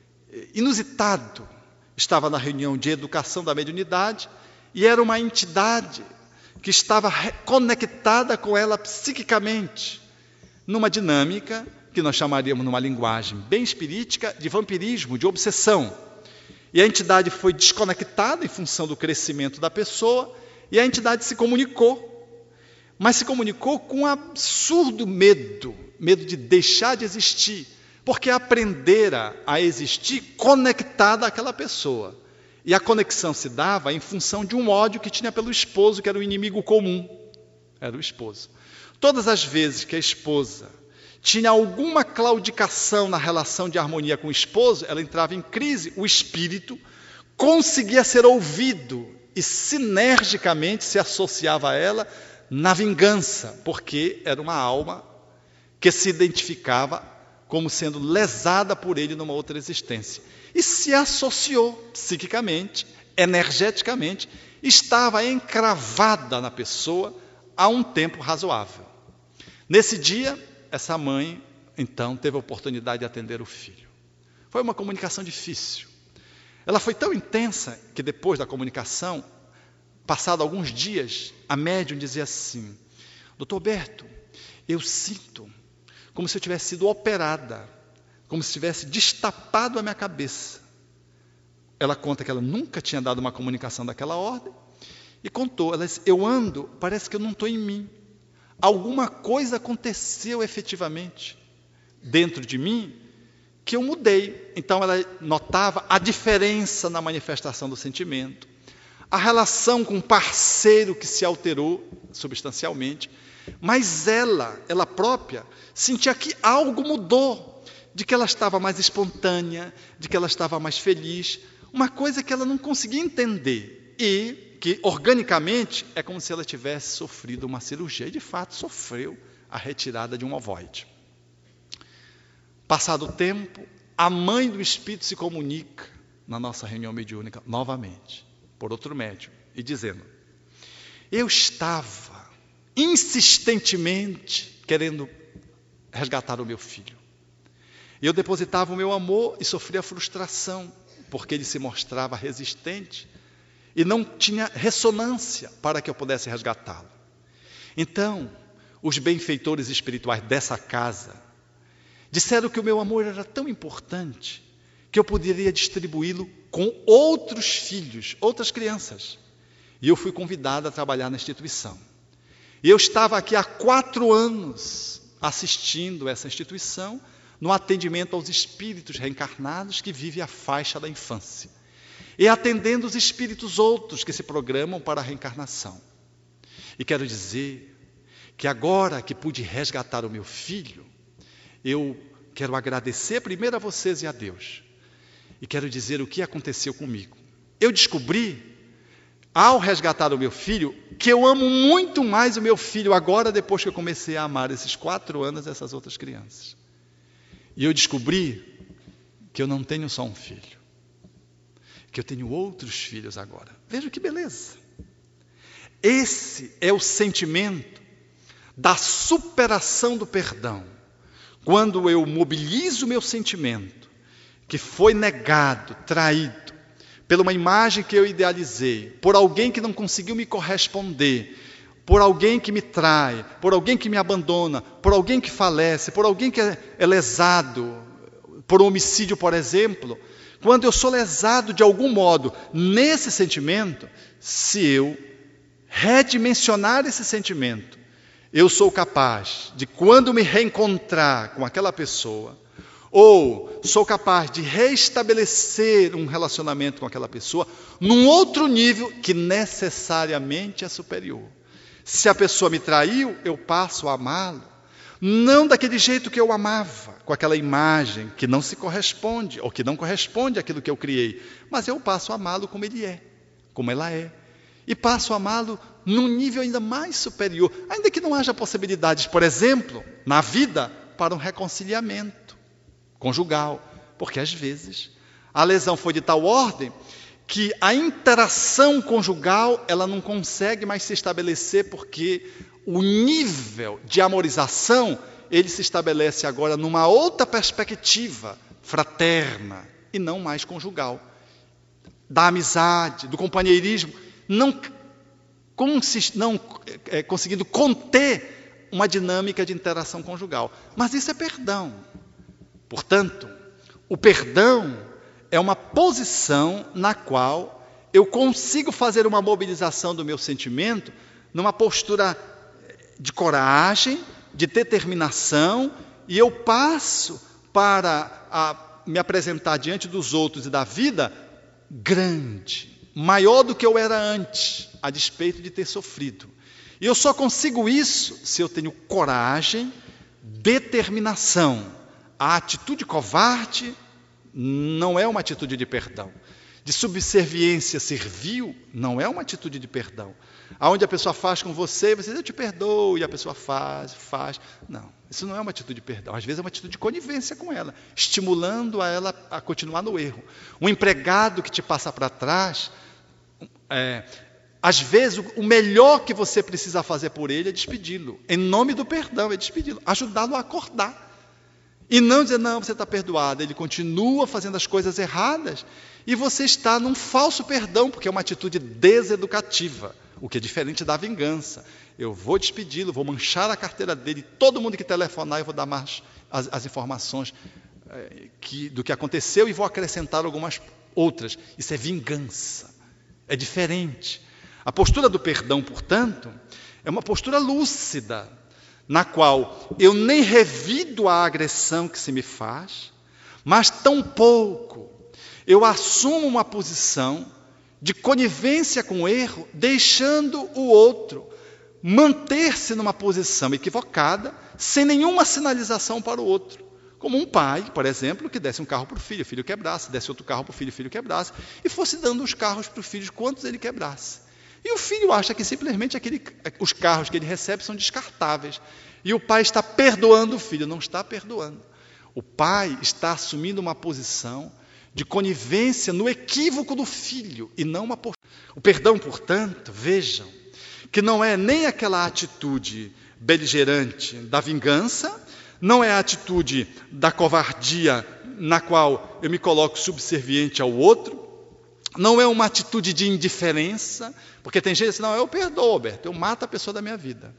Speaker 1: inusitado. Estava na reunião de educação da mediunidade e era uma entidade que estava conectada com ela psiquicamente, numa dinâmica que nós chamaríamos, numa linguagem bem espirítica, de vampirismo, de obsessão. E a entidade foi desconectada em função do crescimento da pessoa, e a entidade se comunicou, mas se comunicou com um absurdo medo, medo de deixar de existir, porque aprendera a existir conectada àquela pessoa. E a conexão se dava em função de um ódio que tinha pelo esposo, que era o inimigo comum, era o esposo. Todas as vezes que a esposa tinha alguma claudicação na relação de harmonia com o esposo, ela entrava em crise, o espírito conseguia ser ouvido e sinergicamente se associava a ela na vingança, porque era uma alma que se identificava como sendo lesada por ele numa outra existência. E se associou psiquicamente, energeticamente, estava encravada na pessoa há um tempo razoável. Nesse dia, essa mãe, então, teve a oportunidade de atender o filho. Foi uma comunicação difícil. Ela foi tão intensa que depois da comunicação, passado alguns dias, a médium dizia assim: doutor Berto, eu sinto como se eu tivesse sido operada, como se tivesse destapado a minha cabeça. Ela conta que ela nunca tinha dado uma comunicação daquela ordem, e contou, ela disse: eu ando, parece que eu não estou em mim. Alguma coisa aconteceu efetivamente dentro de mim que eu mudei. Então ela notava a diferença na manifestação do sentimento, a relação com o parceiro que se alterou substancialmente, mas ela, ela própria, sentia que algo mudou, de que ela estava mais espontânea, de que ela estava mais feliz, uma coisa que ela não conseguia entender, e que organicamente é como se ela tivesse sofrido uma cirurgia, e de fato sofreu a retirada de um ovoide. Passado o tempo, a mãe do espírito se comunica na nossa reunião mediúnica novamente, por outro médium, e dizendo: eu estava insistentemente querendo resgatar o meu filho. Eu depositava o meu amor e sofria frustração, porque ele se mostrava resistente e não tinha ressonância para que eu pudesse resgatá-lo. Então, os benfeitores espirituais dessa casa disseram que o meu amor era tão importante que eu poderia distribuí-lo com outros filhos, outras crianças. E eu fui convidado a trabalhar na instituição. E eu estava aqui há quatro anos assistindo essa instituição, no atendimento aos espíritos reencarnados que vivem a faixa da infância, e atendendo os espíritos outros que se programam para a reencarnação. E quero dizer que agora que pude resgatar o meu filho, eu quero agradecer primeiro a vocês e a Deus. E quero dizer o que aconteceu comigo. Eu descobri, ao resgatar o meu filho, que eu amo muito mais o meu filho agora, depois que eu comecei a amar esses quatro anos essas outras crianças. E eu descobri que eu não tenho só um filho, que eu tenho outros filhos agora. Veja que beleza. Esse é o sentimento da superação do perdão. Quando eu mobilizo o meu sentimento, que foi negado, traído, por uma imagem que eu idealizei, por alguém que não conseguiu me corresponder, por alguém que me trai, por alguém que me abandona, por alguém que falece, por alguém que é lesado, por um homicídio, por exemplo. Quando eu sou lesado de algum modo nesse sentimento, se eu redimensionar esse sentimento, eu sou capaz de, quando me reencontrar com aquela pessoa, ou sou capaz de restabelecer um relacionamento com aquela pessoa num outro nível que necessariamente é superior. Se a pessoa me traiu, eu passo a amá-lo, não daquele jeito que eu amava, com aquela imagem que não se corresponde, ou que não corresponde àquilo que eu criei, mas eu passo a amá-lo como ele é, como ela é, e passo a amá-lo num nível ainda mais superior, ainda que não haja possibilidades, por exemplo, na vida, para um reconciliamento conjugal, porque às vezes a lesão foi de tal ordem que a interação conjugal ela não consegue mais se estabelecer, porque o nível de amorização ele se estabelece agora numa outra perspectiva fraterna e não mais conjugal, da amizade, do companheirismo, não, consist, não é, conseguindo conter uma dinâmica de interação conjugal. Mas isso é perdão. Portanto, o perdão é uma posição na qual eu consigo fazer uma mobilização do meu sentimento numa postura de coragem, de determinação, e eu passo para a, me apresentar diante dos outros e da vida grande, maior do que eu era antes, a despeito de ter sofrido. E eu só consigo isso se eu tenho coragem, determinação. A atitude covarde não é uma atitude de perdão. De subserviência servil não é uma atitude de perdão. Aonde a pessoa faz com você, você diz, eu te perdoo, e a pessoa faz, faz. Não, isso não é uma atitude de perdão. Às vezes é uma atitude de conivência com ela, estimulando a ela a continuar no erro. Um empregado que te passa para trás, é, às vezes o melhor que você precisa fazer por ele é despedi-lo. Em nome do perdão, é despedi-lo, ajudá-lo a acordar. E não dizer, não, você está perdoado. Ele continua fazendo as coisas erradas e você está num falso perdão, porque é uma atitude deseducativa, o que é diferente da vingança. Eu vou despedi-lo, vou manchar a carteira dele, todo mundo que telefonar eu vou dar mais as, as informações é, que, do que aconteceu e vou acrescentar algumas outras. Isso é vingança, é diferente. A postura do perdão, portanto, é uma postura lúcida, na qual eu nem revido a agressão que se me faz, mas tampouco eu assumo uma posição de conivência com o erro, deixando o outro manter-se numa posição equivocada, sem nenhuma sinalização para o outro. Como um pai, por exemplo, que desse um carro para o filho, o filho quebrasse, desse outro carro para o filho, o filho quebrasse, e fosse dando os carros para o filho quantos ele quebrasse. E o filho acha que simplesmente aquele, os carros que ele recebe são descartáveis. E o pai está perdoando o filho. Não está perdoando. O pai está assumindo uma posição de conivência no equívoco do filho e não uma postura. O perdão, portanto, vejam, que não é nem aquela atitude beligerante da vingança, não é a atitude da covardia na qual eu me coloco subserviente ao outro, não é uma atitude de indiferença, porque tem gente que diz, não, eu perdoo, Alberto, eu mato a pessoa da minha vida.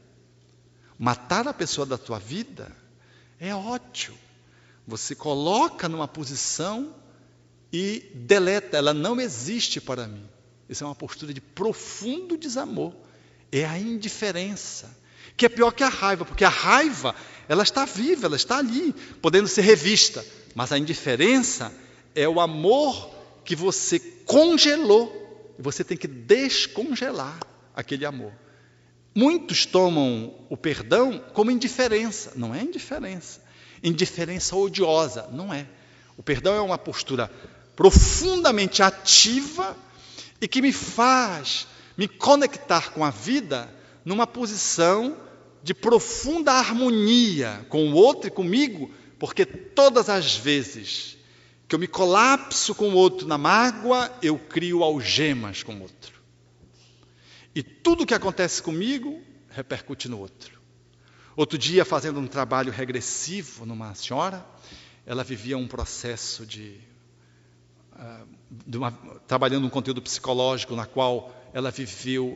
Speaker 1: Matar a pessoa da tua vida é ótimo. Você coloca numa posição e deleta, ela não existe para mim. Isso é uma postura de profundo desamor, é a indiferença. que é pior que a raiva, porque a raiva, ela está viva, ela está ali, podendo ser revista, mas a indiferença é o amor que você congelou, e você tem que descongelar aquele amor. Muitos tomam o perdão como indiferença. Não é indiferença. Indiferença odiosa. Não é. O perdão é uma postura profundamente ativa e que me faz me conectar com a vida numa posição de profunda harmonia com o outro e comigo, porque todas as vezes que eu me colapso com o outro na mágoa, eu crio algemas com o outro. E tudo que acontece comigo repercute no outro. Outro dia, fazendo um trabalho regressivo numa senhora, ela vivia um processo de, uh, de uma, trabalhando um conteúdo psicológico na qual ela viveu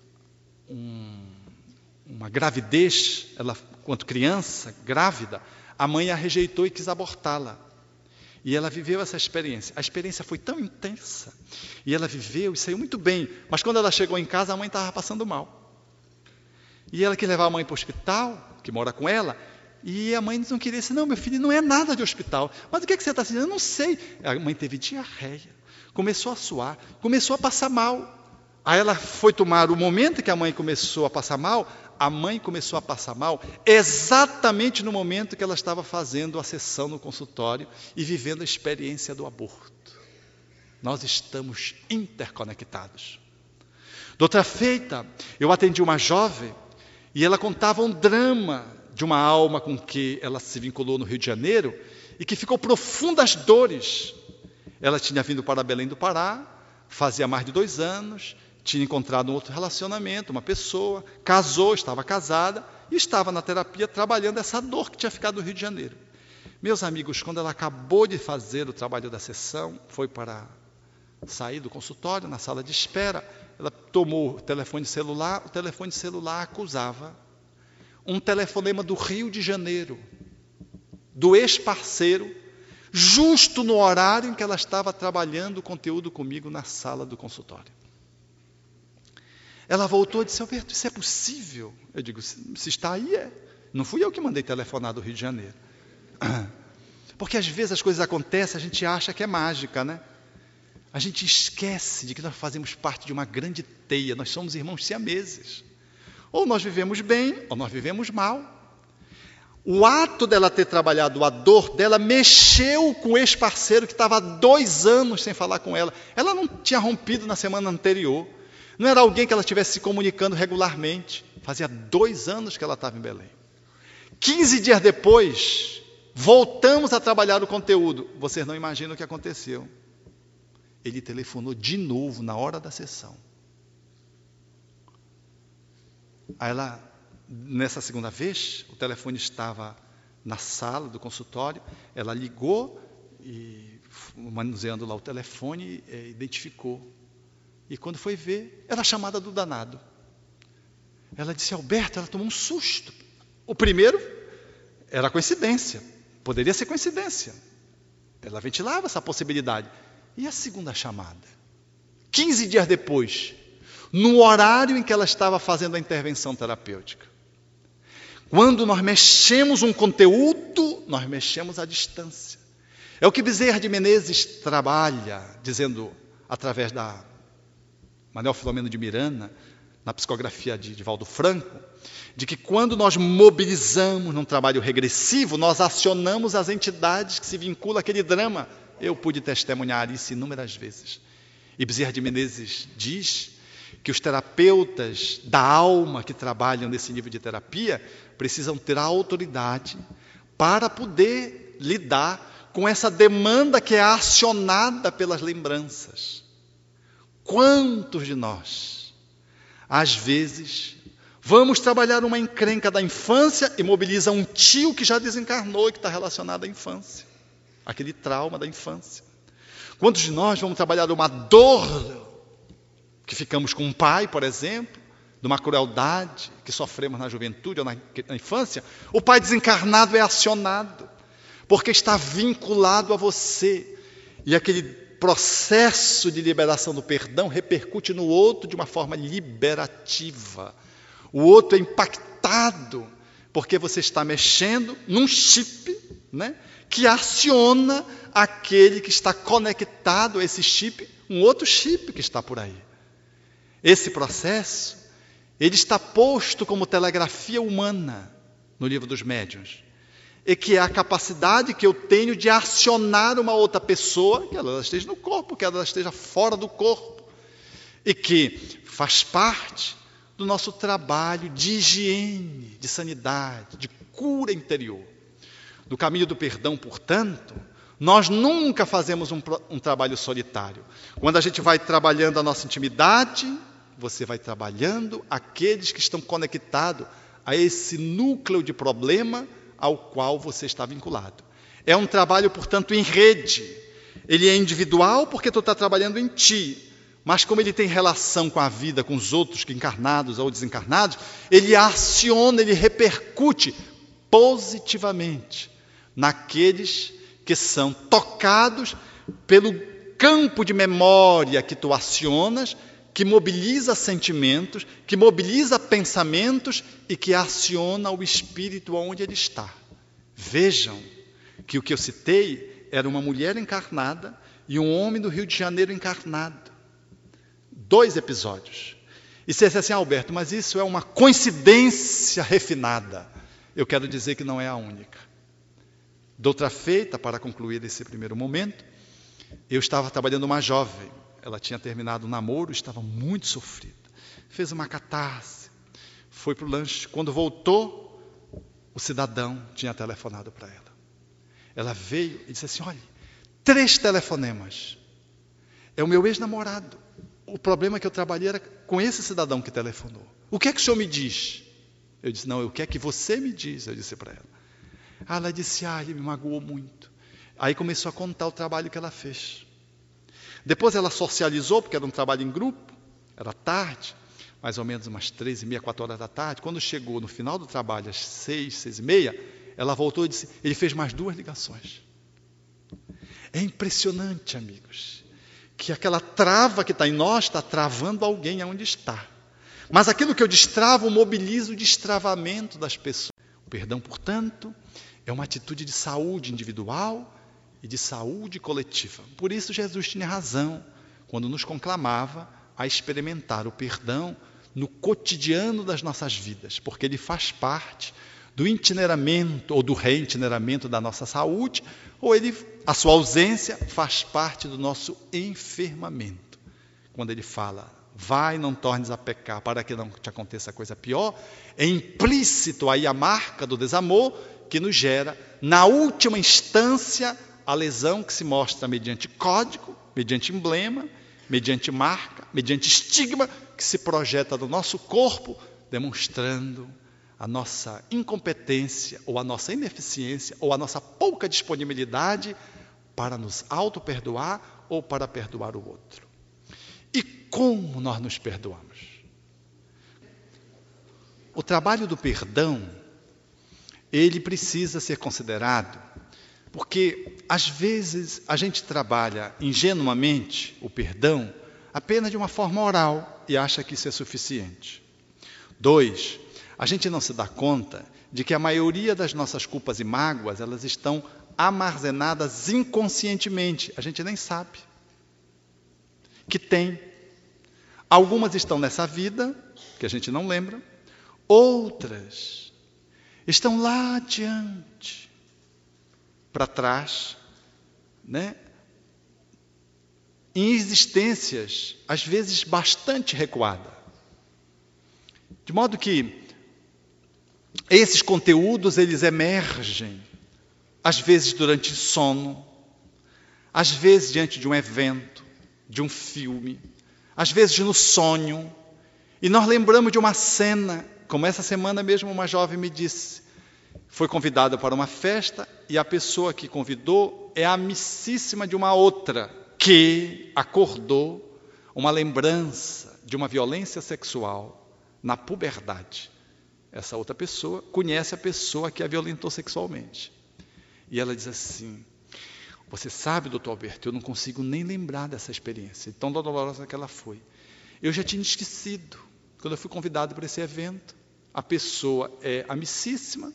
Speaker 1: um, uma gravidez, ela, quando criança, grávida, a mãe a rejeitou e quis abortá-la. E ela viveu essa experiência. A experiência foi tão intensa. E ela viveu e saiu muito bem. Mas quando ela chegou em casa, a mãe estava passando mal. E ela quis levar a mãe para o hospital, que mora com ela. E a mãe não queria. Disse, não, meu filho, não é nada de hospital. Mas o que, é que você está sentindo? Eu não sei. A mãe teve diarreia. Começou a suar. Começou a passar mal. Aí ela foi tomar o momento que a mãe começou a passar mal. A mãe começou a passar mal exatamente no momento que ela estava fazendo a sessão no consultório e vivendo a experiência do aborto. Nós estamos interconectados. De outra feita, eu atendi uma jovem e ela contava um drama de uma alma com que ela se vinculou no Rio de Janeiro e que ficou profundas dores. Ela tinha vindo para Belém do Pará, fazia mais de dois anos, tinha encontrado um outro relacionamento, uma pessoa, casou, estava casada e estava na terapia trabalhando essa dor que tinha ficado no Rio de Janeiro. Meus amigos, quando ela acabou de fazer o trabalho da sessão, foi para sair do consultório, na sala de espera, ela tomou o telefone celular, o telefone celular acusava um telefonema do Rio de Janeiro, do ex-parceiro, justo no horário em que ela estava trabalhando o conteúdo comigo na sala do consultório. Ela voltou e disse, Alberto, isso é possível? Eu digo, se está aí, é. Não fui eu que mandei telefonar do Rio de Janeiro. Porque às vezes as coisas acontecem, a gente acha que é mágica, né? A gente esquece de que nós fazemos parte de uma grande teia, nós somos irmãos siameses. Ou nós vivemos bem, ou nós vivemos mal. O ato dela ter trabalhado a dor dela mexeu com o ex-parceiro que estava há dois anos sem falar com ela. Ela não tinha rompido na semana anterior. Não era alguém que ela estivesse se comunicando regularmente. Fazia dois anos que ela estava em Belém. Quinze dias depois, voltamos a trabalhar o conteúdo. Vocês não imaginam o que aconteceu. Ele telefonou de novo na hora da sessão. Aí ela, nessa segunda vez, o telefone estava na sala do consultório. Ela ligou e, manuseando lá o telefone, identificou. E quando foi ver, era a chamada do danado. Ela disse, Alberto, ela tomou um susto. O primeiro era coincidência, poderia ser coincidência. Ela ventilava essa possibilidade. E a segunda chamada? quinze dias depois, no horário em que ela estava fazendo a intervenção terapêutica. Quando nós mexemos um conteúdo, nós mexemos a distância. É o que Bezerra de Menezes trabalha, dizendo, através da Manuel Filomeno de Miranda, na psicografia de, de Valdo Franco, de que quando nós mobilizamos num trabalho regressivo, nós acionamos as entidades que se vinculam àquele drama. Eu pude testemunhar isso inúmeras vezes. E Bezerra de Menezes diz que os terapeutas da alma que trabalham nesse nível de terapia precisam ter a autoridade para poder lidar com essa demanda que é acionada pelas lembranças. Quantos de nós, às vezes, vamos trabalhar uma encrenca da infância e mobiliza um tio que já desencarnou e que está relacionado à infância, aquele trauma da infância? Quantos de nós vamos trabalhar uma dor que ficamos com um pai, por exemplo, de uma crueldade que sofremos na juventude ou na, na infância? O pai desencarnado é acionado, porque está vinculado a você, e aquele processo de liberação do perdão repercute no outro de uma forma liberativa. O outro é impactado porque você está mexendo num chip, né, que aciona aquele que está conectado a esse chip, um outro chip que está por aí. Esse processo, ele está posto como telegrafia humana no livro dos médiuns, e que é a capacidade que eu tenho de acionar uma outra pessoa, que ela esteja no corpo, que ela esteja fora do corpo, e que faz parte do nosso trabalho de higiene, de sanidade, de cura interior. No caminho do perdão, portanto, nós nunca fazemos um, um trabalho solitário. Quando a gente vai trabalhando a nossa intimidade, você vai trabalhando aqueles que estão conectados a esse núcleo de problema ao qual você está vinculado. É um trabalho, portanto, em rede. Ele é individual porque tu está trabalhando em ti, mas como ele tem relação com a vida, com os outros, que encarnados ou desencarnados, ele aciona, ele repercute positivamente naqueles que são tocados pelo campo de memória que tu acionas, que mobiliza sentimentos, que mobiliza pensamentos e que aciona o espírito onde ele está. Vejam que o que eu citei era uma mulher encarnada e um homem do Rio de Janeiro encarnado. Dois episódios. E você diz assim, Alberto, mas isso é uma coincidência refinada. Eu quero dizer que não é a única. Doutra feita, para concluir esse primeiro momento, eu estava trabalhando uma jovem. Ela tinha terminado o namoro, estava muito sofrida. Fez uma catarse, foi para o lanche. Quando voltou, o cidadão tinha telefonado para ela. Ela veio e disse assim, olha, três telefonemas. É o meu ex-namorado. O problema que eu trabalhei era com esse cidadão que telefonou. O que é que o senhor me diz? Eu disse, não, o que é que você me diz? Eu disse para ela. Ah, ela disse, ah, ele me magoou muito. Aí começou a contar o trabalho que ela fez. Depois ela socializou, porque era um trabalho em grupo, era tarde, mais ou menos umas três e meia, quatro horas da tarde. Quando chegou no final do trabalho, às seis, seis e meia, ela voltou e disse, ele fez mais duas ligações. É impressionante, amigos, que aquela trava que está em nós está travando alguém aonde está. Mas aquilo que eu destravo, mobiliza o destravamento das pessoas. O perdão, portanto, é uma atitude de saúde individual e de saúde coletiva. Por isso Jesus tinha razão quando nos conclamava a experimentar o perdão no cotidiano das nossas vidas, porque ele faz parte do itineramento ou do reitineramento da nossa saúde, ou ele, a sua ausência faz parte do nosso enfermamento. Quando ele fala, vai, não tornes a pecar para que não te aconteça coisa pior, é implícito aí a marca do desamor que nos gera, na última instância, a lesão que se mostra mediante código, mediante emblema, mediante marca, mediante estigma, que se projeta no nosso corpo, demonstrando a nossa incompetência, ou a nossa ineficiência, ou a nossa pouca disponibilidade para nos auto-perdoar ou para perdoar o outro. E como nós nos perdoamos? O trabalho do perdão, ele precisa ser considerado, porque às vezes a gente trabalha ingenuamente o perdão apenas de uma forma oral e acha que isso é suficiente. Dois, a gente não se dá conta de que a maioria das nossas culpas e mágoas, elas estão armazenadas inconscientemente. A gente nem sabe que tem. Algumas estão nessa vida, que a gente não lembra. Outras estão lá adiante, para trás, né? Em existências, às vezes, bastante recuadas. De modo que esses conteúdos, eles emergem, às vezes durante sono, às vezes diante de um evento, de um filme, às vezes no sonho, e nós lembramos de uma cena, como essa semana mesmo uma jovem me disse, foi convidada para uma festa, e a pessoa que convidou é amicíssima de uma outra, que acordou uma lembrança de uma violência sexual na puberdade. Essa outra pessoa conhece a pessoa que a violentou sexualmente. E ela diz assim, você sabe, doutor Alberto, eu não consigo nem lembrar dessa experiência, tão dolorosa que ela foi. Eu já tinha esquecido, quando eu fui convidado para esse evento, a pessoa é amicíssima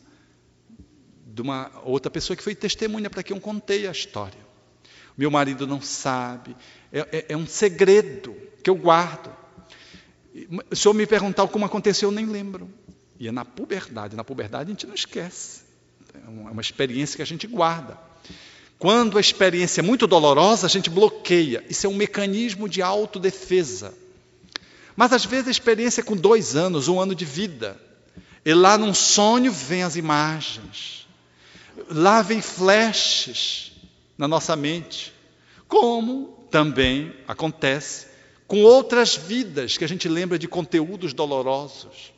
Speaker 1: de uma outra pessoa que foi testemunha para quem eu contei a história. Meu marido não sabe, é, é, é um segredo que eu guardo. Se o senhor me perguntar como aconteceu, eu nem lembro. E é na puberdade, na puberdade a gente não esquece. É uma, uma experiência que a gente guarda. Quando a experiência é muito dolorosa, a gente bloqueia. Isso é um mecanismo de autodefesa. Mas às vezes a experiência é com dois anos, um ano de vida. E lá num sonho vem as imagens. Lá vem flashes na nossa mente. Como também acontece com outras vidas que a gente lembra de conteúdos dolorosos.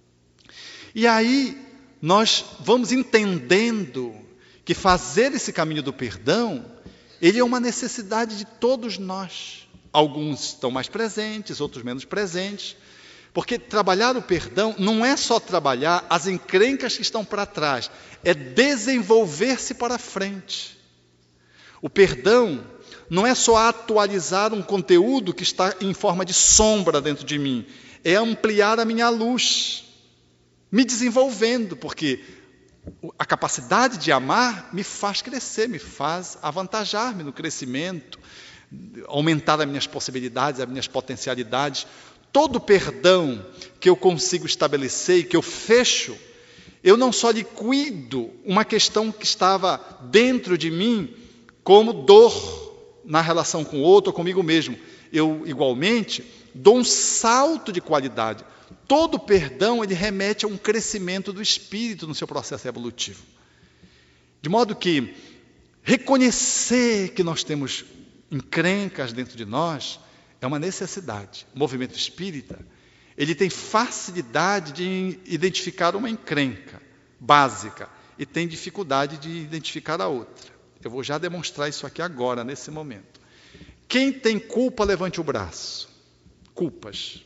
Speaker 1: E aí nós vamos entendendo que fazer esse caminho do perdão, ele é uma necessidade de todos nós. Alguns estão mais presentes, outros menos presentes. Porque trabalhar o perdão não é só trabalhar as encrencas que estão para trás, é desenvolver-se para frente. O perdão não é só atualizar um conteúdo que está em forma de sombra dentro de mim, é ampliar a minha luz, me desenvolvendo, porque a capacidade de amar me faz crescer, me faz avantajar-me no crescimento, aumentar as minhas possibilidades, as minhas potencialidades. Todo perdão que eu consigo estabelecer e que eu fecho, eu não só liquido uma questão que estava dentro de mim como dor na relação com o outro ou comigo mesmo. Eu, igualmente, dou um salto de qualidade. Todo perdão, ele remete a um crescimento do espírito no seu processo evolutivo. De modo que reconhecer que nós temos encrencas dentro de nós é uma necessidade. O movimento espírita, ele tem facilidade de identificar uma encrenca básica e tem dificuldade de identificar a outra. Eu vou já demonstrar isso aqui agora, nesse momento. Quem tem culpa, levante o braço. Culpas.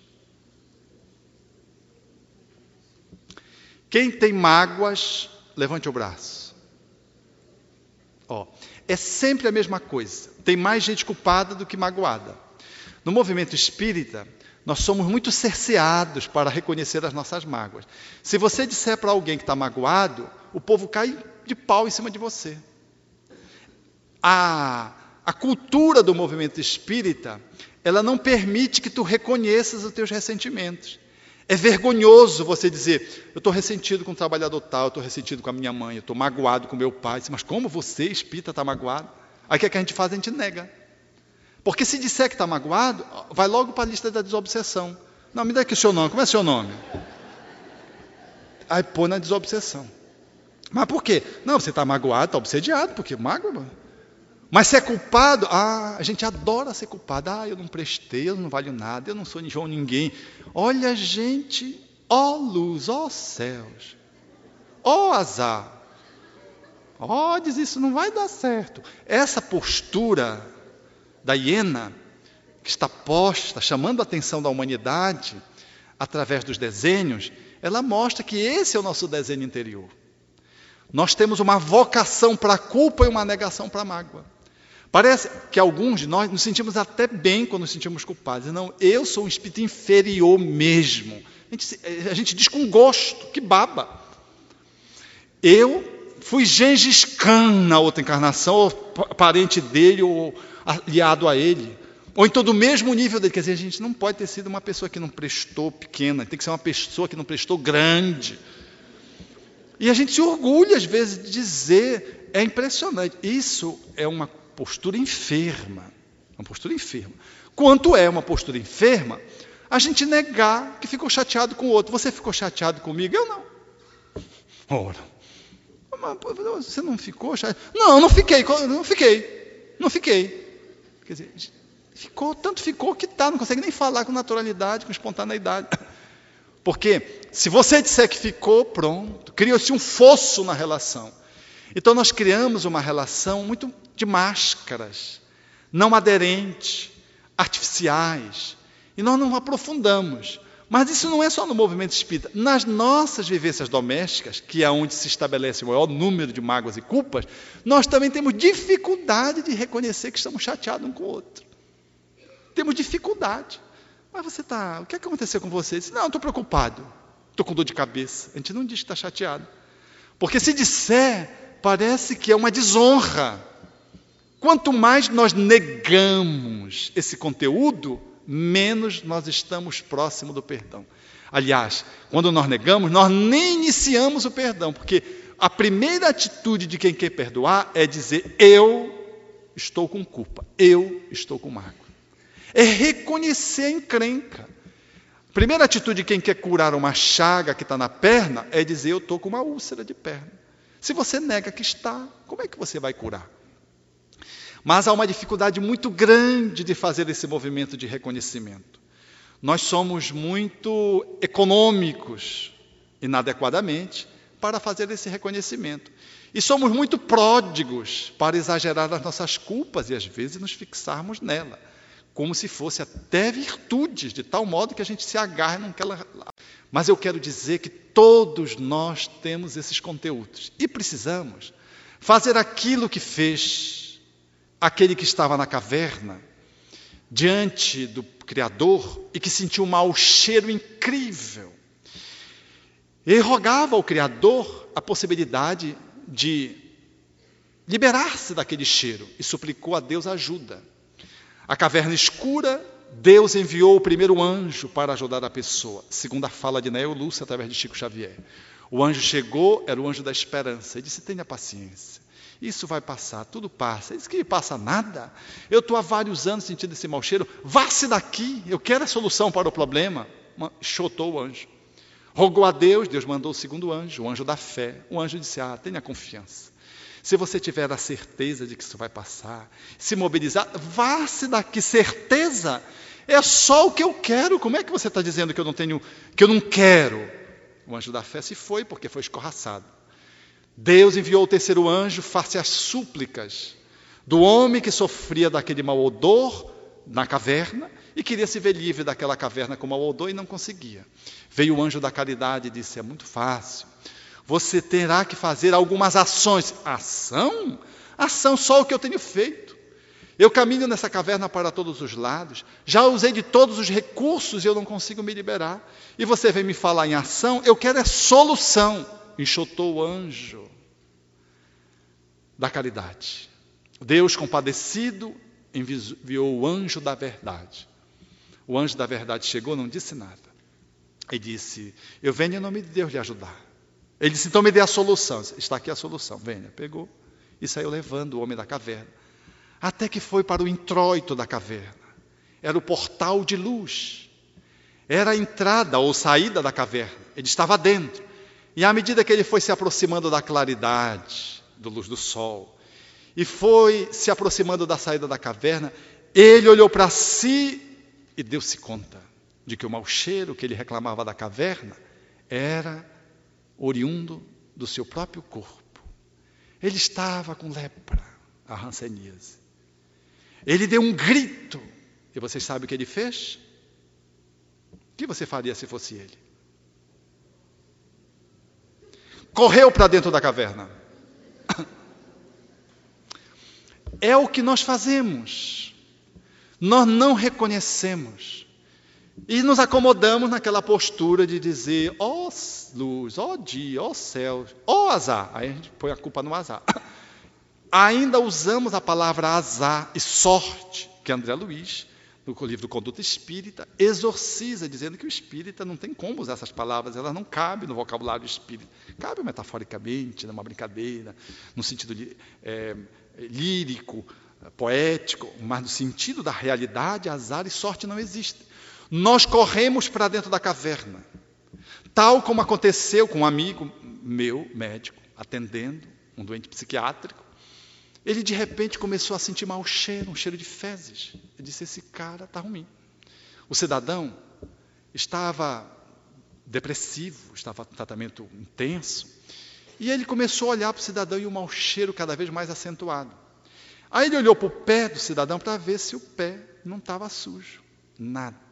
Speaker 1: Quem tem mágoas, levante o braço. Ó, é sempre a mesma coisa. Tem mais gente culpada do que magoada. No movimento espírita, nós somos muito cerceados para reconhecer as nossas mágoas. Se você disser para alguém que está magoado, o povo cai de pau em cima de você. A, a cultura do movimento espírita, ela não permite que tu reconheças os teus ressentimentos. É vergonhoso você dizer, eu estou ressentido com o trabalhador tal, eu estou ressentido com a minha mãe, eu estou magoado com meu pai. Mas como você, espírita, está magoado? Aí o que, é que a gente faz? A gente nega. Porque se disser que está magoado, vai logo para a lista da desobsessão. Não, me dá aqui o seu nome. Como é seu nome? Aí põe na desobsessão. Mas por quê? Não, você está magoado, está obsediado, porque mágoa. Mas se é culpado, ah, a gente adora ser culpado. Ah, eu não prestei, eu não valho nada, eu não sou João ninguém. Olha, gente, ó luz, ó céus, ó azar. Ó, diz isso não vai dar certo. Essa postura da hiena, que está posta, chamando a atenção da humanidade, através dos desenhos, ela mostra que esse é o nosso desenho interior. Nós temos uma vocação para a culpa e uma negação para a mágoa. Parece que alguns de nós nos sentimos até bem quando nos sentimos culpados. Não, eu sou um espírito inferior mesmo. A gente, a gente diz com gosto, que baba. Eu fui Gengis Khan na outra encarnação, ou parente dele, ou aliado a ele. Ou então do mesmo nível dele. Quer dizer, a gente não pode ter sido uma pessoa que não prestou pequena, tem que ser uma pessoa que não prestou grande. E a gente se orgulha, às vezes, de dizer, é impressionante. Isso é uma postura enferma. Uma postura enferma. Quanto é uma postura enferma, a gente negar que ficou chateado com o outro. Você ficou chateado comigo? Eu não. Ora, mas você não ficou chateado? Não, não fiquei, não fiquei. Não fiquei. Quer dizer, ficou, tanto ficou que tá, não consegue nem falar com naturalidade, com espontaneidade. Porque se você disser que ficou, pronto, criou-se um fosso na relação. Então nós criamos uma relação muito de máscaras, não aderentes, artificiais, e nós não aprofundamos. Mas isso não é só no movimento espírita. Nas nossas vivências domésticas, que é onde se estabelece o maior número de mágoas e culpas, nós também temos dificuldade de reconhecer que estamos chateados um com o outro. Temos dificuldade. Mas você está... O que aconteceu com você? Disse, não, estou preocupado. estou com dor de cabeça. A gente não diz que está chateado. Porque se disser, parece que é uma desonra. Quanto mais nós negamos esse conteúdo, menos nós estamos próximos do perdão. Aliás, quando nós negamos, nós nem iniciamos o perdão, porque a primeira atitude de quem quer perdoar é dizer: eu estou com culpa, eu estou com mágoa. É reconhecer a encrenca. A primeira atitude de quem quer curar uma chaga que está na perna é dizer: eu estou com uma úlcera de perna. Se você nega que está, como é que você vai curar? Mas há uma dificuldade muito grande de fazer esse movimento de reconhecimento. Nós somos muito econômicos, inadequadamente, para fazer esse reconhecimento. E somos muito pródigos para exagerar as nossas culpas e, às vezes, nos fixarmos nela, como se fosse até virtudes, de tal modo que a gente se agarra naquela... Mas eu quero dizer que todos nós temos esses conteúdos e precisamos fazer aquilo que fez aquele que estava na caverna, diante do Criador, e que sentiu um mau cheiro incrível. Ele rogava ao Criador a possibilidade de liberar-se daquele cheiro e suplicou a Deus ajuda. A caverna escura, Deus enviou o primeiro anjo para ajudar a pessoa, segundo a fala de Neo Lúcia através de Chico Xavier. O anjo chegou, era o anjo da esperança, e disse: tenha paciência, isso vai passar, tudo passa. Ele disse: que passa nada, eu estou há vários anos sentindo esse mau cheiro, vá-se daqui, eu quero a solução para o problema. Chotou o anjo, rogou a Deus, Deus mandou o segundo anjo, o anjo da fé. O anjo disse: ah, tenha confiança, se você tiver a certeza de que isso vai passar, se mobilizar, vá-se daqui. Certeza? É só o que eu quero. Como é que você está dizendo que eu não tenho, que eu não quero? O anjo da fé se foi porque foi escorraçado. Deus enviou o terceiro anjo face às súplicas do homem que sofria daquele mau odor na caverna e queria se ver livre daquela caverna com mau odor e não conseguia. Veio o anjo da caridade e disse: é muito fácil, você terá que fazer algumas ações. Ação? Ação, só o que eu tenho feito. Eu caminho nessa caverna para todos os lados, já usei de todos os recursos e eu não consigo me liberar. E você vem me falar em ação? Eu quero é solução. Enxotou o anjo da caridade. Deus, compadecido, enviou o anjo da verdade. O anjo da verdade chegou, não disse nada. Ele disse: eu venho em nome de Deus lhe ajudar. Ele disse: então me dê a solução. Está aqui a solução, venha. Pegou e saiu levando o homem da caverna, até que foi para o introito da caverna. Era o portal de luz, era a entrada ou saída da caverna. Ele estava dentro. E à medida que ele foi se aproximando da claridade, da luz do sol, e foi se aproximando da saída da caverna, ele olhou para si e deu-se conta de que o mau cheiro que ele reclamava da caverna era oriundo do seu próprio corpo. Ele estava com lepra, a hanseníase. Ele deu um grito. E vocês sabem o que ele fez? O que você faria se fosse ele? Correu para dentro da caverna. É o que nós fazemos. Nós não reconhecemos. E nos acomodamos naquela postura de dizer: ó luz, ó dia, ó céu, ó azar. Aí a gente põe a culpa no azar. Ainda usamos a palavra azar e sorte, que André Luiz, no livro do Conduta Espírita, exorciza, dizendo que o espírita não tem como usar essas palavras, elas não cabem no vocabulário espírita. Cabe metaforicamente, numa brincadeira, no sentido de, é, lírico, poético, mas no sentido da realidade, azar e sorte não existem. Nós corremos para dentro da caverna, tal como aconteceu com um amigo meu, médico, atendendo um doente psiquiátrico. Ele de repente começou a sentir mau cheiro, um cheiro de fezes. Ele disse: esse cara está ruim. O cidadão estava depressivo, estava em tratamento intenso. E ele começou a olhar para o cidadão e o mau cheiro cada vez mais acentuado. Aí ele olhou para o pé do cidadão para ver se o pé não estava sujo. Nada.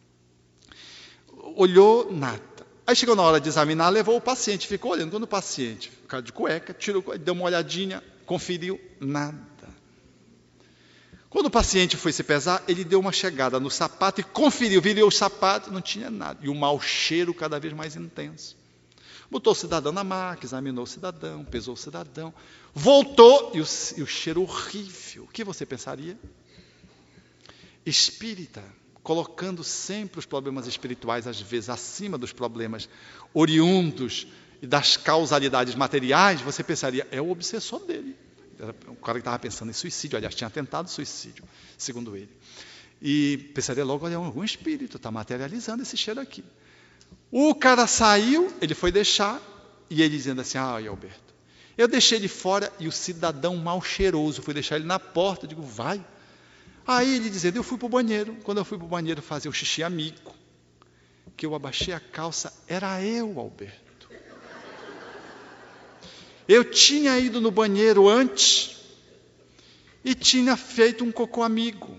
Speaker 1: Olhou, nada. Aí chegou na hora de examinar, levou o paciente, ficou olhando. Quando o paciente, ficou de cueca, tirou, deu uma olhadinha, conferiu, nada. Quando o paciente foi se pesar, ele deu uma chegada no sapato e conferiu, virou o sapato, não tinha nada. E o mau cheiro cada vez mais intenso. Botou o cidadão na maca, examinou o cidadão, pesou o cidadão, voltou e o, e o cheiro horrível. O que você pensaria? Espírita, colocando sempre os problemas espirituais, às vezes, acima dos problemas oriundos e das causalidades materiais, você pensaria, é o obsessor dele. Era o cara que estava pensando em suicídio, aliás, tinha tentado suicídio, segundo ele. E pensaria logo, olha, algum espírito está materializando esse cheiro aqui. O cara saiu, ele foi deixar, e ele dizendo assim, ah, Alberto, eu deixei ele fora e o cidadão mal cheiroso, fui deixar ele na porta, eu digo, vai. Aí ele dizendo, eu fui para o banheiro, quando eu fui para o banheiro fazer o xixi amigo, que eu abaixei a calça, era eu, Alberto. Eu tinha ido no banheiro antes e tinha feito um cocô amigo.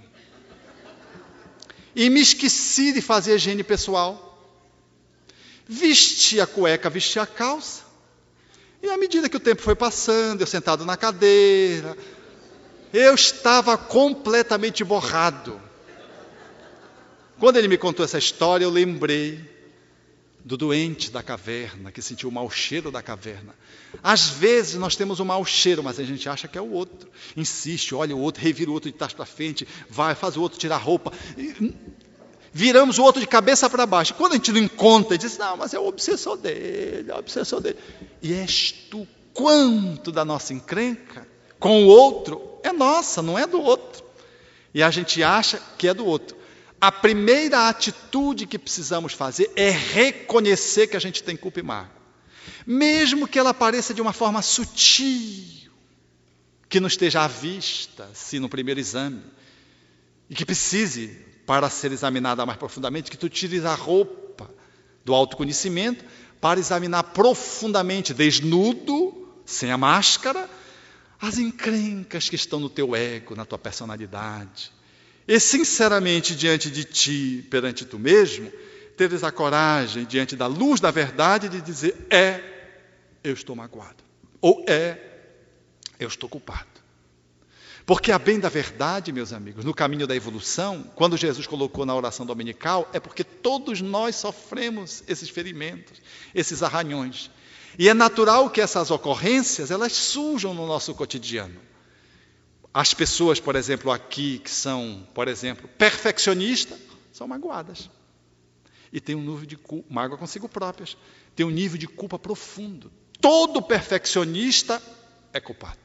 Speaker 1: E me esqueci de fazer a higiene pessoal. Vesti a cueca, vesti a calça. E à medida que o tempo foi passando, eu sentado na cadeira, eu estava completamente borrado. Quando ele me contou essa história, eu lembrei do doente da caverna, que sentiu o mau cheiro da caverna. Às vezes nós temos um mau cheiro, mas a gente acha que é o outro. Insiste, olha o outro, revira o outro de trás para frente, vai, faz o outro tirar a roupa. Viramos o outro de cabeça para baixo. Quando a gente não encontra, diz, não, mas é o obsessor dele, é o obsessor dele. E és tu, quanto da nossa encrenca com o outro é nossa, não é do outro. E a gente acha que é do outro. A primeira atitude que precisamos fazer é reconhecer que a gente tem culpa e mágoa. Mesmo que ela apareça de uma forma sutil, que não esteja à vista, se no primeiro exame, e que precise, para ser examinada mais profundamente, que tu tires a roupa do autoconhecimento para examinar profundamente, desnudo, sem a máscara, as encrencas que estão no teu ego, na tua personalidade. E sinceramente diante de ti, perante tu mesmo, teres a coragem, diante da luz da verdade, de dizer, é, eu estou magoado. Ou é, eu estou culpado. Porque a bem da verdade, meus amigos, no caminho da evolução, quando Jesus colocou na oração dominical, é porque todos nós sofremos esses ferimentos, esses arranhões. E é natural que essas ocorrências, elas surjam no nosso cotidiano. As pessoas, por exemplo, aqui, que são, por exemplo, perfeccionistas, são magoadas. E tem um nível de culpa, mágoa consigo próprias, tem um nível de culpa profundo. Todo perfeccionista é culpado.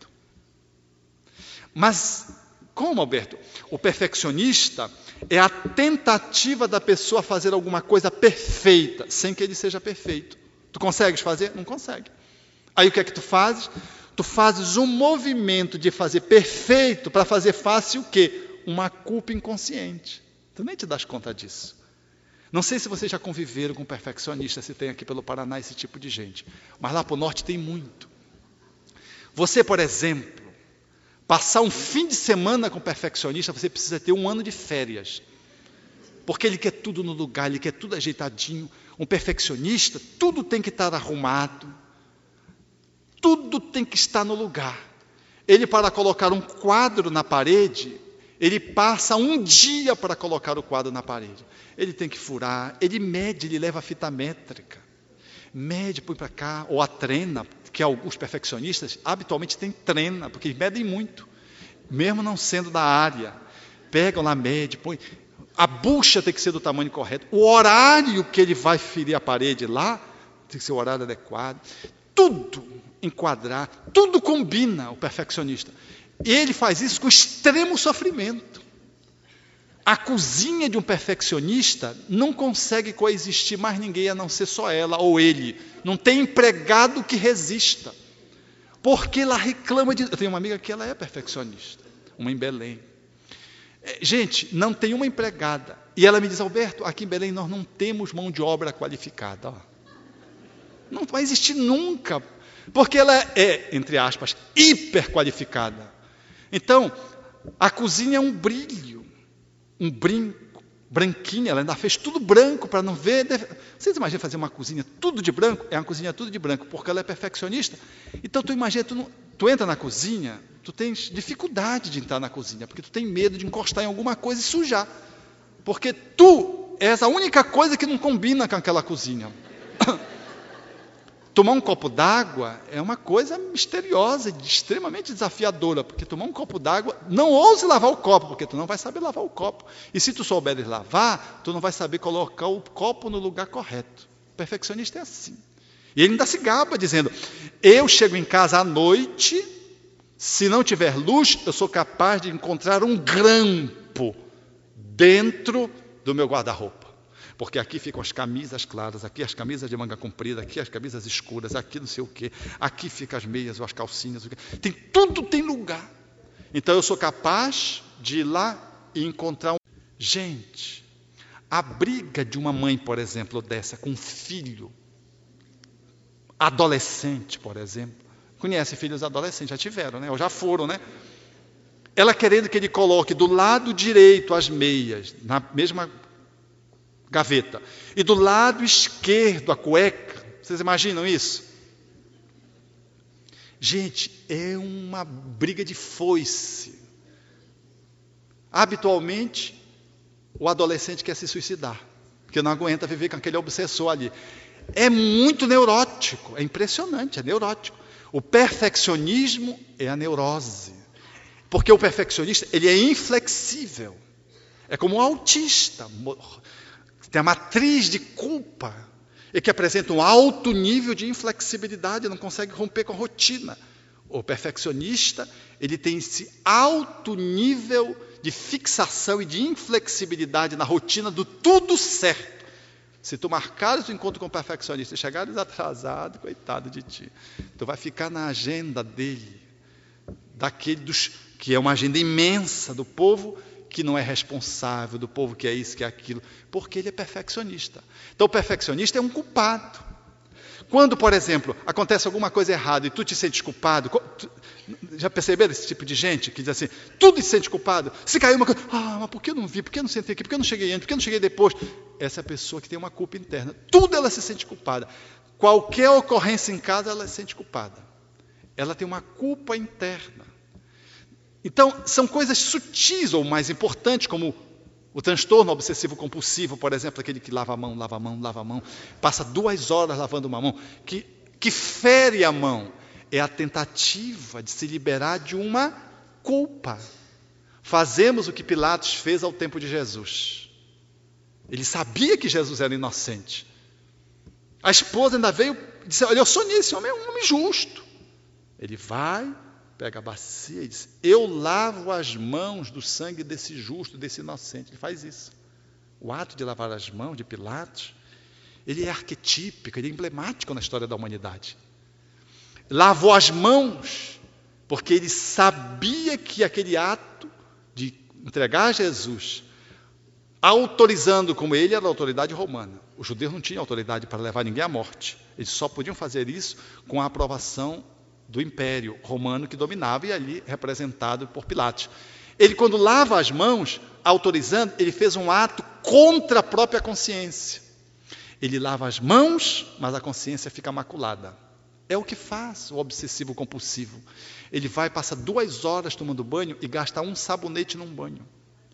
Speaker 1: Mas, como, Alberto? O perfeccionista é a tentativa da pessoa fazer alguma coisa perfeita, sem que ele seja perfeito. Tu consegues fazer? Não consegue. Aí o que é que tu fazes? Tu fazes um movimento de fazer perfeito para fazer fácil o quê? Uma culpa inconsciente. Tu nem te das conta disso. Não sei se vocês já conviveram com perfeccionistas, se tem aqui pelo Paraná esse tipo de gente. Mas lá para o norte tem muito. Você, por exemplo, passar um fim de semana com perfeccionista, você precisa ter um ano de férias. Porque ele quer tudo no lugar, ele quer tudo ajeitadinho. Um perfeccionista, tudo tem que estar arrumado. Tudo tem que estar no lugar. Ele, para colocar um quadro na parede, ele passa um dia para colocar o quadro na parede. Ele tem que furar, ele mede, ele leva a fita métrica. Mede, põe para cá, ou a trena, que alguns perfeccionistas habitualmente têm trena, porque eles medem muito, mesmo não sendo da área. Pegam lá, mede, põe. A bucha tem que ser do tamanho correto. O horário que ele vai ferir a parede lá, tem que ser o horário adequado. Tudo enquadrar, tudo combina o perfeccionista. E ele faz isso com extremo sofrimento. A cozinha de um perfeccionista não consegue coexistir mais ninguém a não ser só ela ou ele. Não tem empregado que resista. Porque ela reclama de... Eu tenho uma amiga que ela é perfeccionista, uma em Belém. Gente, não tem uma empregada. E ela me diz, Alberto, aqui em Belém nós não temos mão de obra qualificada. Ó. Não vai existir nunca. Porque ela é, entre aspas, hiper qualificada. Então, a cozinha é um brilho, um brinco, branquinha, ela ainda fez tudo branco para não ver. Vocês imaginam fazer uma cozinha tudo de branco? É uma cozinha tudo de branco, porque ela é perfeccionista. Então, tu imagina, tu, não, tu entra na cozinha, Tu tens dificuldade de entrar na cozinha, porque tu tem medo de encostar em alguma coisa e sujar. Porque tu és a única coisa que não combina com aquela cozinha. Tomar um copo d'água é uma coisa misteriosa e extremamente desafiadora, porque tomar um copo d'água, não ouse lavar o copo, porque tu não vai saber lavar o copo. E se tu souberes lavar, tu não vai saber colocar o copo no lugar correto. O perfeccionista é assim. E ele ainda se gaba dizendo, eu chego em casa à noite, se não tiver luz, eu sou capaz de encontrar um grampo dentro do meu guarda-roupa. Porque aqui ficam as camisas claras, aqui as camisas de manga comprida, aqui as camisas escuras, aqui não sei o quê, aqui ficam as meias ou as calcinhas. O quê. Tem, tudo tem lugar. Então eu sou capaz de ir lá e encontrar um... Gente, a briga de uma mãe, por exemplo, dessa com um filho adolescente, por exemplo, conhece filhos adolescentes, já tiveram, né? Ou já foram, né? Ela querendo que ele coloque do lado direito as meias, na mesma gaveta, e do lado esquerdo a cueca. Vocês imaginam isso? Gente, é uma briga de foice. Habitualmente, o adolescente quer se suicidar, porque não aguenta viver com aquele obsessor ali. É muito neurótico, é impressionante, é neurótico. O perfeccionismo é a neurose, porque o perfeccionista ele é inflexível, é como um autista, tem a matriz de culpa, e que apresenta um alto nível de inflexibilidade, não consegue romper com a rotina. O perfeccionista ele tem esse alto nível de fixação e de inflexibilidade na rotina do tudo certo. Se tu marcares o encontro com o perfeccionista e chegares atrasado, coitado de ti, tu vai ficar na agenda dele, daquele dos, que é uma agenda imensa do povo que não é responsável, do povo que é isso, que é aquilo, porque ele é perfeccionista. Então o perfeccionista é um culpado. Quando, por exemplo, acontece alguma coisa errada e tu te sentes culpado, tu, já perceberam esse tipo de gente que diz assim, tudo se sente culpado, se caiu uma coisa, ah, mas por que eu não vi, por que eu não sentei aqui, por que eu não cheguei antes, por que eu não cheguei depois? Essa é a pessoa que tem uma culpa interna, tudo ela se sente culpada, qualquer ocorrência em casa ela se sente culpada, ela tem uma culpa interna. Então, são coisas sutis ou mais importantes, como o transtorno obsessivo-compulsivo, por exemplo, aquele que lava a mão, lava a mão, lava a mão, passa duas horas lavando uma mão, que, que fere a mão. É a tentativa de se liberar de uma culpa. Fazemos o que Pilatos fez ao tempo de Jesus. Ele sabia que Jesus era inocente. A esposa ainda veio e disse, olha, eu sou nisso, esse homem é um homem justo. Ele vai, pega a bacia e diz, eu lavo as mãos do sangue desse justo, desse inocente. Ele faz isso. O ato de lavar as mãos de Pilatos, ele é arquetípico, ele é emblemático na história da humanidade. Lavou as mãos, porque ele sabia que aquele ato de entregar a Jesus, autorizando como ele era a autoridade romana. Os judeus não tinham autoridade para levar ninguém à morte. Eles só podiam fazer isso com a aprovação do Império Romano que dominava e ali representado por Pilatos. Ele, quando lava as mãos, autorizando, ele fez um ato contra a própria consciência. Ele lava as mãos, mas a consciência fica maculada. É o que faz o obsessivo-compulsivo. Ele vai, passa duas horas tomando banho e gasta um sabonete num banho.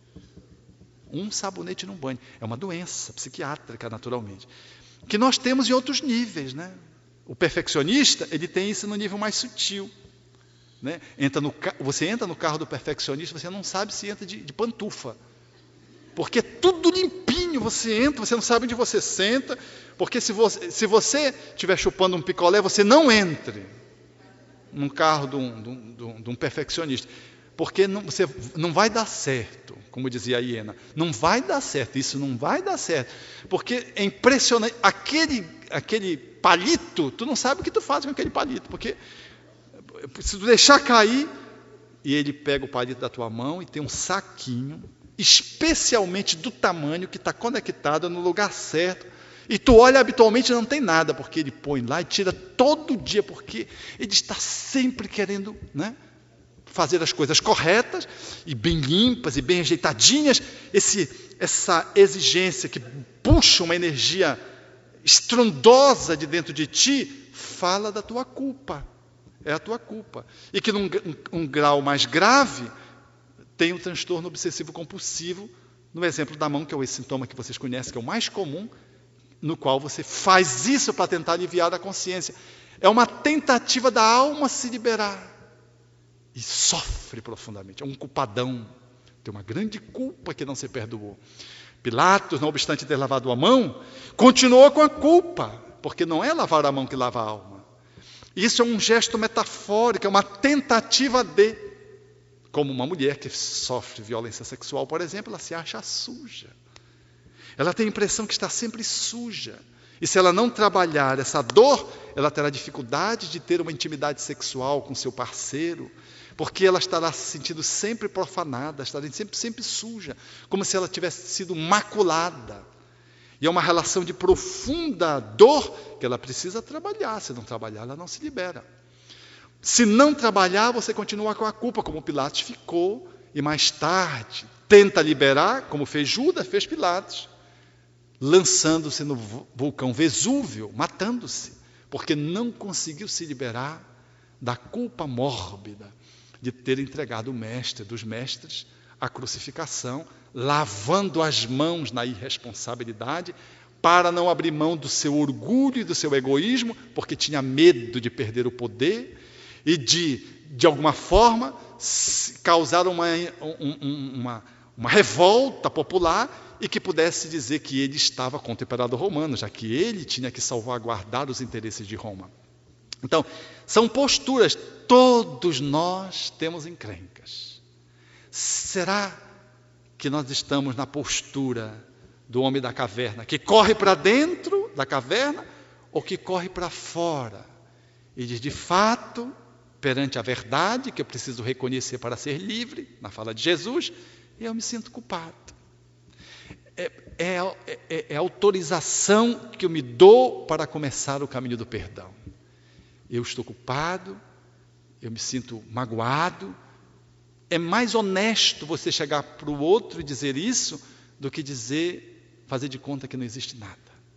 Speaker 1: Um sabonete num banho. É uma doença psiquiátrica, naturalmente. Que nós temos em outros níveis, né? O perfeccionista, ele tem isso no nível mais sutil. Né? Entra no, você entra no carro do perfeccionista, você não sabe se entra de, de pantufa. Porque é tudo limpinho, você entra, você não sabe onde você senta, porque se você se você estiver chupando um picolé, você não entre num carro de um, de um, de um perfeccionista, porque não, você, não vai dar certo, como dizia a hiena, não vai dar certo, isso não vai dar certo, porque é impressionante, aquele, aquele palito, tu não sabe o que tu faz com aquele palito, porque se tu deixar cair, e ele pega o palito da tua mão e tem um saquinho, especialmente do tamanho que está conectado no lugar certo, e tu olha habitualmente não tem nada, porque ele põe lá e tira todo dia, porque ele está sempre querendo, né, fazer as coisas corretas, e bem limpas, e bem ajeitadinhas, esse, essa exigência que puxa uma energia estrondosa de dentro de ti, fala da tua culpa. é a tua culpa. E que num um, um grau mais grave tem o transtorno obsessivo compulsivo, no exemplo da mão, que é o sintoma que vocês conhecem, que é o mais comum, no qual você faz isso para tentar aliviar a consciência. É uma tentativa da alma se liberar. E sofre profundamente. É um culpadão. Tem uma grande culpa que não se perdoou. Pilatos, não obstante ter lavado a mão, continuou com a culpa, porque não é lavar a mão que lava a alma. Isso é um gesto metafórico, é uma tentativa de... Como uma mulher que sofre violência sexual, por exemplo, ela se acha suja. Ela tem a impressão que está sempre suja. E se ela não trabalhar essa dor, ela terá dificuldade de ter uma intimidade sexual com seu parceiro, porque ela estará se sentindo sempre profanada, estará sempre, sempre suja, como se ela tivesse sido maculada. E é uma relação de profunda dor que ela precisa trabalhar. Se não trabalhar, ela não se libera. Se não trabalhar, você continua com a culpa, como Pilatos ficou, e mais tarde tenta liberar, como fez Judas, fez Pilatos, lançando-se no vulcão Vesúvio, matando-se, porque não conseguiu se liberar da culpa mórbida de ter entregado o mestre dos mestres à crucificação, lavando as mãos na irresponsabilidade, para não abrir mão do seu orgulho e do seu egoísmo, porque tinha medo de perder o poder e de, de alguma forma, causar uma, um, uma, uma revolta popular e que pudesse dizer que ele estava contra o imperador romano, já que ele tinha que salvaguardar os interesses de Roma. Então, são posturas, todos nós temos encrencas. Será que nós estamos na postura do homem da caverna, que corre para dentro da caverna ou que corre para fora? E diz, de fato, perante a verdade, que eu preciso reconhecer para ser livre, na fala de Jesus, eu me sinto culpado. É, é, é, é a autorização que eu me dou para começar o caminho do perdão. Eu estou culpado, eu me sinto magoado. É mais honesto você chegar para o outro e dizer isso do que dizer, fazer de conta que não existe nada.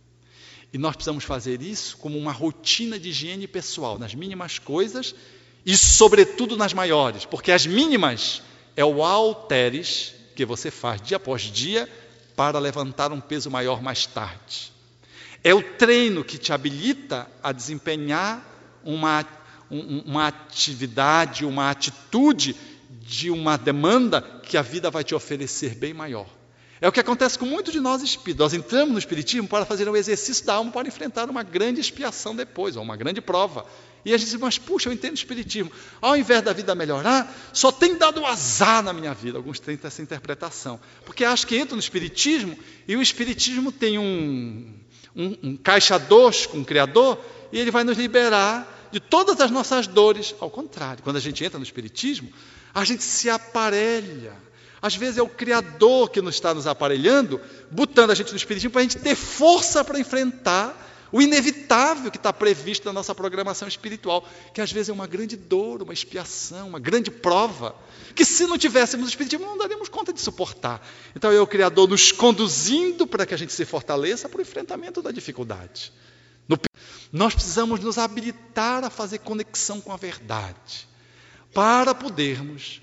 Speaker 1: E nós precisamos fazer isso como uma rotina de higiene pessoal, nas mínimas coisas e, sobretudo, nas maiores. Porque as mínimas é o halteres que você faz dia após dia para levantar um peso maior mais tarde. É o treino que te habilita a desempenhar uma, um, uma atividade, uma atitude de uma demanda que a vida vai te oferecer bem maior. É o que acontece com muitos de nós espíritos. Nós entramos no espiritismo para fazer um exercício da alma para enfrentar uma grande expiação depois, ou uma grande prova. E a gente diz, mas puxa, eu entendo o espiritismo. Ao invés da vida melhorar, só tem dado azar na minha vida. Alguns têm essa interpretação. Porque acham que entram no espiritismo e o espiritismo tem um, um, um caixa dois com o Criador e ele vai nos liberar de todas as nossas dores. Ao contrário, quando a gente entra no espiritismo, a gente se aparelha. Às vezes é o Criador que nos está nos aparelhando, botando a gente no espiritismo para a gente ter força para enfrentar o inevitável que está previsto na nossa programação espiritual, que às vezes é uma grande dor, uma expiação, uma grande prova, que se não tivéssemos o espiritismo não daríamos conta de suportar. Então é o Criador nos conduzindo para que a gente se fortaleça para o enfrentamento da dificuldade. No... Nós precisamos nos habilitar a fazer conexão com a verdade, para podermos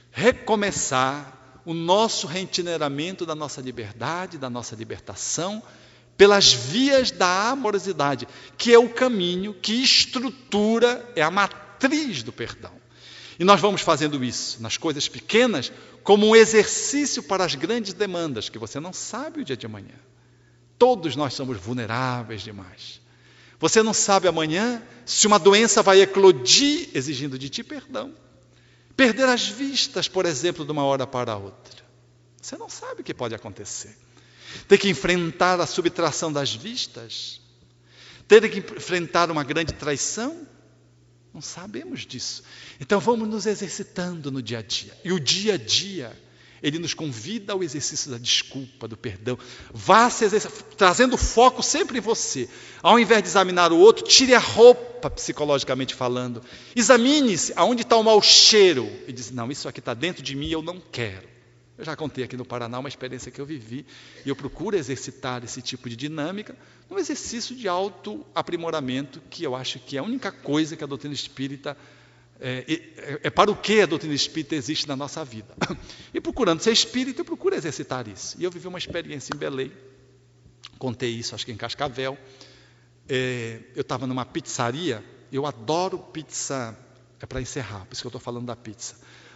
Speaker 1: recomeçar o nosso reitineramento da nossa liberdade, da nossa libertação, pelas vias da amorosidade, que é o caminho que estrutura, é a matriz do perdão. E nós vamos fazendo isso nas coisas pequenas, como um exercício para as grandes demandas, que você não sabe o dia de amanhã. Todos nós somos vulneráveis demais. Você não sabe amanhã se uma doença vai eclodir exigindo de ti perdão. Perder as vistas, por exemplo, de uma hora para a outra. Você não sabe o que pode acontecer. Ter que enfrentar a subtração das vistas. Ter que enfrentar uma grande traição. Não sabemos disso. Então vamos nos exercitando no dia a dia. E o dia a dia, ele nos convida ao exercício da desculpa, do perdão. Vá se exercitar, trazendo foco sempre em você. Ao invés de examinar o outro, tire a roupa, psicologicamente falando. Examine-se aonde está o mau cheiro. E diz, não, isso aqui está dentro de mim e eu não quero. Eu já contei aqui no Paraná uma experiência que eu vivi, e eu procuro exercitar esse tipo de dinâmica, um exercício de autoaprimoramento, que eu acho que é a única coisa que a doutrina espírita, é, é, é para o que a doutrina espírita existe na nossa vida. E procurando ser espírita, eu procuro exercitar isso. E eu vivi uma experiência em Belém, contei isso, acho que em Cascavel. É, eu estava numa pizzaria, eu adoro pizza, é para encerrar, por isso que eu estou falando da pizza.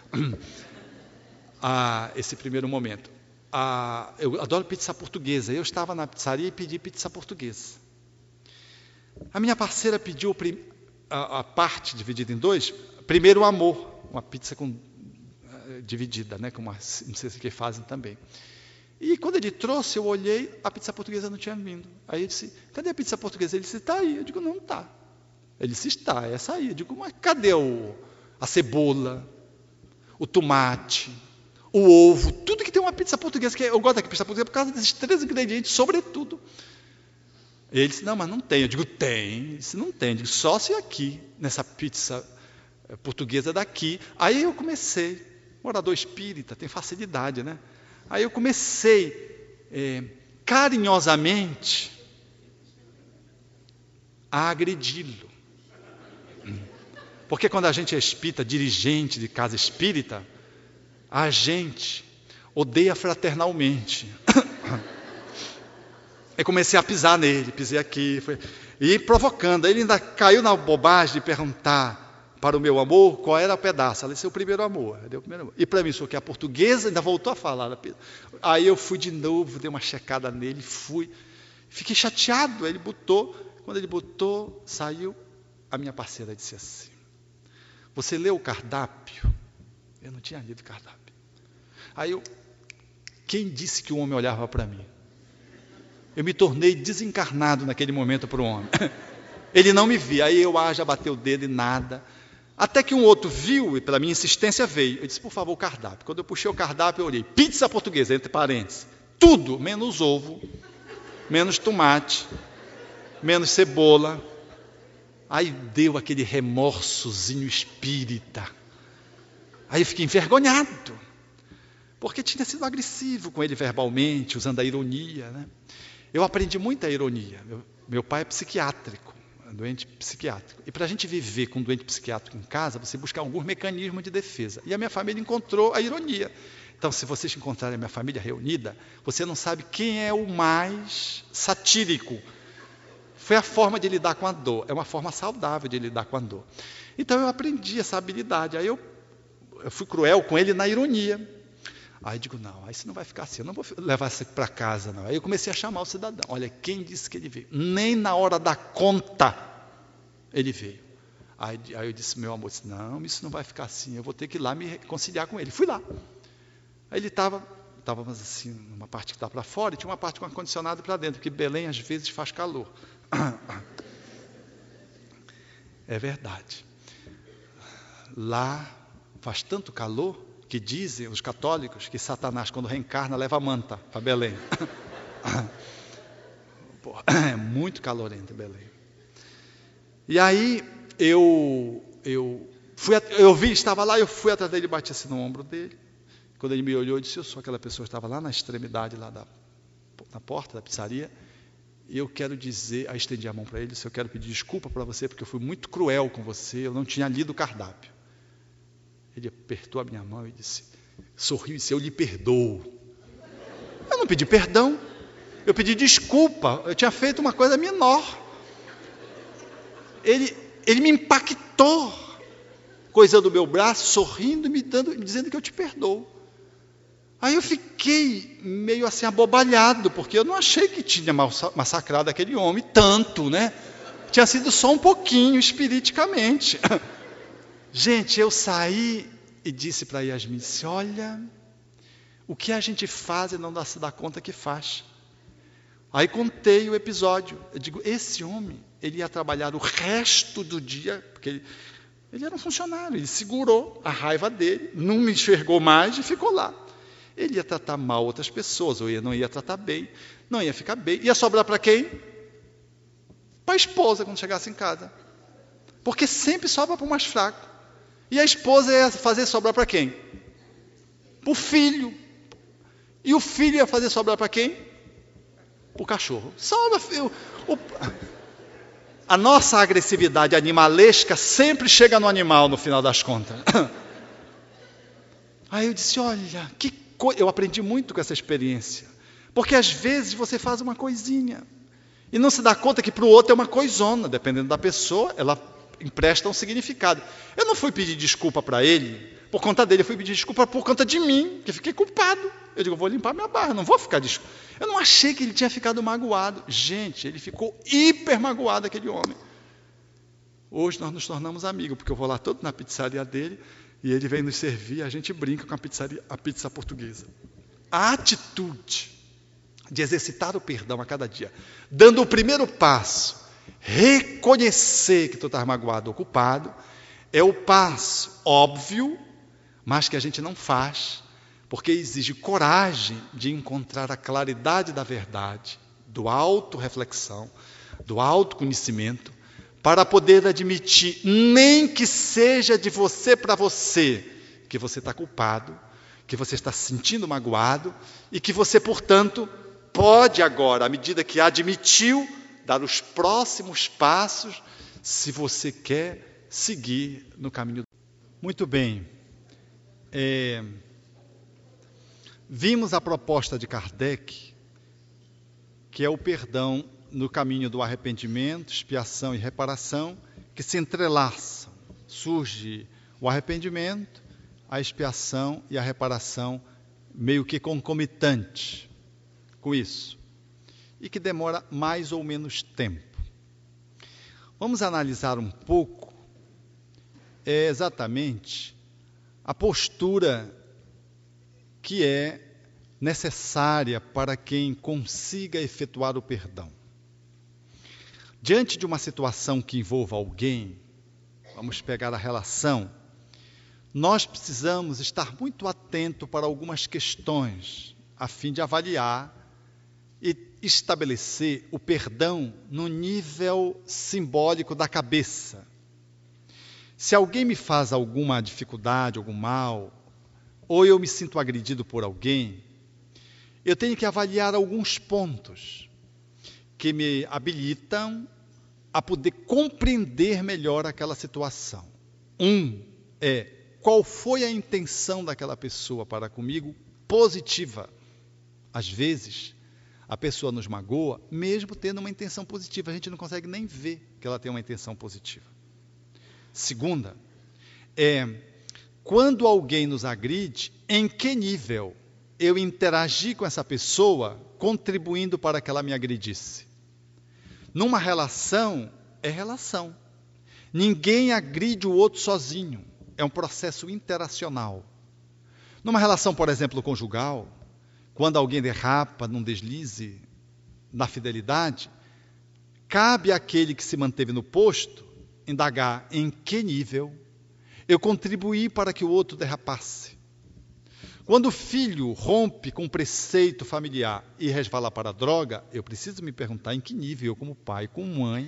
Speaker 1: Ah, esse primeiro momento. Ah, eu adoro pizza portuguesa. Eu estava na pizzaria e pedi pizza portuguesa. A minha parceira pediu a, a parte dividida em dois. Primeiro o amor, uma pizza com, uh, dividida, né, com uma, não sei se que fazem também. E quando ele trouxe, eu olhei, a pizza portuguesa não tinha vindo. Aí eu disse, cadê a pizza portuguesa? Ele disse, está aí. Eu digo, não está. Ele disse, está, é essa aí. Eu digo, mas cadê o, a cebola, o tomate, o ovo, tudo que tem uma pizza portuguesa, que eu gosto da pizza portuguesa por causa desses três ingredientes, sobretudo. E ele disse, não, mas não tem. Eu digo, tem. Ele disse, não tem. Eu digo, só se aqui, nessa pizza portuguesa daqui. Aí eu comecei, morador espírita, tem facilidade, né? Aí eu comecei, é, carinhosamente, a agredi-lo. Porque quando a gente é espírita, dirigente de casa espírita, a gente odeia fraternalmente. Eu comecei a pisar nele, pisei aqui, foi, e provocando. Ele ainda caiu na bobagem de perguntar para o meu amor qual era o pedaço. Ela disse, o primeiro amor. Deu o primeiro amor. E para mim, isso que a portuguesa ainda voltou a falar. Aí eu fui de novo, dei uma checada nele, fui. Fiquei chateado, ele botou. Quando ele botou, saiu, a minha parceira disse assim, você leu o cardápio? Eu não tinha lido o cardápio. Aí eu, quem disse que o homem olhava para mim? Eu me tornei desencarnado naquele momento para o homem. Ele não me via, aí eu ah, já bateu o dedo e nada. Até que um outro viu e pela minha insistência veio. Eu disse, por favor, o cardápio. Quando eu puxei o cardápio, eu olhei, pizza portuguesa, entre parênteses. Tudo, menos ovo, menos tomate, menos cebola. Aí deu aquele remorsozinho espírita. Aí eu fiquei envergonhado, porque tinha sido agressivo com ele verbalmente, usando a ironia, né? Eu aprendi muita ironia. Meu, meu pai é psiquiátrico, doente psiquiátrico. E para a gente viver com um doente psiquiátrico em casa, você busca algum mecanismo de defesa. E a minha família encontrou a ironia. Então, se vocês encontrarem a minha família reunida, você não sabe quem é o mais satírico. Foi a forma de lidar com a dor. É uma forma saudável de lidar com a dor. Então, eu aprendi essa habilidade. Aí eu, eu fui cruel com ele na ironia. Aí eu digo, não, aí isso não vai ficar assim, eu não vou levar isso para casa, não. Aí eu comecei a chamar o cidadão. Olha, quem disse que ele veio? Nem na hora da conta ele veio. Aí, aí eu disse, meu amor, disse, não, isso não vai ficar assim, eu vou ter que ir lá me reconciliar com ele. Fui lá. Aí ele estava, estávamos assim, numa parte que está para fora, e tinha uma parte com ar-condicionado para dentro, porque Belém às vezes faz calor. É verdade. Lá faz tanto calor, que dizem os católicos que Satanás, quando reencarna, leva a manta para Belém. Pô, é muito calorento Belém. E aí, eu, eu, fui, eu vi, estava lá, eu fui atrás dele, bati assim no ombro dele. Quando ele me olhou, eu disse, eu sou aquela pessoa que estava lá na extremidade, lá da, na porta da pizzaria, e eu quero dizer, aí estendi a mão para ele, disse, eu quero pedir desculpa para você, porque eu fui muito cruel com você, eu não tinha lido o cardápio. Ele apertou a minha mão e disse, sorriu e disse, eu lhe perdoo. Eu não pedi perdão, eu pedi desculpa, eu tinha feito uma coisa menor. Ele, ele me impactou, coisando o meu braço, sorrindo e me, dando, me dizendo que eu te perdoo. Aí eu fiquei meio assim abobalhado, porque eu não achei que tinha massacrado aquele homem tanto, né? Tinha sido só um pouquinho, espiriticamente. Gente, eu saí e disse para Yasmin, disse, olha, o que a gente faz e não dá, se dá conta que faz. Aí contei o episódio. Eu digo, esse homem, ele ia trabalhar o resto do dia, porque ele, ele era um funcionário, ele segurou a raiva dele, não me enxergou mais e ficou lá. Ele ia tratar mal outras pessoas, ou ia, não ia tratar bem, não ia ficar bem. Ia sobrar para quem? Para a esposa, quando chegasse em casa. Porque sempre sobra para o mais fraco. E a esposa ia fazer sobrar para quem? Para o filho. E o filho ia fazer sobrar para quem? Para o cachorro. Sobra, filho. O... A nossa agressividade animalesca sempre chega no animal, no final das contas. Aí eu disse, olha, que co... eu aprendi muito com essa experiência. Porque às vezes você faz uma coisinha e não se dá conta que para o outro é uma coisona. Dependendo da pessoa, ela empresta um significado. Eu não fui pedir desculpa para ele por conta dele, eu fui pedir desculpa por conta de mim, que fiquei culpado. Eu digo, vou limpar minha barra, não vou ficar desculpa. Eu não achei que ele tinha ficado magoado. Gente, ele ficou hiper magoado, aquele homem. Hoje nós nos tornamos amigos, porque eu vou lá todo na pizzaria dele e ele vem nos servir, a gente brinca com a, pizzaria, a pizza portuguesa. A atitude de exercitar o perdão a cada dia, dando o primeiro passo, reconhecer que tu estás magoado ou culpado, é o passo óbvio, mas que a gente não faz, porque exige coragem de encontrar a claridade da verdade, do autorreflexão, do autoconhecimento, para poder admitir, nem que seja de você para você, que você está culpado, que você está se sentindo magoado e que você, portanto, pode agora, à medida que admitiu, dar os próximos passos, se você quer seguir no caminho. Muito bem. É, vimos a proposta de Kardec, que é o perdão no caminho do arrependimento, expiação e reparação, que se entrelaçam. Surge o arrependimento, a expiação e a reparação meio que concomitante com isso, e que demora mais ou menos tempo. Vamos analisar um pouco é, exatamente a postura que é necessária para quem consiga efetuar o perdão. Diante de uma situação que envolva alguém, vamos pegar a relação, nós precisamos estar muito atento para algumas questões, a fim de avaliar e estabelecer o perdão no nível simbólico da cabeça. Se alguém me faz alguma dificuldade, algum mal, ou eu me sinto agredido por alguém, eu tenho que avaliar alguns pontos que me habilitam a poder compreender melhor aquela situação. Um é, qual foi a intenção daquela pessoa para comigo positiva? Às vezes, a pessoa nos magoa, mesmo tendo uma intenção positiva, a gente não consegue nem ver que ela tem uma intenção positiva. Segunda, é, quando alguém nos agride, em que nível eu interagi com essa pessoa, contribuindo para que ela me agredisse? Numa relação, é relação. Ninguém agride o outro sozinho. É um processo interacional. Numa relação, por exemplo, conjugal, quando alguém derrapa num deslize na fidelidade, cabe àquele que se manteve no posto indagar em que nível eu contribuí para que o outro derrapasse. Quando o filho rompe com o preceito familiar e resvala para a droga, eu preciso me perguntar em que nível eu, como pai, como mãe,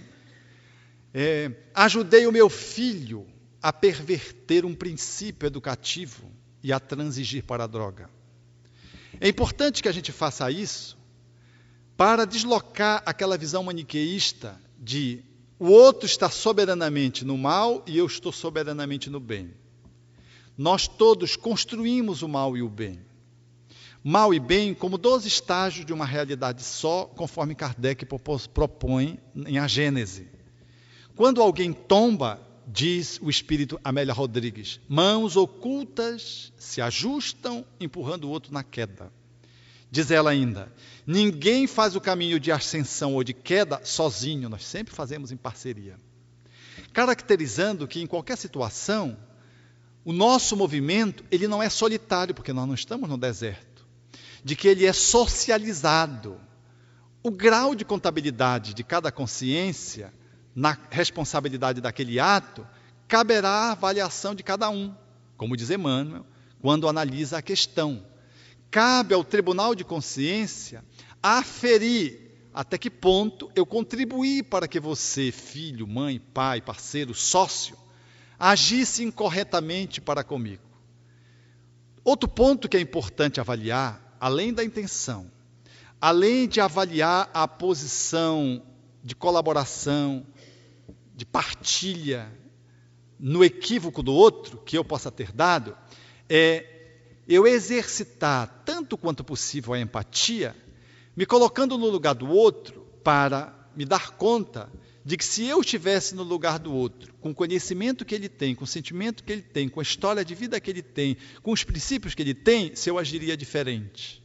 Speaker 1: é, ajudei o meu filho a perverter um princípio educativo e a transigir para a droga. É importante que a gente faça isso para deslocar aquela visão maniqueísta de o outro está soberanamente no mal e eu estou soberanamente no bem. Nós todos construímos o mal e o bem. Mal e bem como dois estágios de uma realidade só, conforme Kardec propõe em A Gênese. Quando alguém tomba, diz o espírito Amélia Rodrigues, mãos ocultas se ajustam, empurrando o outro na queda. Diz ela ainda, ninguém faz o caminho de ascensão ou de queda sozinho, nós sempre fazemos em parceria. Caracterizando que em qualquer situação, o nosso movimento, ele não é solitário, porque nós não estamos no deserto, de que ele é socializado. O grau de contabilidade de cada consciência, na responsabilidade daquele ato, caberá à avaliação de cada um, como diz Emmanuel, quando analisa a questão. Cabe ao tribunal de consciência aferir até que ponto eu contribuí para que você, filho, mãe, pai, parceiro, sócio, agisse incorretamente para comigo. Outro ponto que é importante avaliar, além da intenção, além de avaliar a posição de colaboração, de partilha no equívoco do outro, que eu possa ter dado, é eu exercitar tanto quanto possível a empatia, me colocando no lugar do outro para me dar conta de que se eu estivesse no lugar do outro, com o conhecimento que ele tem, com o sentimento que ele tem, com a história de vida que ele tem, com os princípios que ele tem, se eu agiria diferente.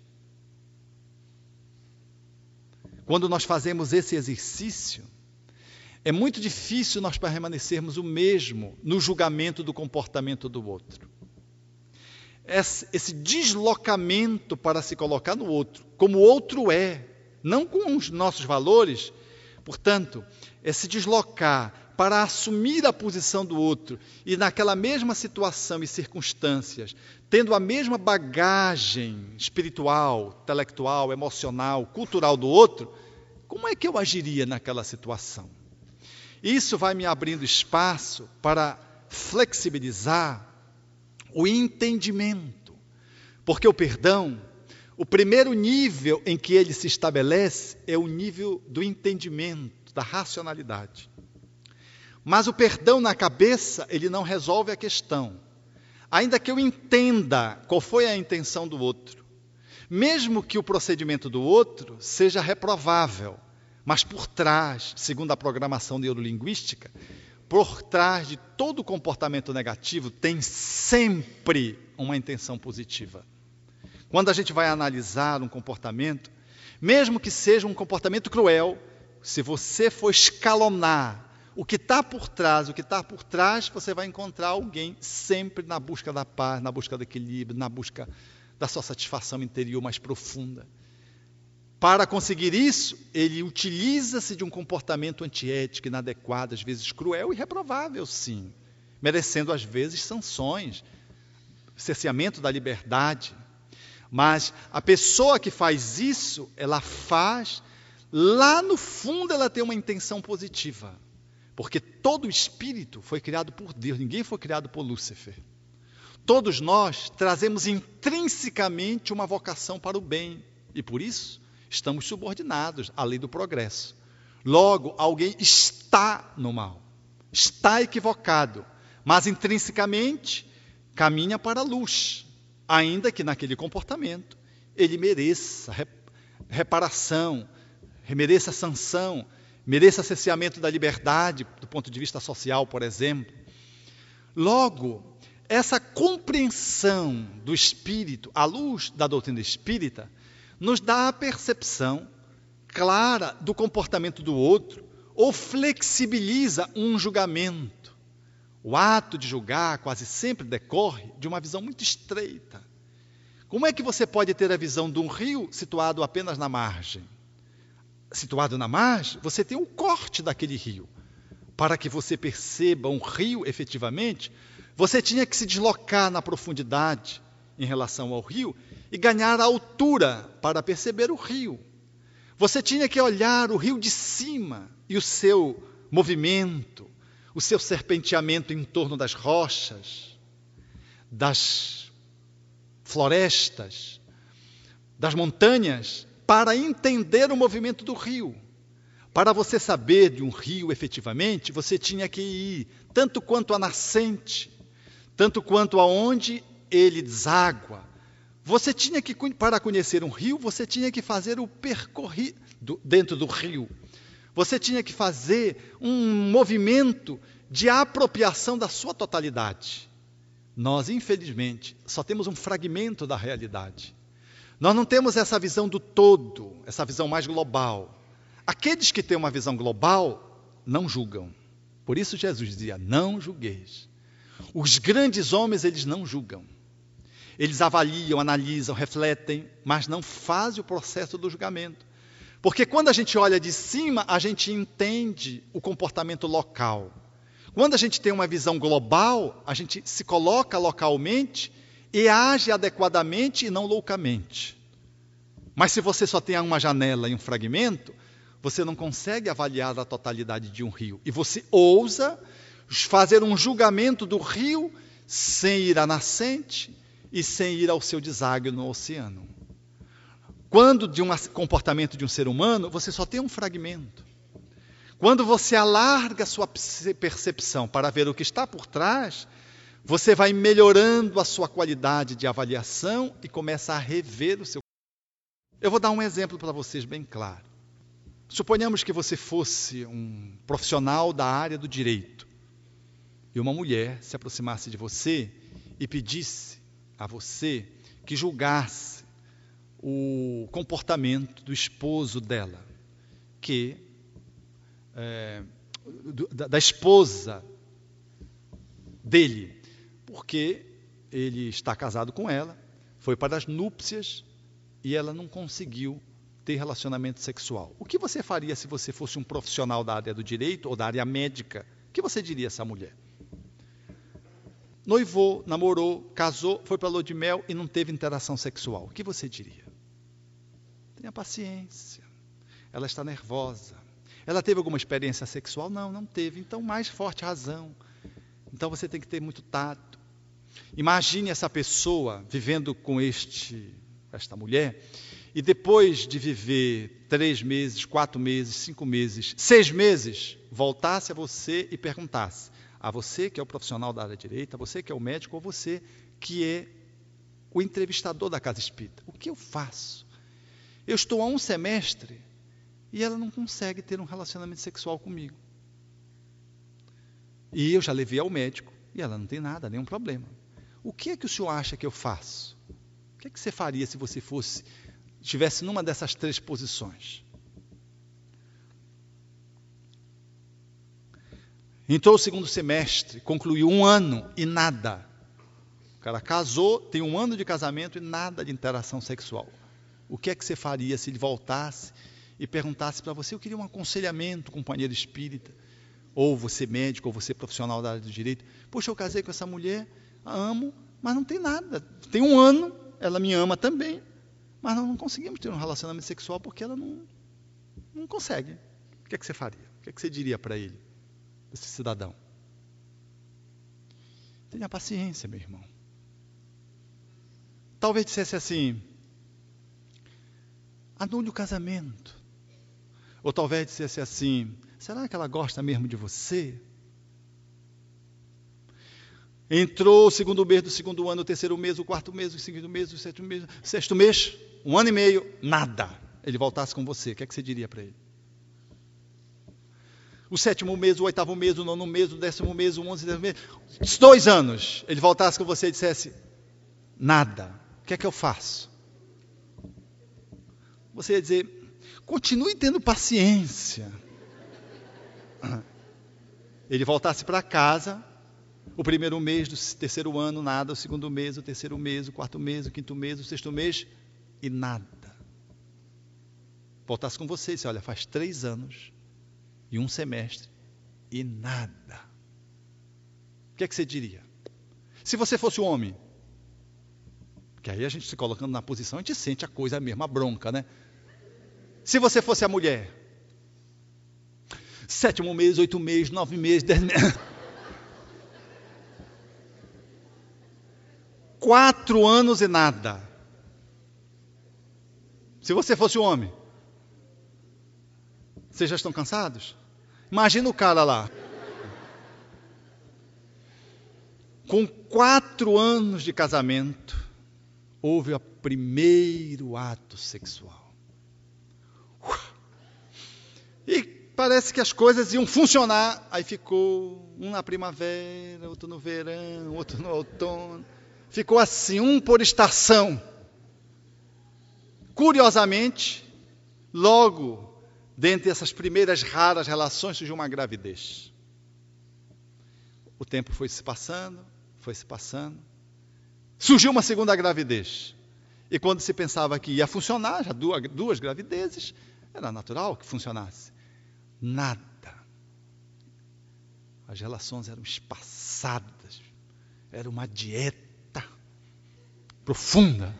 Speaker 1: Quando nós fazemos esse exercício, é muito difícil nós permanecermos o mesmo no julgamento do comportamento do outro. Esse deslocamento para se colocar no outro, como o outro é, não com os nossos valores, portanto, é se deslocar para assumir a posição do outro e naquela mesma situação e circunstâncias, tendo a mesma bagagem espiritual, intelectual, emocional, cultural do outro, como é que eu agiria naquela situação? Isso vai me abrindo espaço para flexibilizar o entendimento, porque o perdão, o primeiro nível em que ele se estabelece é o nível do entendimento, da racionalidade. Mas o perdão na cabeça, ele não resolve a questão. Ainda que eu entenda qual foi a intenção do outro, mesmo que o procedimento do outro seja reprovável, mas por trás, segundo a programação neurolinguística, por trás de todo comportamento negativo tem sempre uma intenção positiva. Quando a gente vai analisar um comportamento, mesmo que seja um comportamento cruel, se você for escalonar o que está por trás, o que está por trás, você vai encontrar alguém sempre na busca da paz, na busca do equilíbrio, na busca da sua satisfação interior mais profunda. Para conseguir isso, ele utiliza-se de um comportamento antiético, inadequado, às vezes cruel e reprovável, sim, merecendo às vezes sanções, cerceamento da liberdade. Mas a pessoa que faz isso, ela faz, lá no fundo ela tem uma intenção positiva. Porque todo espírito foi criado por Deus, ninguém foi criado por Lúcifer. Todos nós trazemos intrinsecamente uma vocação para o bem, e por isso estamos subordinados à lei do progresso. Logo, alguém está no mal, está equivocado, mas intrinsecamente caminha para a luz, ainda que naquele comportamento ele mereça reparação, mereça sanção, mereça cerceamento da liberdade, do ponto de vista social, por exemplo. Logo, essa compreensão do espírito, à luz da doutrina espírita, nos dá a percepção clara do comportamento do outro, ou flexibiliza um julgamento. O ato de julgar quase sempre decorre de uma visão muito estreita. Como é que você pode ter a visão de um rio situado apenas na margem? Situado na margem, você tem um corte daquele rio. Para que você perceba um rio efetivamente, você tinha que se deslocar na profundidade em relação ao rio e ganhar a altura para perceber o rio. Você tinha que olhar o rio de cima e o seu movimento, o seu serpenteamento em torno das rochas, das florestas, das montanhas, para entender o movimento do rio. Para você saber de um rio efetivamente, você tinha que ir tanto quanto a nascente, tanto quanto aonde ele deságua. Você tinha que, para conhecer um rio, você tinha que fazer o percorrido dentro do rio. Você tinha que fazer um movimento de apropriação da sua totalidade. Nós, infelizmente, só temos um fragmento da realidade. Nós não temos essa visão do todo, essa visão mais global. Aqueles que têm uma visão global não julgam. Por isso Jesus dizia, não julgueis. Os grandes homens, eles não julgam. Eles avaliam, analisam, refletem, mas não fazem o processo do julgamento. Porque quando a gente olha de cima, a gente entende o comportamento local. Quando a gente tem uma visão global, a gente se coloca localmente e age adequadamente e não loucamente. Mas se você só tem uma janela e um fragmento, você não consegue avaliar a totalidade de um rio. E você ousa fazer um julgamento do rio sem ir à nascente e sem ir ao seu deságuio no oceano. Quando de um comportamento de um ser humano, você só tem um fragmento. Quando você alarga a sua percepção para ver o que está por trás, você vai melhorando a sua qualidade de avaliação e começa a rever o seu. Eu vou dar um exemplo para vocês bem claro. Suponhamos que você fosse um profissional da área do direito e uma mulher se aproximasse de você e pedisse a você que julgasse o comportamento do esposo dela, que é, do, da, da esposa dele, porque ele está casado com ela, foi para as núpcias e ela não conseguiu ter relacionamento sexual. O que você faria se você fosse um profissional da área do direito ou da área médica? O que você diria a essa mulher? Noivou, namorou, casou, foi para a lua de mel e não teve interação sexual. O que você diria? Tenha paciência. Ela está nervosa. Ela teve alguma experiência sexual? Não, não teve. Então, mais forte razão. Então, você tem que ter muito tato. Imagine essa pessoa vivendo com este, esta mulher e depois de viver três meses, quatro meses, cinco meses, seis meses, voltasse a você e perguntasse a você que é o profissional da área direita, a você que é o médico, ou você que é o entrevistador da casa espírita. O que eu faço? Eu estou há um semestre e ela não consegue ter um relacionamento sexual comigo. E eu já levei ao médico e ela não tem nada, nenhum problema. O que é que o senhor acha que eu faço? O que é que você faria se você fosse, estivesse numa dessas três posições? Entrou o segundo semestre, concluiu um ano e nada. O cara casou, tem um ano de casamento e nada de interação sexual. O que é que você faria se ele voltasse e perguntasse para você, eu queria um aconselhamento, companheiro espírita, ou você médico, ou você profissional da área do direito. Poxa, eu casei com essa mulher, a amo, mas não tem nada. Tem um ano, ela me ama também, mas nós não conseguimos ter um relacionamento sexual porque ela não, não consegue. O que é que você faria? O que é que você diria para ele, esse cidadão? Tenha paciência, meu irmão. Talvez dissesse assim, anule o casamento. Ou talvez dissesse assim, será que ela gosta mesmo de você? Entrou o segundo mês do segundo ano, o terceiro mês, o quarto mês, o segundo mês, o sétimo mês, o sexto mês, um ano e meio, nada. Ele voltasse com você, o que é que você diria para ele? O sétimo mês, o oitavo mês, o nono mês, o décimo mês, o onze mês, dois anos, ele voltasse com você e dissesse, nada. O que é que eu faço? Você ia dizer, continue tendo paciência. Ele voltasse para casa, o primeiro mês do terceiro ano, nada, o segundo mês, o terceiro mês, o quarto mês, o quinto mês, o sexto mês, e nada. Voltasse com você e disse, olha, faz três anos e um semestre, e nada. O que é que você diria? Se você fosse um homem, porque aí a gente se colocando na posição, a gente sente a coisa mesmo, a bronca, né? Se você fosse a mulher, sétimo mês, oito meses, nove meses, dez meses, quatro anos e nada. Se você fosse um homem, vocês já estão cansados? Imagina o cara lá, com quatro anos de casamento, houve o primeiro ato sexual. E parece que as coisas iam funcionar. Aí ficou um na primavera, outro no verão, outro no outono. Ficou assim, um por estação. Curiosamente, logo, dentre essas primeiras raras relações, surgiu uma gravidez. O tempo foi se passando, foi se passando. Surgiu uma segunda gravidez. E quando se pensava que ia funcionar, já duas, duas gravidezes, era natural que funcionasse. Nada. As relações eram espaçadas. Era uma dieta profunda.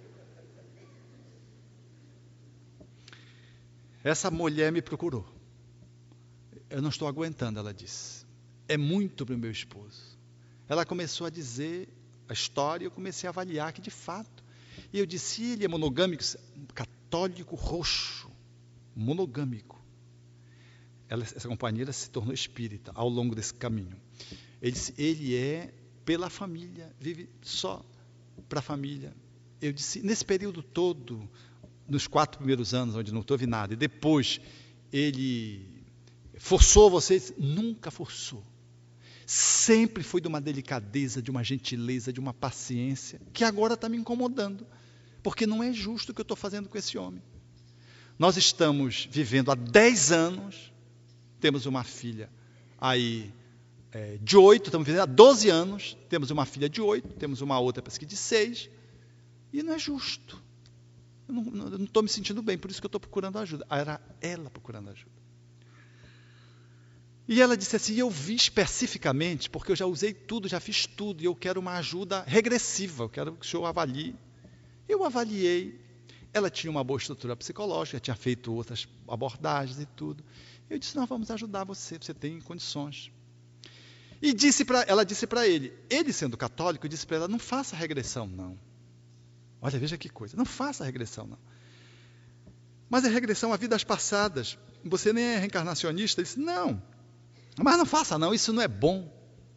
Speaker 1: Essa mulher me procurou. Eu não estou aguentando, ela disse. É muito para o meu esposo. Ela começou a dizer a história e eu comecei a avaliar que de fato. E eu disse, ele é monogâmico? católico roxo, monogâmico. Ela, essa companheira se tornou espírita ao longo desse caminho. Ele, ele é pela família, vive só para a família. Eu disse, nesse período todo, nos quatro primeiros anos, onde não teve nada, e depois ele forçou vocês? Nunca forçou. Sempre foi de uma delicadeza, de uma gentileza, de uma paciência, que agora está me incomodando, porque não é justo o que eu estou fazendo com esse homem. Nós estamos vivendo há dez anos, temos uma filha aí é, de oito, estamos vivendo há doze anos, temos uma filha de oito, temos uma outra, parece que de seis, e não é justo. Eu não estou me sentindo bem, por isso que eu estou procurando ajuda. Era ela procurando ajuda. E ela disse assim, eu vi especificamente, porque eu já usei tudo, já fiz tudo, e eu quero uma ajuda regressiva, eu quero que o senhor avalie. Eu avaliei, ela tinha uma boa estrutura psicológica, tinha feito outras abordagens e tudo. Eu disse, nós vamos ajudar você, você tem condições. E disse pra, ela disse para ele, ele sendo católico, disse para ela, não faça regressão não. Olha, veja que coisa, não faça regressão não. Mas é regressão a vidas passadas, você nem é reencarnacionista? Ele disse, não. Mas não faça não, isso não é bom.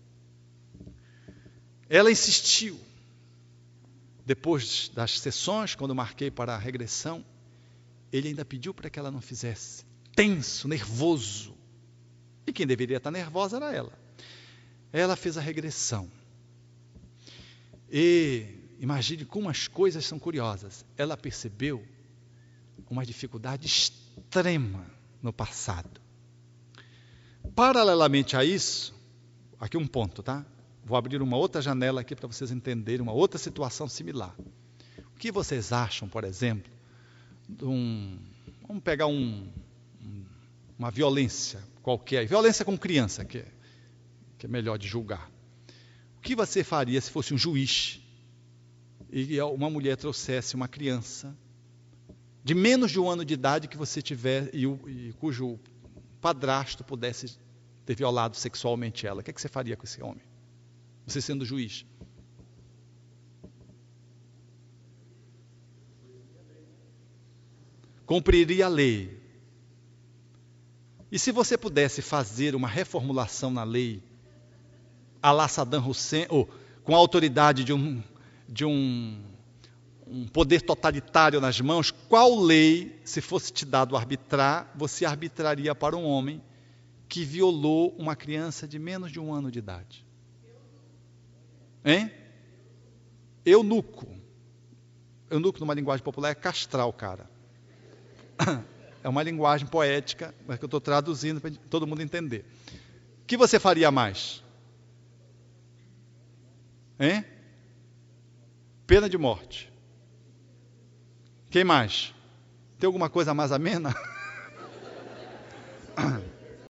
Speaker 1: Ela insistiu. Depois das sessões, quando eu marquei para a regressão, ele ainda pediu para que ela não fizesse. Tenso, nervoso. E quem deveria estar nervosa era ela. Ela fez a regressão. E imagine como as coisas são curiosas. Ela percebeu uma dificuldade extrema no passado. Paralelamente a isso, aqui um ponto, tá? Vou abrir uma outra janela aqui para vocês entenderem uma outra situação similar. O que vocês acham, por exemplo, de um, vamos pegar um, um, uma violência qualquer, violência com criança, que é, que é melhor de julgar. O que você faria se fosse um juiz e uma mulher trouxesse uma criança de menos de um ano de idade que você tiver e, o, e cujo padrasto pudesse ter violado sexualmente ela? O que é que você faria com esse homem? Você sendo juiz. Cumpriria a lei. E se você pudesse fazer uma reformulação na lei, à la Saddam Hussein, ou com a autoridade de um, de um, um poder totalitário nas mãos, qual lei, se fosse te dado arbitrar, você arbitraria para um homem que violou uma criança de menos de um ano de idade? Hein? Eunuco. Eunuco, numa linguagem popular, é castrar o cara. É uma linguagem poética, mas que eu estou traduzindo para todo mundo entender. O que você faria mais? Hein? Pena de morte. Quem mais? Tem alguma coisa mais amena?